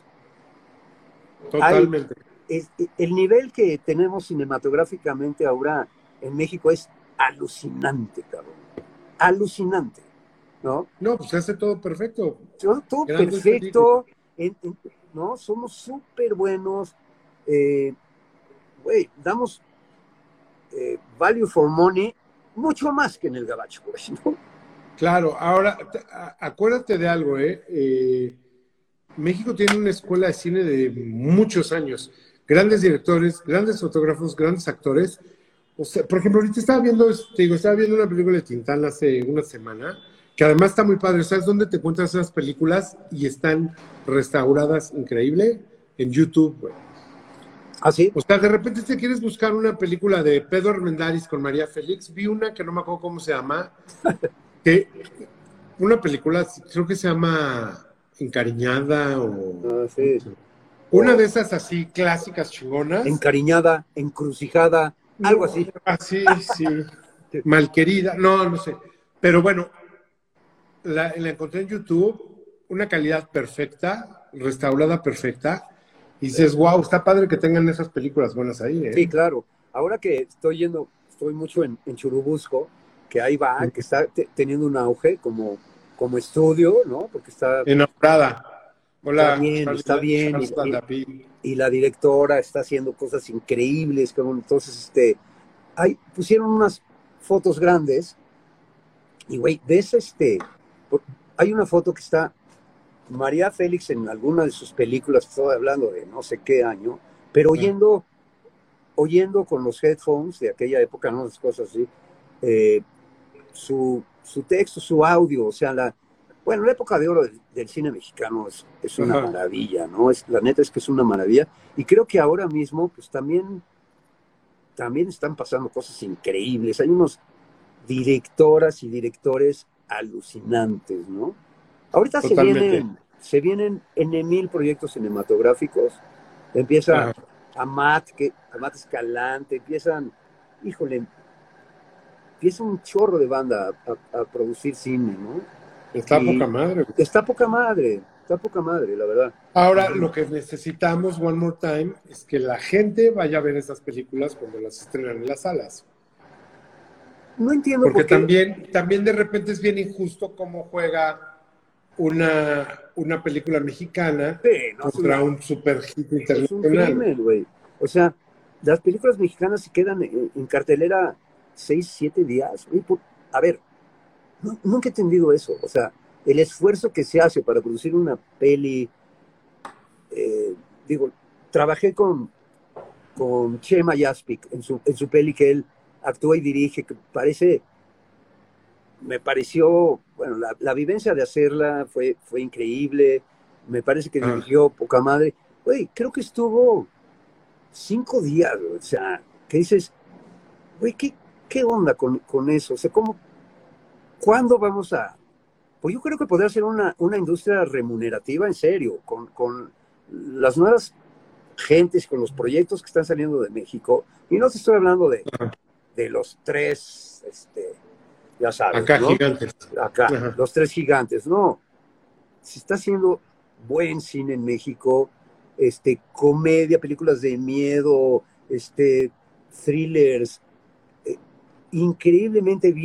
Totalmente. Es- el nivel que tenemos cinematográficamente ahora en México es alucinante, cabrón. Alucinante, ¿no? No, pues se hace todo perfecto. Todo, todo Grandes perfecto, en- en- ¿no? Somos súper buenos. eh, Güey, damos eh, value for money mucho más que en el gabacho, güey, ¿no? Claro, ahora te- a- acuérdate de algo, ¿eh? Eh, México tiene una escuela de cine de muchos años. Grandes directores, grandes fotógrafos, grandes actores. O sea, por ejemplo, ahorita estaba viendo, te digo, estaba viendo una película de Tintán hace una semana, que además está muy padre. ¿Sabes dónde te encuentras esas películas? Y están restauradas increíble en YouTube, güey. ¿Ah, sí? O sea, de repente si quieres buscar una película de Pedro Armendáriz con María Félix, vi una que no me acuerdo cómo se llama, que una película, creo que se llama Encariñada o... Ah, sí. Una de esas así clásicas chingonas. Encariñada, encrucijada, algo así. Así, sí. Malquerida, no, no sé. Pero bueno, la, la encontré en YouTube, una calidad perfecta, restaurada perfecta. Y dices, wow, está padre que tengan esas películas buenas ahí, ¿eh? Sí, claro. Ahora que estoy yendo, estoy mucho en, en Churubusco, que ahí va, que está te- teniendo un auge como, como estudio, ¿no? Porque está, Enamorada. Hola. Está bien, Charles- está bien, Charles y- Bandapí. y la directora está haciendo cosas increíbles, cabrón. Entonces, este, hay, pusieron unas fotos grandes y, güey, ves este, por- hay una foto que está María Félix en alguna de sus películas, estoy hablando de no sé qué año, pero oyendo, oyendo con los headphones de aquella época, ¿no? Las cosas así, eh, su, su texto, su audio, o sea, la, bueno, la época de oro del, del cine mexicano es, es una Ajá. maravilla, ¿no? Es, la neta es que es una maravilla, y creo que ahora mismo, pues también, también están pasando cosas increíbles, hay unos directoras y directores alucinantes, ¿no? Ahorita se Totalmente. vienen, se vienen en mil proyectos cinematográficos. Empieza Ajá. Amat, que, Amat Escalante, empiezan, híjole, empieza un chorro de banda a, a- a producir cine, ¿no? Está Y- poca madre. güey. Está poca madre, está poca madre, la verdad. Ahora, lo que necesitamos, one more time, es que la gente vaya a ver esas películas cuando las estrenan en las salas. No entiendo Porque por qué. también, también de repente es bien injusto cómo juega una, una película mexicana Sí, no, es contra una- un super hit Es un internacional. crimen, güey. O sea, las películas mexicanas se quedan en, en cartelera seis, siete días. Güey, por- a ver, no- nunca he entendido eso. O sea, el esfuerzo que se hace para producir una peli. eh, digo, trabajé con, con Chema Yaspic en su, en su peli que él actúa y dirige, que parece. Me pareció, bueno, la, la vivencia de hacerla fue, fue increíble. Me parece que Ah. dirigió poca madre. Güey, creo que estuvo cinco días, güey. O sea, que dices, güey, ¿qué, qué onda con, con eso? O sea, ¿cómo, ¿cuándo vamos a...? Pues yo creo que podría ser una, una industria remunerativa en serio, con, con las nuevas gentes, con los proyectos que están saliendo de México. Y no te estoy hablando de, de los tres, este, ya sabes, Acá ¿no? gigantes. Acá, Ajá. los tres gigantes, no. Se está haciendo buen cine en México, este, comedia, películas de miedo, este, thrillers, eh, increíblemente bien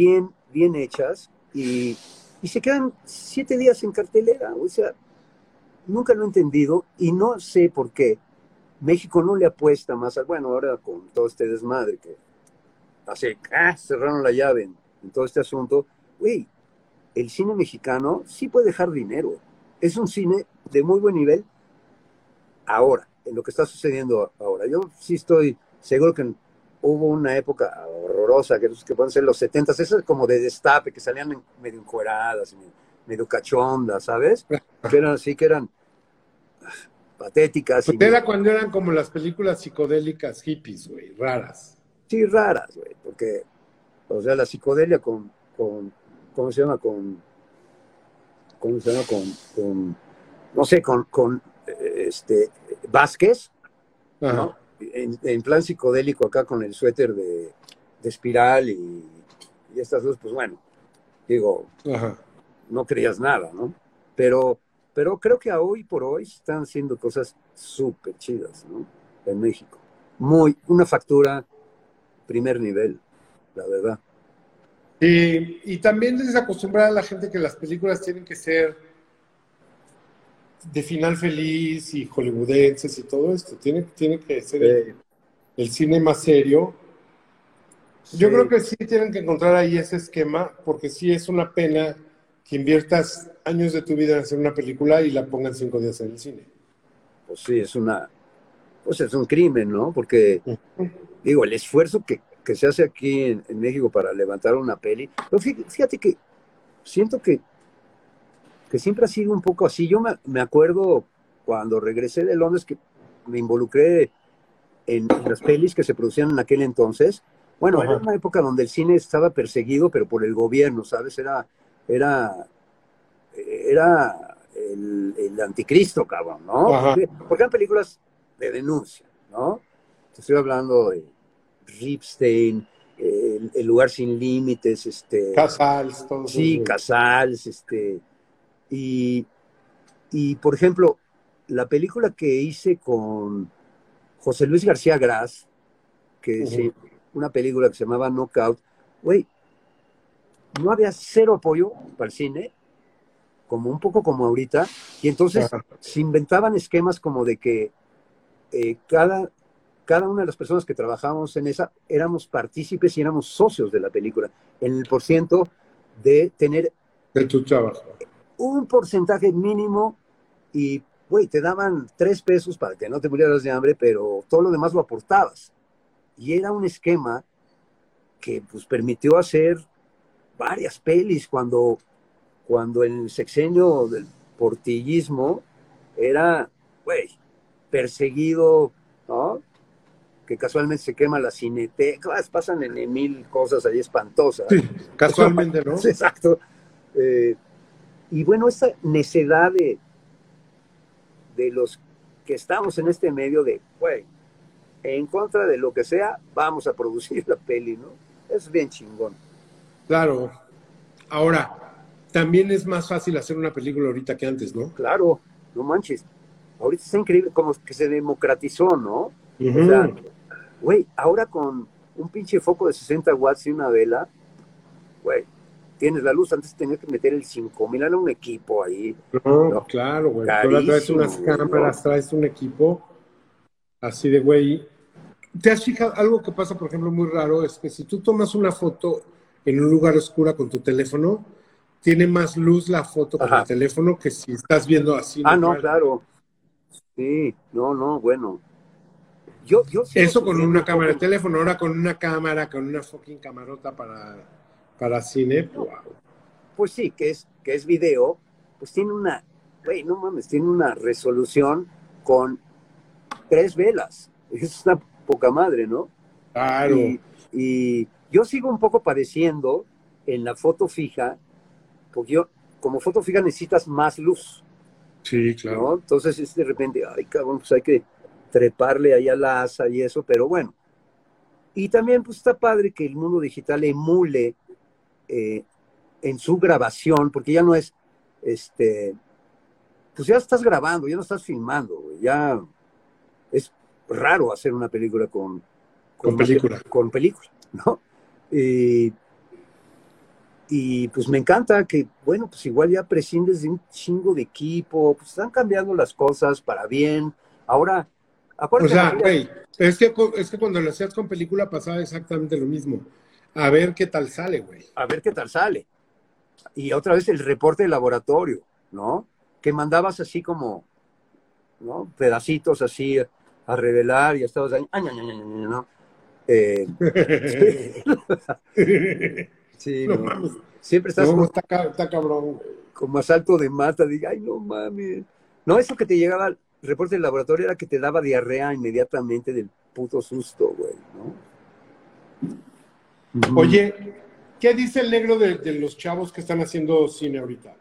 bien hechas y, y se quedan siete días en cartelera. O sea, nunca lo he entendido y no sé por qué México no le apuesta más a, bueno, ahora con todo este desmadre que hace, ah, cerraron la llave en, en todo este asunto. Güey, el cine mexicano sí puede dejar dinero. Es un cine de muy buen nivel ahora, en lo que está sucediendo ahora. Yo sí estoy seguro que hubo una época horrorosa, que, que pueden ser los setentas, esas como de destape, que salían medio encueradas, medio, medio cachondas, ¿sabes? Que eran así, que eran patéticas. Pues y, era cuando eran como las películas psicodélicas hippies, güey, raras. Sí, raras, güey, porque, o sea, la psicodelia con, con ¿cómo se llama? Con, ¿cómo se llama? Con, con no sé, con, con este, Vázquez, Ajá. ¿no? En, en plan psicodélico acá con el suéter de, de espiral y, y estas dos, pues bueno, digo, Ajá. no creías nada, ¿no? Pero, pero creo que a hoy por hoy están haciendo cosas súper chidas, ¿no? En México. Muy, una factura primer nivel, la verdad. Y, y también desacostumbrar a la gente que las películas tienen que ser de final feliz y hollywoodenses y todo esto. Tiene, tiene que ser el, el cine más serio. Yo Sí. creo que sí tienen que encontrar ahí ese esquema, porque sí es una pena que inviertas años de tu vida en hacer una película y la pongan cinco días en el cine. Pues sí, es una, pues es un crimen, ¿no? Porque, digo, el esfuerzo que, que se hace aquí en, en México para levantar una peli, pero fí- fíjate que siento que, que siempre ha sido un poco así. Yo me, me acuerdo cuando regresé de Londres que me involucré en, en las pelis que se producían en aquel entonces. Bueno, Ajá. era una época donde el cine estaba perseguido, pero por el gobierno, ¿sabes? Era, era, era el, el anticristo, cabrón, ¿no? Ajá. Porque, porque eran películas de denuncia, ¿no? Te estoy hablando de Ripstein, el, el lugar sin límites, este... Casals, todo eso. Sí, Casals, este... Y, y, por ejemplo, la película que hice con José Luis García Gras, que es Ujú. una película que se llamaba Knockout, güey, no había cero apoyo para el cine, como un poco como ahorita, y entonces Ajá. se inventaban esquemas como de que eh, cada, cada una de las personas que trabajábamos en esa éramos partícipes y éramos socios de la película, en el porciento de tener De tu trabajo. un porcentaje mínimo y, güey, te daban tres pesos para que no te murieras de hambre, pero todo lo demás lo aportabas. Y era un esquema que, pues, permitió hacer varias pelis cuando, cuando el sexenio del portillismo era, güey, perseguido, ¿no? Que casualmente se quema la cineteca, pasan en, en mil cosas ahí espantosas. Sí, casualmente, ¿no? Exacto. Eh, y bueno, esa necedad de, de los que estamos en este medio de, güey, en contra de lo que sea, vamos a producir la peli, ¿no? Es bien chingón. Claro. Ahora, también es más fácil hacer una película ahorita que antes, ¿no? Claro, no manches. Ahorita está increíble como que se democratizó, ¿no? Ujú. O sea, güey, ahora con un pinche foco de sesenta watts y una vela, güey, tienes la luz. Antes tenías que meter el cinco mil, era un equipo ahí. No, No, claro, güey. Tú ahora traes carísimo, unas güey, cámaras, ¿no? traes un equipo así de güey. ¿Te has fijado? Algo que pasa, por ejemplo, muy raro es que si tú tomas una foto en un lugar oscuro con tu teléfono, tiene más luz la foto con Ajá. el teléfono que si estás viendo así. Ah, no, normal. claro. Sí, no, no, bueno. Yo, yo sigo Eso con sufriendo una un cámara de poco- teléfono, ahora con una cámara, con una fucking camarota para, para cine. Wow. Pues sí, que es, que es video, pues tiene una, güey, no mames, tiene una resolución con tres velas. Es una poca madre, ¿no? Claro. Y, y yo sigo un poco padeciendo en la foto fija, porque yo, como foto fija necesitas más luz, Sí, claro. ¿no? Entonces es de repente, ay, cabrón, pues hay que treparle ahí a la asa y eso, pero bueno. Y también pues está padre que el mundo digital emule eh, en su grabación, porque ya no es, este, pues ya estás grabando, ya no estás filmando, güey, ya es raro hacer una película con, Con película. con película, ¿no? Y, y pues me encanta que, bueno, pues igual ya prescindes de un chingo de equipo, pues están cambiando las cosas para bien. Ahora, O acuérdate, sea, María, güey, es que, co- es que cuando lo hacías con película pasaba exactamente lo mismo. A ver qué tal sale, güey. a ver qué tal sale. Y otra vez el reporte de laboratorio, ¿no? Que mandabas así como, ¿no? Pedacitos así a revelar y estabas ahí, "Ay, ay, ay, ay, ay", ¿no? Eh, sí, No ¿no? mames. Siempre estás No, como, está, ca- está cabrón, güey. como asalto de mata, diga, ay, no mames. No, eso que te llegaba al reporte del laboratorio era que te daba diarrea inmediatamente del puto susto, güey, ¿no? Ujú. Oye, ¿qué dice el negro de, de los chavos que están haciendo cine ahorita?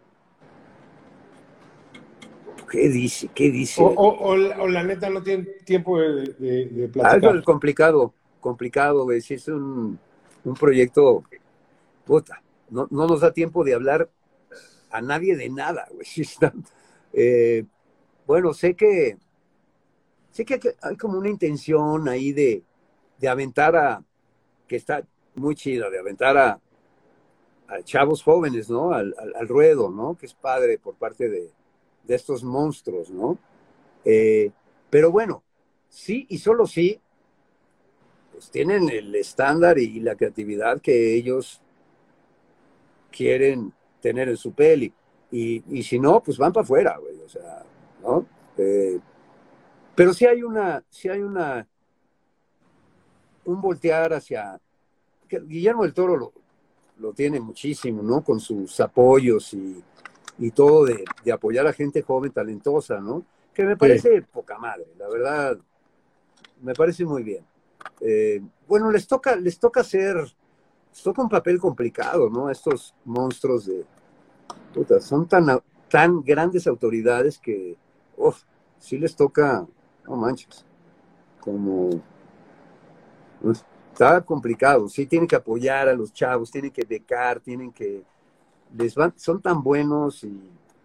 ¿Qué dice? ¿Qué dice? O, o- o la o la neta no tienen tiempo de, de- de Ah, eso platicar. es complicado, complicado, güey. Sí, es un, un proyecto, puta, no, no nos da tiempo de hablar a nadie de nada, güey. Sí está. Eh, bueno, sé que sé que hay, que- hay como una intención ahí de, de aventar a, que está muy chida, de aventar a, a chavos jóvenes, ¿no? Al, al, al ruedo, ¿no? Que es padre por parte de, de estos monstruos, ¿no? Eh, pero bueno, sí y solo sí, pues tienen el estándar y la creatividad que ellos quieren tener en su peli. Y, y si no, pues van para afuera, güey. O sea, ¿no? Eh, pero sí hay una, sí hay una, un voltear hacia, que Guillermo del Toro lo, lo tiene muchísimo, ¿no? Con sus apoyos y, y todo de, de apoyar a gente joven, talentosa, ¿no? Que me parece poca madre, la verdad, me parece muy bien. Eh, bueno, les toca, les toca hacer, les toca un papel complicado, ¿no? Estos monstruos de, puta, son tan, tan grandes autoridades que, uf, sí les toca, no manches, como, uf, está complicado, sí tienen que apoyar a los chavos, tienen que becar, tienen que, les van, son tan buenos y,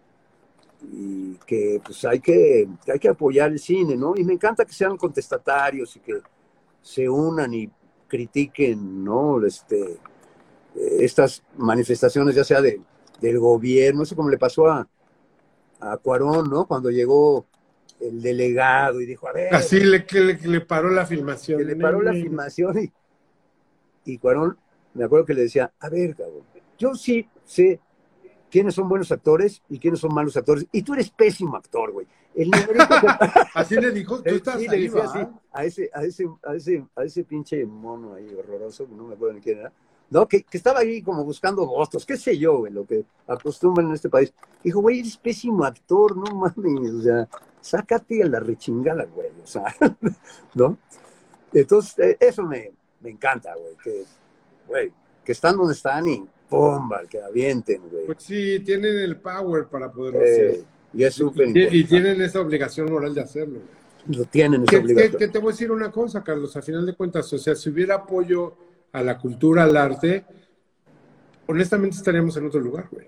y que pues hay que, hay que apoyar el cine, ¿no? Y me encanta que sean contestatarios y que se unan y critiquen, ¿no? Este, estas manifestaciones, ya sea de, del gobierno, no sé cómo le pasó a, a Cuarón, ¿no? Cuando llegó el delegado y dijo, a ver, Así le, que le, que le paró la filmación. que le paró la filmación y, y Cuarón, me acuerdo que le decía, a ver, cabrón, yo sí sé quiénes son buenos actores y quiénes son malos actores, y tú eres pésimo actor, güey. El numerito que... Así le dijo, tú Eh, estás sí, ahí, le decía ¿va? así, a ese, a ese, a ese, a ese pinche mono ahí horroroso, no me acuerdo ni quién era, ¿no? Que, que estaba ahí como buscando votos, qué sé yo, güey, lo que acostumbran en este país. Dijo, güey, eres pésimo actor, no mames, o sea, sácate a la rechingada, güey, o sea, ¿no? Entonces, eh, eso me, me encanta, güey, que, güey, que están donde están y ¡pumba! Que avienten, güey. Pues sí, tienen el power para poderlo Eh, hacer. y es súper Y, y importante. tienen esa obligación moral de hacerlo. Lo tienen, esa Que, que- obligación. que te voy a decir una cosa, Carlos, a final de cuentas, o sea, si hubiera apoyo a la cultura, al arte, honestamente estaríamos en otro lugar, güey.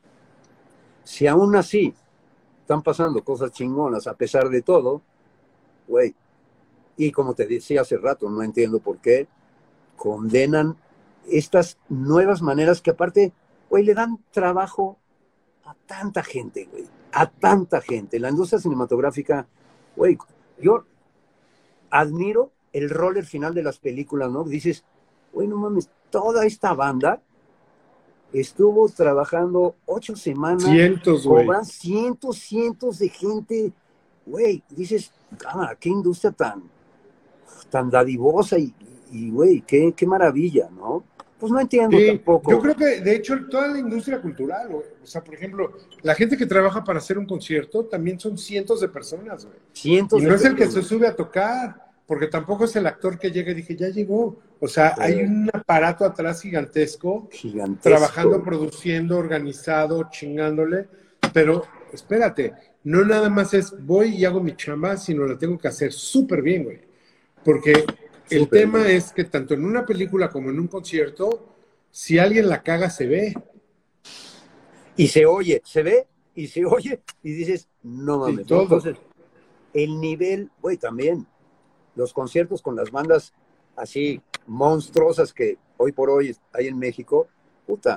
Si aún así están pasando cosas chingonas a pesar de todo, güey, y como te decía hace rato, no entiendo por qué condenan estas nuevas maneras que aparte, güey, le dan trabajo a tanta gente, güey, a tanta gente. La industria cinematográfica, güey, yo admiro el roller final de las películas, ¿no? Dices, güey, no mames, toda esta banda estuvo trabajando ocho semanas, Cientos, güey. cobran cientos, cientos de gente, güey, dices, cámara, qué industria tan, tan dadivosa y, y güey, qué, qué maravilla, ¿no? Pues no entiendo Sí, tampoco. yo creo que, de hecho, toda la industria cultural, güey, o sea, por ejemplo, la gente que trabaja para hacer un concierto también son cientos de personas, güey. Cientos Y no de es el que se personas. sube a tocar, porque tampoco es el actor que llega y dije, ya llegó. O sea, Sí. hay un aparato atrás gigantesco, Gigantesco. trabajando, produciendo, organizado, chingándole. Pero espérate, no nada más es voy y hago mi chamba, sino la tengo que hacer súper bien, güey. Porque el Súper tema bien. es que tanto en una película como en un concierto, si alguien la caga, se ve. Y se oye, se ve y se oye y dices, no Y mames. ¿no? todo. Entonces, el nivel, güey, también, los conciertos con las bandas así monstruosas que hoy por hoy hay en México, puta,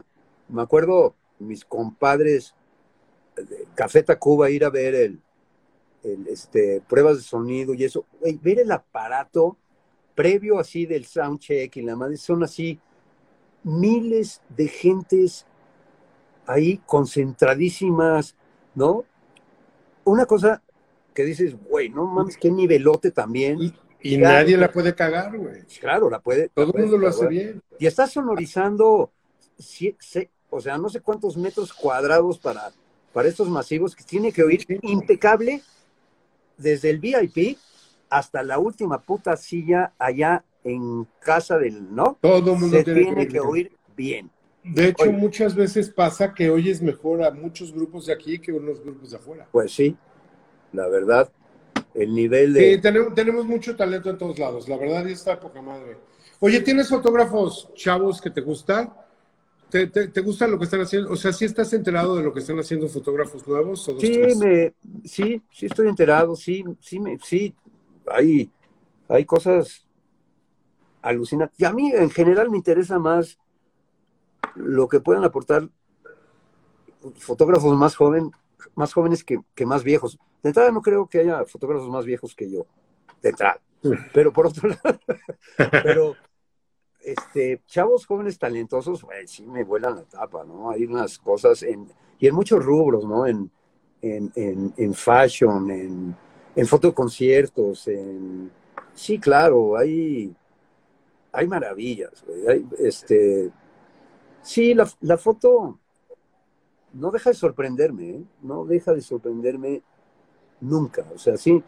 me acuerdo mis compadres de Café Tacuba ir a ver el, el, este, pruebas de sonido y eso, güey, ver el aparato previo así del soundcheck y la madre, son así miles de gentes ahí concentradísimas, ¿no? Una cosa que dices, güey, no mames, qué nivelote también. Y, y Claro. nadie la puede cagar, güey. Claro, la puede. Todo la el puede mundo lo hace cagar. bien. Y está sonorizando, sí, sí, o sea, no sé cuántos metros cuadrados para, para estos masivos, que tiene que oír impecable desde el V I P hasta la última puta silla allá en casa del, ¿no? Todo el mundo Se tiene, tiene que, que oír bien. De hecho, Oye. muchas veces pasa que oyes mejor a muchos grupos de aquí que unos grupos de afuera. Pues sí, la verdad, el nivel Sí, de... tenemos, tenemos mucho talento en todos lados, la verdad, y está poca madre. Oye, ¿tienes fotógrafos chavos que te gustan? ¿Te, te, te gusta lo que están haciendo? O sea, ¿sí estás enterado de lo que están haciendo fotógrafos nuevos? ¿O dos, Sí, tres? me, sí, sí estoy enterado, sí, sí, me, sí, hay, hay cosas alucinantes. Y a mí en general me interesa más lo que puedan aportar fotógrafos más joven, más jóvenes que, que más viejos. De entrada no creo que haya fotógrafos más viejos que yo, de entrada. Pero por otro lado, pero este, chavos jóvenes talentosos, güey, sí me vuelan la tapa, ¿no? Hay unas cosas en, y en muchos rubros, ¿no? En, en, en, en fashion, en, en fotoconciertos, en... Sí, claro, hay, hay maravillas, güey. Hay, este... Sí, la, la foto no deja de sorprenderme, ¿eh? No deja de sorprenderme nunca, o sea, sí.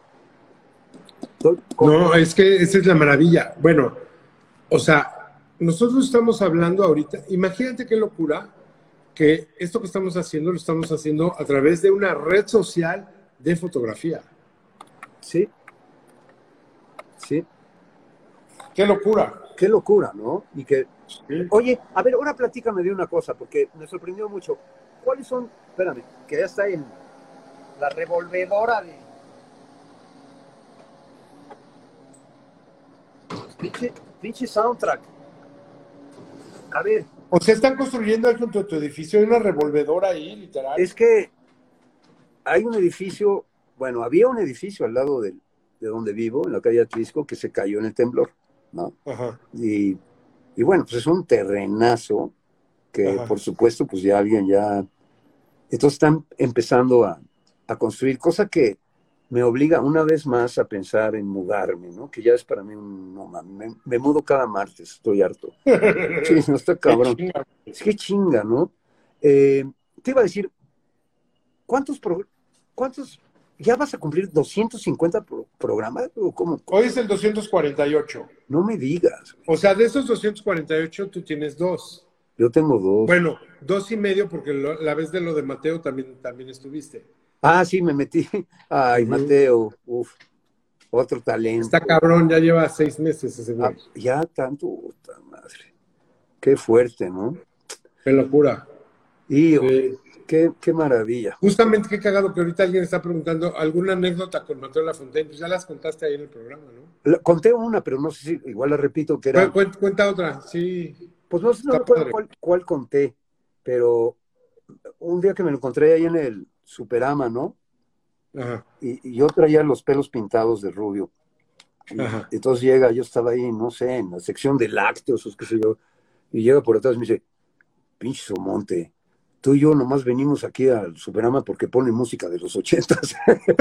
No, es que esa es la maravilla. Bueno, o sea, nosotros estamos hablando ahorita, imagínate qué locura que esto que estamos haciendo lo estamos haciendo a través de una red social de fotografía. Sí, sí. Qué locura. Qué locura, ¿no? Y que, Sí. oye, a ver, ahora platícame de una cosa, porque me sorprendió mucho. ¿Cuáles son, espérame, que ya está en la revolvedora de... Pinche, pinche soundtrack. A ver, O sea, están construyendo ahí junto a tu edificio, hay una revolvedora ahí, literal. es que hay un edificio, bueno, había un edificio al lado de, de donde vivo, en la calle Atlisco, que se cayó en el temblor, ¿no? Ajá. Y, y bueno, pues es un terrenazo que, Ajá. por supuesto, pues ya alguien ya... Entonces están empezando a, a construir, cosa que me obliga una vez más a pensar en mudarme, ¿no? Que ya es para mí un... No, mami, me, me mudo cada martes, estoy harto. Sí, no está cabrón. Es que chinga, ¿no? Eh, te iba a decir, ¿cuántos, pro- ¿cuántos... ¿Ya vas a cumplir doscientos cincuenta pro- programas? ¿O cómo? Hoy es el doscientos cuarenta y ocho. No me digas. O sea, de esos doscientos cuarenta y ocho tú tienes dos. Yo tengo dos. Bueno, dos y medio porque lo- la vez de lo de Mateo también, también estuviste. Ah, sí, me metí. Ay, Ujú. Mateo, uf, otro talento. Está cabrón, ya lleva seis meses ese Ah, güey. ya tanto, puta madre. Qué fuerte, ¿no? Qué locura. Y Sí. qué, qué maravilla. Justamente qué cagado que ahorita alguien está preguntando alguna anécdota con Mateo Lafontaine. Pues ya las contaste ahí en el programa, ¿no? La- conté una, pero no sé si, igual la repito, que era... Cu- Cuenta, cuenta otra, sí. Pues no sé, no Está recuerdo padre. cuál, cuál conté, pero un día que me lo encontré ahí en el Superama, ¿no? Ajá. Y, y yo traía los pelos pintados de rubio. Y Ajá. entonces llega, yo estaba ahí, no sé, en la sección de lácteos, o qué sé yo, y llega por atrás y me dice, pinche Somonte, tú y yo nomás venimos aquí al Superama porque pone música de los ochentas.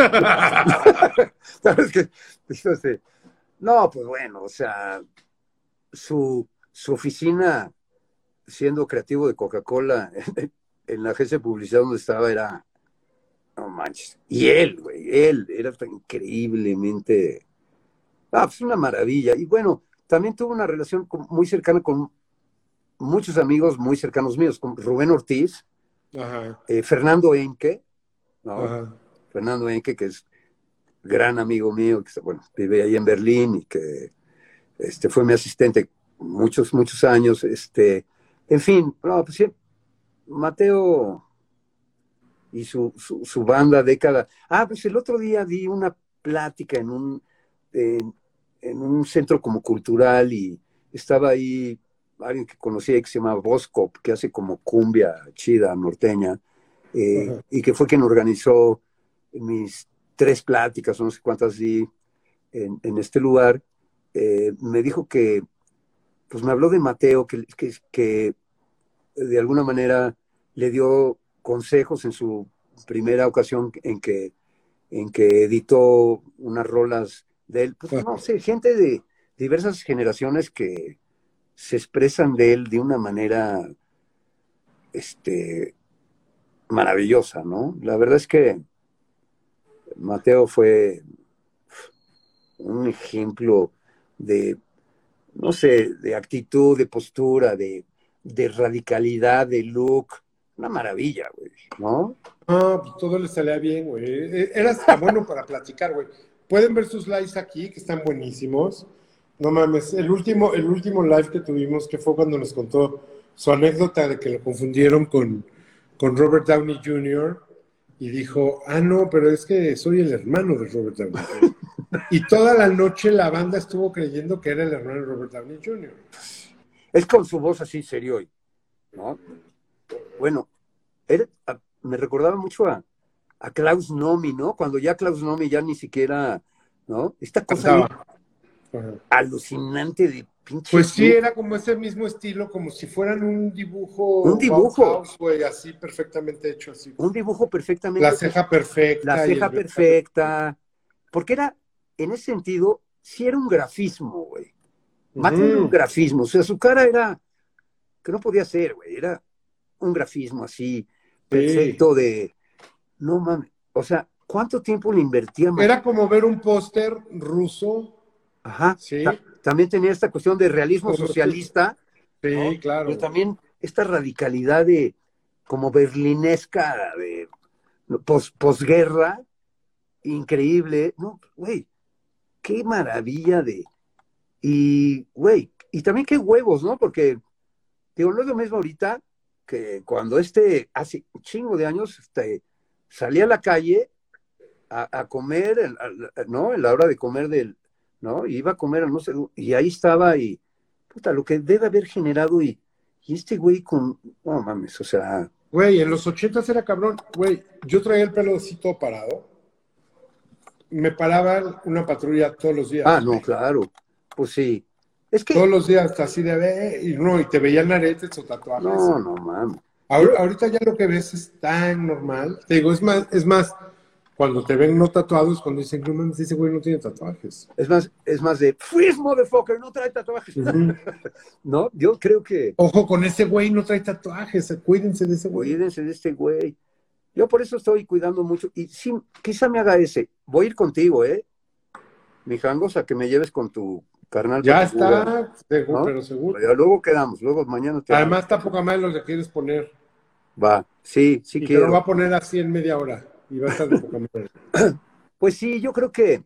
¿Sabes qué? Entonces, no, pues bueno, o sea, su, su oficina, siendo creativo de Coca-Cola, en la agencia de publicidad donde estaba, era, no manches, y él, güey, él, era tan increíblemente, ah, pues una maravilla. Y bueno, también tuvo una relación con- muy cercana con muchos amigos muy cercanos míos, con Rubén Ortiz, Ajá. eh, Fernando Enque, ¿no? Ajá. Fernando Enque, que es gran amigo mío, que bueno, vive ahí en Berlín y que este, fue mi asistente muchos, muchos años. Este, en fin, no, pues sí, Mateo y su, su, su banda década. Ah, pues el otro día di una plática en un, en, en un centro como cultural y estaba ahí alguien que conocí ahí que se llama Boscop, que hace como cumbia chida, norteña, eh, Ajá. y que fue quien organizó mis tres pláticas, o no sé cuántas di en, en este lugar, eh, me dijo que, pues me habló de Mateo, que, que, que de alguna manera le dio consejos en su primera ocasión en que, en que editó unas rolas de él. Pues no sé, gente de diversas generaciones que se expresan de él de una manera este, maravillosa, ¿no? La verdad es que Mateo fue un ejemplo de, no sé, de actitud, de postura, de, de radicalidad, de look. Una maravilla, güey, ¿no? No, pues todo le salía bien, güey. E- Era hasta bueno para platicar, güey. Pueden ver sus lives aquí, que están buenísimos. No mames, el último, el último live que tuvimos, que fue cuando nos contó su anécdota de que lo confundieron con, con Robert Downey junior y dijo, ah, no, pero es que soy el hermano de Robert Downey junior Y toda la noche la banda estuvo creyendo que era el hermano de Robert Downey junior Es con su voz así serio, ¿no? Bueno, él, a, me recordaba mucho a, a Klaus Nomi, ¿no? Cuando ya Klaus Nomi ya ni siquiera, ¿no? Esta cosa ahí Cantaba. Ajá. alucinante de pinche. Pues sí, look. era como ese mismo estilo, como si fueran un dibujo. Un dibujo. Bauhaus, güey, así perfectamente hecho, así. Un dibujo perfectamente. La ceja perfecta. La y ceja el- perfecta. Porque era, en ese sentido, sí era un grafismo, güey. Más Ujú. que un grafismo. O sea, su cara era, que no podía ser, güey. Era un grafismo así, perfecto de, no mames. O sea, ¿cuánto tiempo le invertía? Ma- Era como ver un póster ruso. Ajá. Sí. Ta- también tenía esta cuestión de realismo Como- socialista, Sí, ¿no? claro. Pero también esta radicalidad de, como berlinesca, de pos- posguerra, increíble. No, güey, qué maravilla de. Y, güey, y también qué huevos, ¿no? Porque, digo, no es lo mismo ahorita que cuando este, hace un chingo de años, este, salía a la calle a, a comer, en- a- ¿no? En la hora de comer del, ¿no? Y iba a comer, no sé, y ahí estaba y, puta, lo que debe haber generado y, y este güey con, no mames, o sea, Güey, en los ochentas era cabrón. Güey, yo traía el pelo así todo parado. Me paraba una patrulla todos los días. ah, no, claro, pues sí, es que, Todos los días así de ve, y no, y te veían aretes o tatuajes. no, no mames, Ahor- Ahorita ya lo que ves es tan normal. Te digo, es más, es más, cuando te ven no tatuados, cuando dicen, no mames, ese güey no tiene tatuajes. es más, es más de, freeze, motherfucker, no trae tatuajes, ¿no? Yo creo que, Ojo con ese güey, no trae tatuajes, cuídense de ese güey. cuídense de este güey. Yo por eso estoy cuidando mucho. Y sí, quizá me haga ese. Voy a ir contigo, ¿eh? Mi jangos, a que me lleves con tu carnal. Ya Pachuga, está, seguro, ¿no? pero seguro. Ya luego quedamos, luego mañana te Además está poca madre lo que quieres poner. va. Sí, sí y te quiero. lo va a poner así en media hora. Y va a estar de poca madre. Pues sí, yo creo que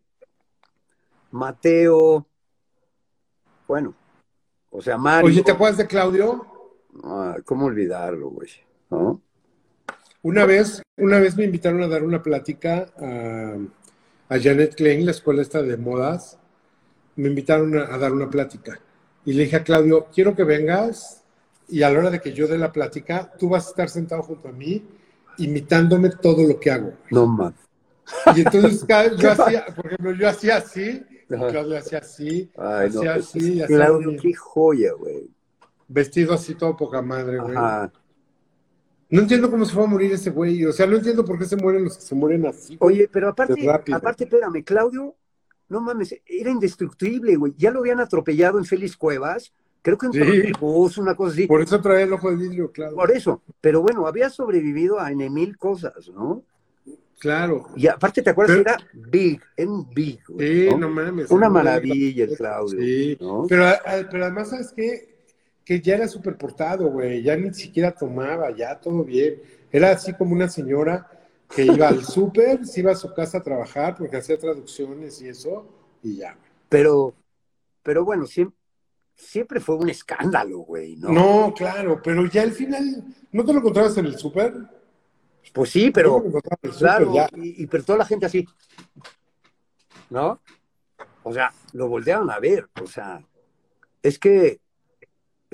Mateo, bueno, o sea, Mario. Oye, ¿te acuerdas de Claudio? Ah, ¿cómo olvidarlo, güey? ¿No? Una vez, una vez me invitaron a dar una plática a, a Janet Klein, la escuela esta de modas. Me invitaron a, a dar una plática. Y le dije a Claudio, quiero que vengas y a la hora de que yo dé la plática, tú vas a estar sentado junto a mí imitándome todo lo que hago. No mames. Y entonces cada- yo hacía, por ejemplo, yo hacía así, y Ajá. Claudio hacía así, Ay, no, hacía pues, así, y hacía Claudio, así. qué joya, güey. Vestido así todo poca madre, güey. Ajá. No entiendo cómo se fue a morir ese güey. O sea, no entiendo por qué se mueren los que se mueren así. güey. Oye, pero aparte, Es rápido. aparte, espérame, Claudio, no mames, era indestructible, güey. Ya lo habían atropellado en Félix Cuevas, creo que en Sí. Trollbús, una cosa así. Por eso traía el ojo de vidrio, claro. Por eso, pero bueno, había sobrevivido a N mil cosas, ¿no? Claro. Y aparte, ¿te acuerdas? Pero- Era big, era un big, güey, Sí, ¿no? no mames. Una no, maravilla el Claudio, Sí. ¿no? Pero, a- pero además, ¿sabes qué? Que ya era súper portado, güey. Ya ni siquiera tomaba, ya todo bien. Era así como una señora que iba al súper, se iba a su casa a trabajar porque hacía traducciones y eso, y ya. Pero, pero bueno, siempre, siempre fue un escándalo, güey, ¿no? No, claro, pero ya al final, ¿no te lo encontrabas en el súper? Pues sí, Yo pero, me lo encontraba en el claro, súper, ya. y, y pero toda la gente así, ¿no? O sea, lo voltearon a ver, o sea, es que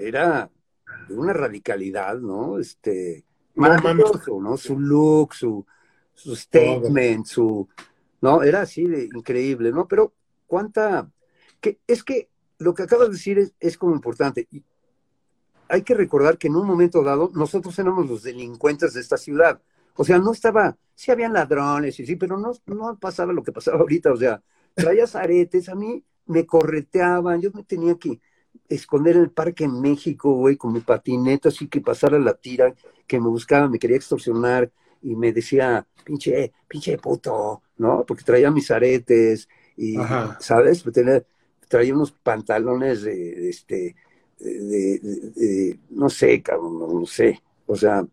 era de una radicalidad, ¿no? Este, No mames. maravilloso, ¿no? Su look, su, su statement, su, ¿no? Era así de increíble, ¿no? Pero cuánta, que, es que lo que acabas de decir es, es como importante. Y hay que recordar que en un momento dado nosotros éramos los delincuentes de esta ciudad. O sea, no estaba, sí habían ladrones y sí, pero no, no pasaba lo que pasaba ahorita. O sea, traías aretes, a mí me correteaban, yo me tenía que esconder en el Parque en México, güey, con mi patineta, así que pasara la tira, que me buscaba, me quería extorsionar y me decía, pinche, pinche puto, ¿no? Porque traía mis aretes y, Ajá. ¿sabes? Tenía, traía unos pantalones de, de este, de, de, de, no sé, cabrón, no, no sé. O sea,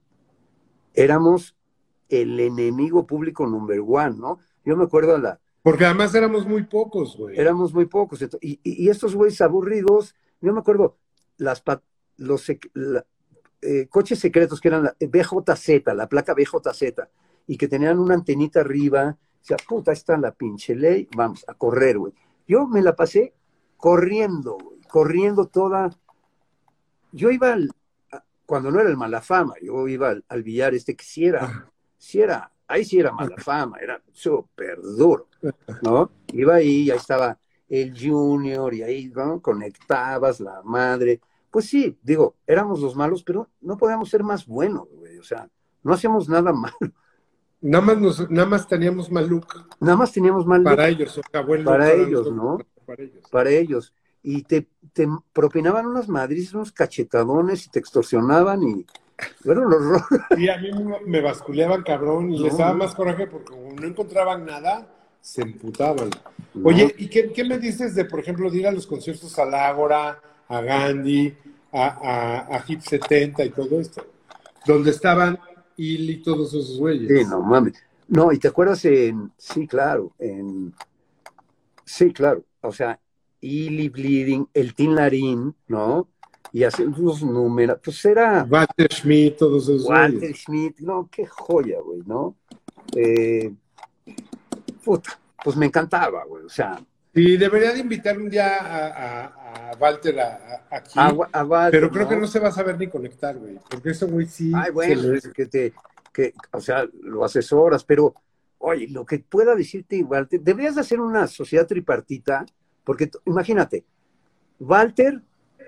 éramos el enemigo público number one, ¿no? Yo me acuerdo a la, Porque además éramos muy pocos, güey. éramos muy pocos. ento- Y, y, y estos güeyes aburridos, yo me acuerdo, las pa- los sec- la- eh, coches secretos que eran la B J Z, la placa B J Z, y que tenían una antenita arriba. O sea, puta, ahí está la pinche ley, vamos a correr, güey. Yo me la pasé corriendo, güey, corriendo toda. Yo iba al, a- cuando no era el Malafama, yo iba al, al billar este que sí era, Ajá. sí era, ahí sí era Malafama, era súper duro, ¿no? Iba ahí, y ahí estaba el Junior, y ahí, ¿no? Conectabas la madre. Pues sí, digo, éramos los malos, pero no podíamos ser más buenos, güey. O sea, no hacíamos nada malo, Nada más, nos, nada más teníamos mal look nada más teníamos mal look para ellos, o sea, buen look para ellos, nosotros, ¿no? para ellos. Para ellos. Y te, te propinaban unas madrizas, unos cachetadones y te extorsionaban y era un horror. Y a mí me, me basculeaban cabrón y No. les daba más coraje porque como no encontraban nada, se emputaban. No. Oye, ¿y qué, qué me dices de, por ejemplo, de ir a los conciertos a Ágora, a Gandhi, a, a, a Hit setenta y todo esto? Donde estaban Il y todos esos güeyes. Sí, no mames. No, y te acuerdas en, sí, claro, en, sí, claro, o sea, Illy Bleeding, el Tin Larín, ¿no? Y hacer unos números, pues era Walter Schmidt, todos esos Walter güeyes. Schmidt, no, qué joya, güey, ¿no? Eh, puta, pues me encantaba, güey, o sea, Y debería de invitar un día a, a, a Walter a, a- aquí, a, a Walter, pero creo que no se va a saber ni conectar, güey, porque eso, güey, sí Ay, se bueno, le- es que te, que, o sea, lo asesoras, pero, oye, lo que pueda decirte Walter, deberías de hacer una sociedad tripartita, porque t- imagínate, Walter,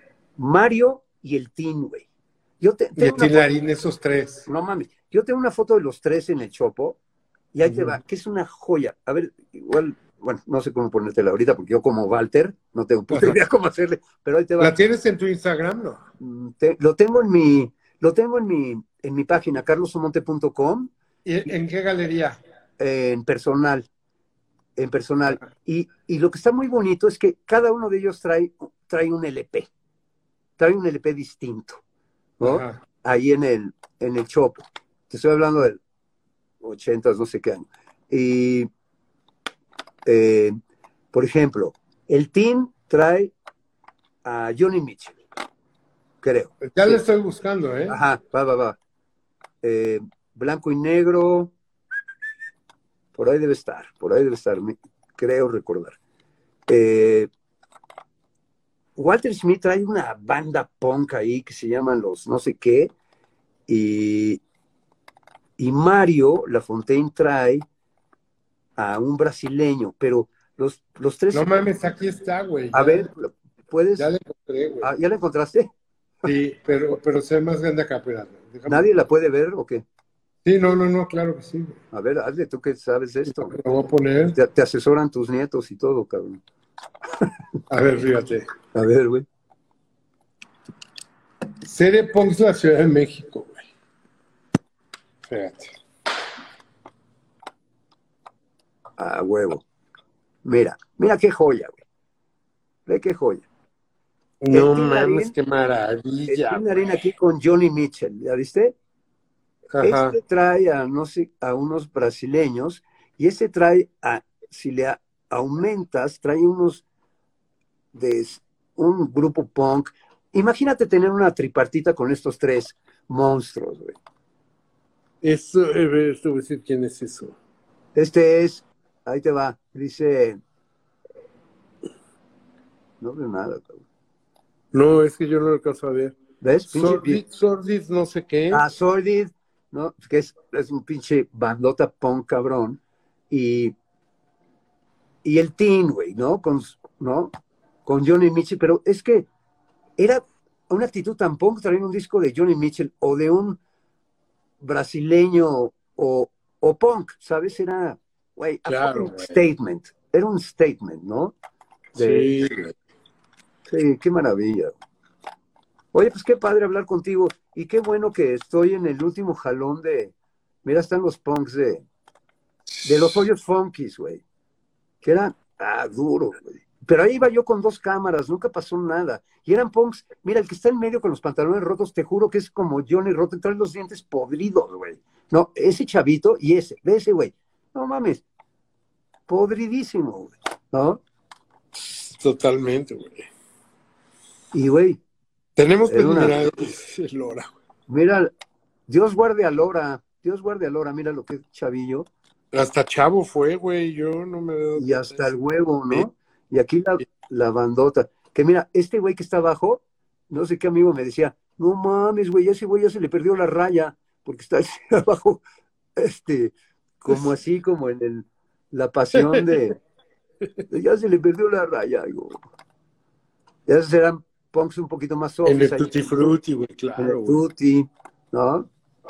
Mario y el Tin, güey. Yo te, y tengo el una Tilarín, esos tres. foto- no mames, yo tengo una foto de los tres en el Chopo, y ahí te Ujú. va, que es una joya. A ver, igual, bueno, no sé cómo ponértela ahorita, porque yo como Walter, no tengo puta Ajá. idea cómo hacerle, pero ahí te va. ¿La tienes en tu Instagram, no? Mm, te- lo tengo en mi, lo tengo en mi, en mi página, carlosomonte punto com, ¿Y en qué galería? en personal, en personal. Y, y lo que está muy bonito es que cada uno de ellos trae, trae un L P, trae un L P distinto, ¿no? Ajá. Ahí en el, en el Chopo. Te estoy hablando del ochenta, no sé qué año. Y, eh, por ejemplo, el Team trae a Johnny Mitchell, creo. Ya Sí. le estoy buscando, ¿eh? Ajá, va, va, va. Eh, blanco y negro, por ahí debe estar, por ahí debe estar, me- creo recordar. Eh, Walter Smith trae una banda punk ahí que se llaman los no sé qué, y, y Mario Lafontaine trae a un brasileño, pero los, los tres... No mames, aquí está, güey. a ya- ver, ¿puedes? Ya la encontré, güey. Ah, ¿ya la encontraste? Sí, pero, pero se ve más grande acá, espérame. Déjame- ¿Nadie la puede ver o qué? Sí, no, no, no, claro que sí, güey. A ver, hazle, tú que sabes de esto. Lo voy a poner. Te, te asesoran tus nietos y todo, cabrón. A ver, fíjate. A ver, güey. Serie Punks la Ciudad de México, güey. Fíjate. A huevo. Mira, mira qué joya, güey. Ve qué joya. No El Tim mames, Larín- qué El maravilla. Tim Larín aquí con Johnny Mitchell, ¿ya viste? Ajá. Este trae a, no sé, a unos brasileños y este trae a, si le a- aumentas, trae unos de s- un grupo punk. Imagínate tener una tripartita con estos tres monstruos, güey. Eso, a ver, esto voy a decir quién es eso. Este es, ahí te va, dice, no veo nada, cabrón. No, es que yo no lo alcanzo a ver. ¿Ves? Pinche Sordid, Sordid, no sé qué. Ah, Sordid, ¿no? Que es, es un pinche bandota punk cabrón. Y, y el Teen, güey, ¿no? Con, ¿no? Con Johnny Mitchell. Pero es que era una actitud tan punk traer un disco de Johnny Mitchell o de un brasileño o, o punk, ¿sabes? Era, güey, Claro, un güey. statement. Era un statement, ¿no? De- Sí, güey. Sí, qué maravilla. Oye, pues qué padre hablar contigo. Y qué bueno que estoy en el último jalón de. Mira, están los punks de. De los hoyos funkies, güey. Que eran. Ah, duro, güey. Pero ahí iba yo con dos cámaras, nunca pasó nada. Y eran punks. Mira, el que está en medio con los pantalones rotos, te juro que es como Johnny Rotten, trae los dientes podridos, güey. No, ese chavito y ese, ve ese, güey. No mames. Podridísimo, güey. ¿No? Totalmente, güey. Y, güey. Tenemos que Era una- mirar el Lora, güey. Mira, Dios guarde a Lora, Dios guarde a Lora, mira lo que es chavillo, Hasta Chavo fue, güey. Yo no me veo. y hasta el huevo, ¿no? Y aquí la, la bandota. Que mira, este güey que está abajo, no sé qué amigo me decía, no mames, güey, ese güey ya se le perdió la raya, porque está así abajo, este, como así, como en el, la pasión de, de ya se le perdió la raya, digo. Ya esos eran punks un poquito más En el softs ahí. Tutti Frutti, güey, En el claro, güey. Tutti, ¿no?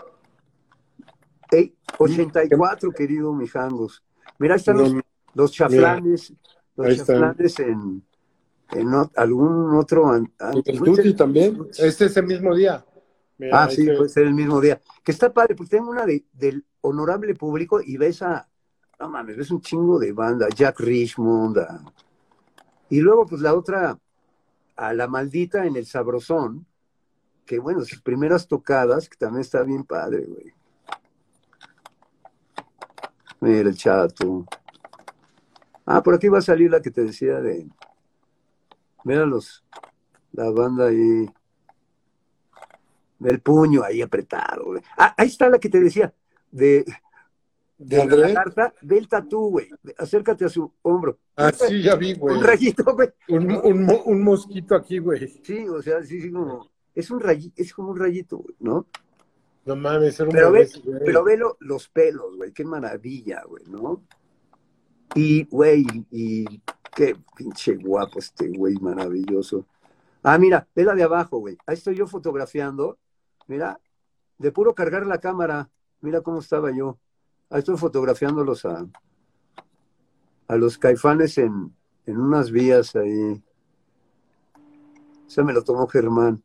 Ey, ochenta y cuatro, querido Mijangos. Mira, ahí están No, los, los chaflanes, los ahí están. chaflanes en, en o- algún otro. an- an- El puede Tutti ser- también. Este es el mismo día. Mira, Ah, sí, este- puede ser el mismo día. Que está padre, porque tengo una de, del honorable público y ves a, no mames, ves un chingo de banda, Jack Richmond, a- y luego pues la otra, a La Maldita en el Sabrosón, que bueno, sus primeras tocadas, que también está bien padre, güey. Mira el chato. Ah, por aquí va a salir la que te decía de, mira los, la banda ahí. El puño ahí apretado, güey. Ah, ahí está la que te decía, de, ¿De de la Andrés? lagarta, ve el tatú, güey. Acércate a su hombro. Ah, sí, ya vi, güey. Un rayito, güey. Un, un, mo- un mosquito aquí, güey. Sí, o sea, sí, sí, como, es un rayito, es como un rayito, güey, ¿no? No mames, era un Pero ve, bebé, güey. pero ve lo- los pelos, güey, qué maravilla, güey, ¿no? Y, güey, y qué pinche guapo este güey, maravilloso. Ah, mira, ve la de abajo, güey. Ahí estoy yo fotografiando. Mira, de puro cargar la cámara. Mira cómo estaba yo. Ahí estoy fotografiándolos a, a los Caifanes en, en unas vías ahí. Se me lo tomó Germán.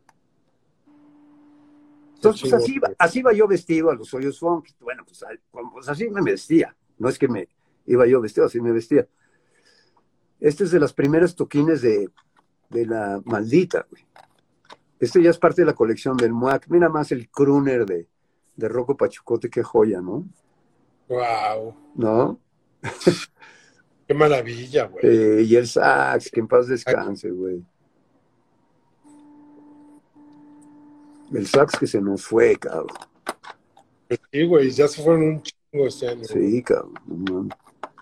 Entonces, pues, así, iba- así iba yo vestido a los hoyos funk. Bueno, pues, al- pues así me vestía. No es que me iba yo vestido, así me vestía. Este es de las primeras toquines de, de La Maldita, güey. Este ya es parte de la colección del M U A C. Mira más el crooner de, de Rocco Pachucote, qué joya, ¿no? Wow. ¿No? Qué maravilla, güey. Eh, y el sax, que en paz descanse, güey. El sax que se nos fue, cabrón. Sí, güey, ya se fueron un chingo este año. Sí, cabrón. No mames.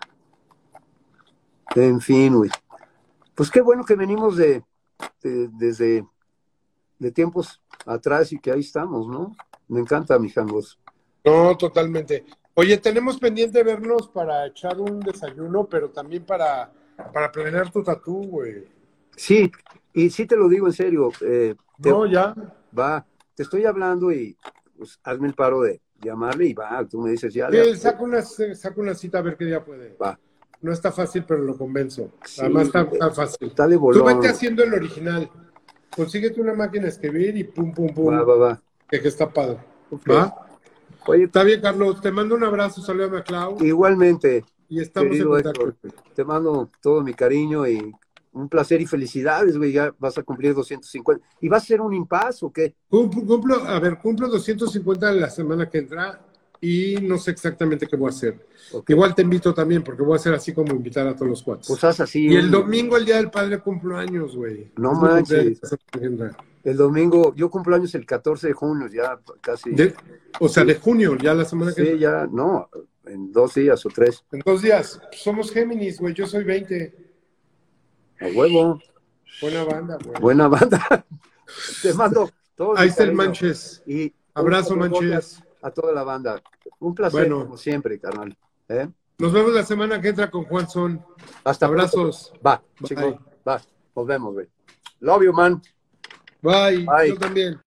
En fin, güey. Pues qué bueno que venimos de, de- desde de tiempos atrás y que ahí estamos, ¿no? Me encanta, mijangos. No, totalmente. Oye, tenemos pendiente vernos para echar un desayuno, pero también para, para planear tu tatú, güey. Sí, y sí te lo digo en serio. eh, te- No, ya. Va, te estoy hablando y pues hazme el paro de llamarle y va, tú me dices ya. Sí, le- saca una, saca una cita a ver qué día puede. Va. No está fácil, pero lo convenzo. Sí, Además está, güey. está fácil. Está de Tú bolón. vete haciendo el original. Consíguete una máquina de escribir y pum, pum, pum. Va, va, va. Que, que está padre. Ok. ¿Va? Oye, Está bien, Carlos. Te mando un abrazo. Saludame a Clau. igualmente, Y estamos querido en contacto. Héctor, te mando todo mi cariño y un placer y felicidades, güey. Ya vas a cumplir doscientos cincuenta. ¿Y vas a ser un impas o qué? Cumplo, cumplo- a ver, cumplo doscientos cincuenta la semana que entra y no sé exactamente qué voy a hacer. Ok. Igual te invito también, porque voy a hacer así como invitar a todos los cuates. Pues haz así. y el un- domingo, el Día del Padre, cumplo años, güey. No Es mi manches. cumpleaños la semana que entra. El domingo, yo cumplo años el catorce de junio, ya casi. De- o sea, de junio, ya la semana que Sí, entra. ya, no, en dos días o tres. En dos días. Somos Géminis, güey. Yo soy veinte. A huevo. Buena banda, güey. Buena banda. Te mando todo Ahí mi está el cariño. Manches. Y Abrazo, un saludo Manches. A toda la banda. Un placer, Bueno. como siempre, carnal. ¿Eh? Nos vemos la semana que entra con Juan Son. Hasta Abrazos. pronto. Va, Bye. chico. Va. Nos vemos, güey. Love you, man. Bye. Bye. Yo también.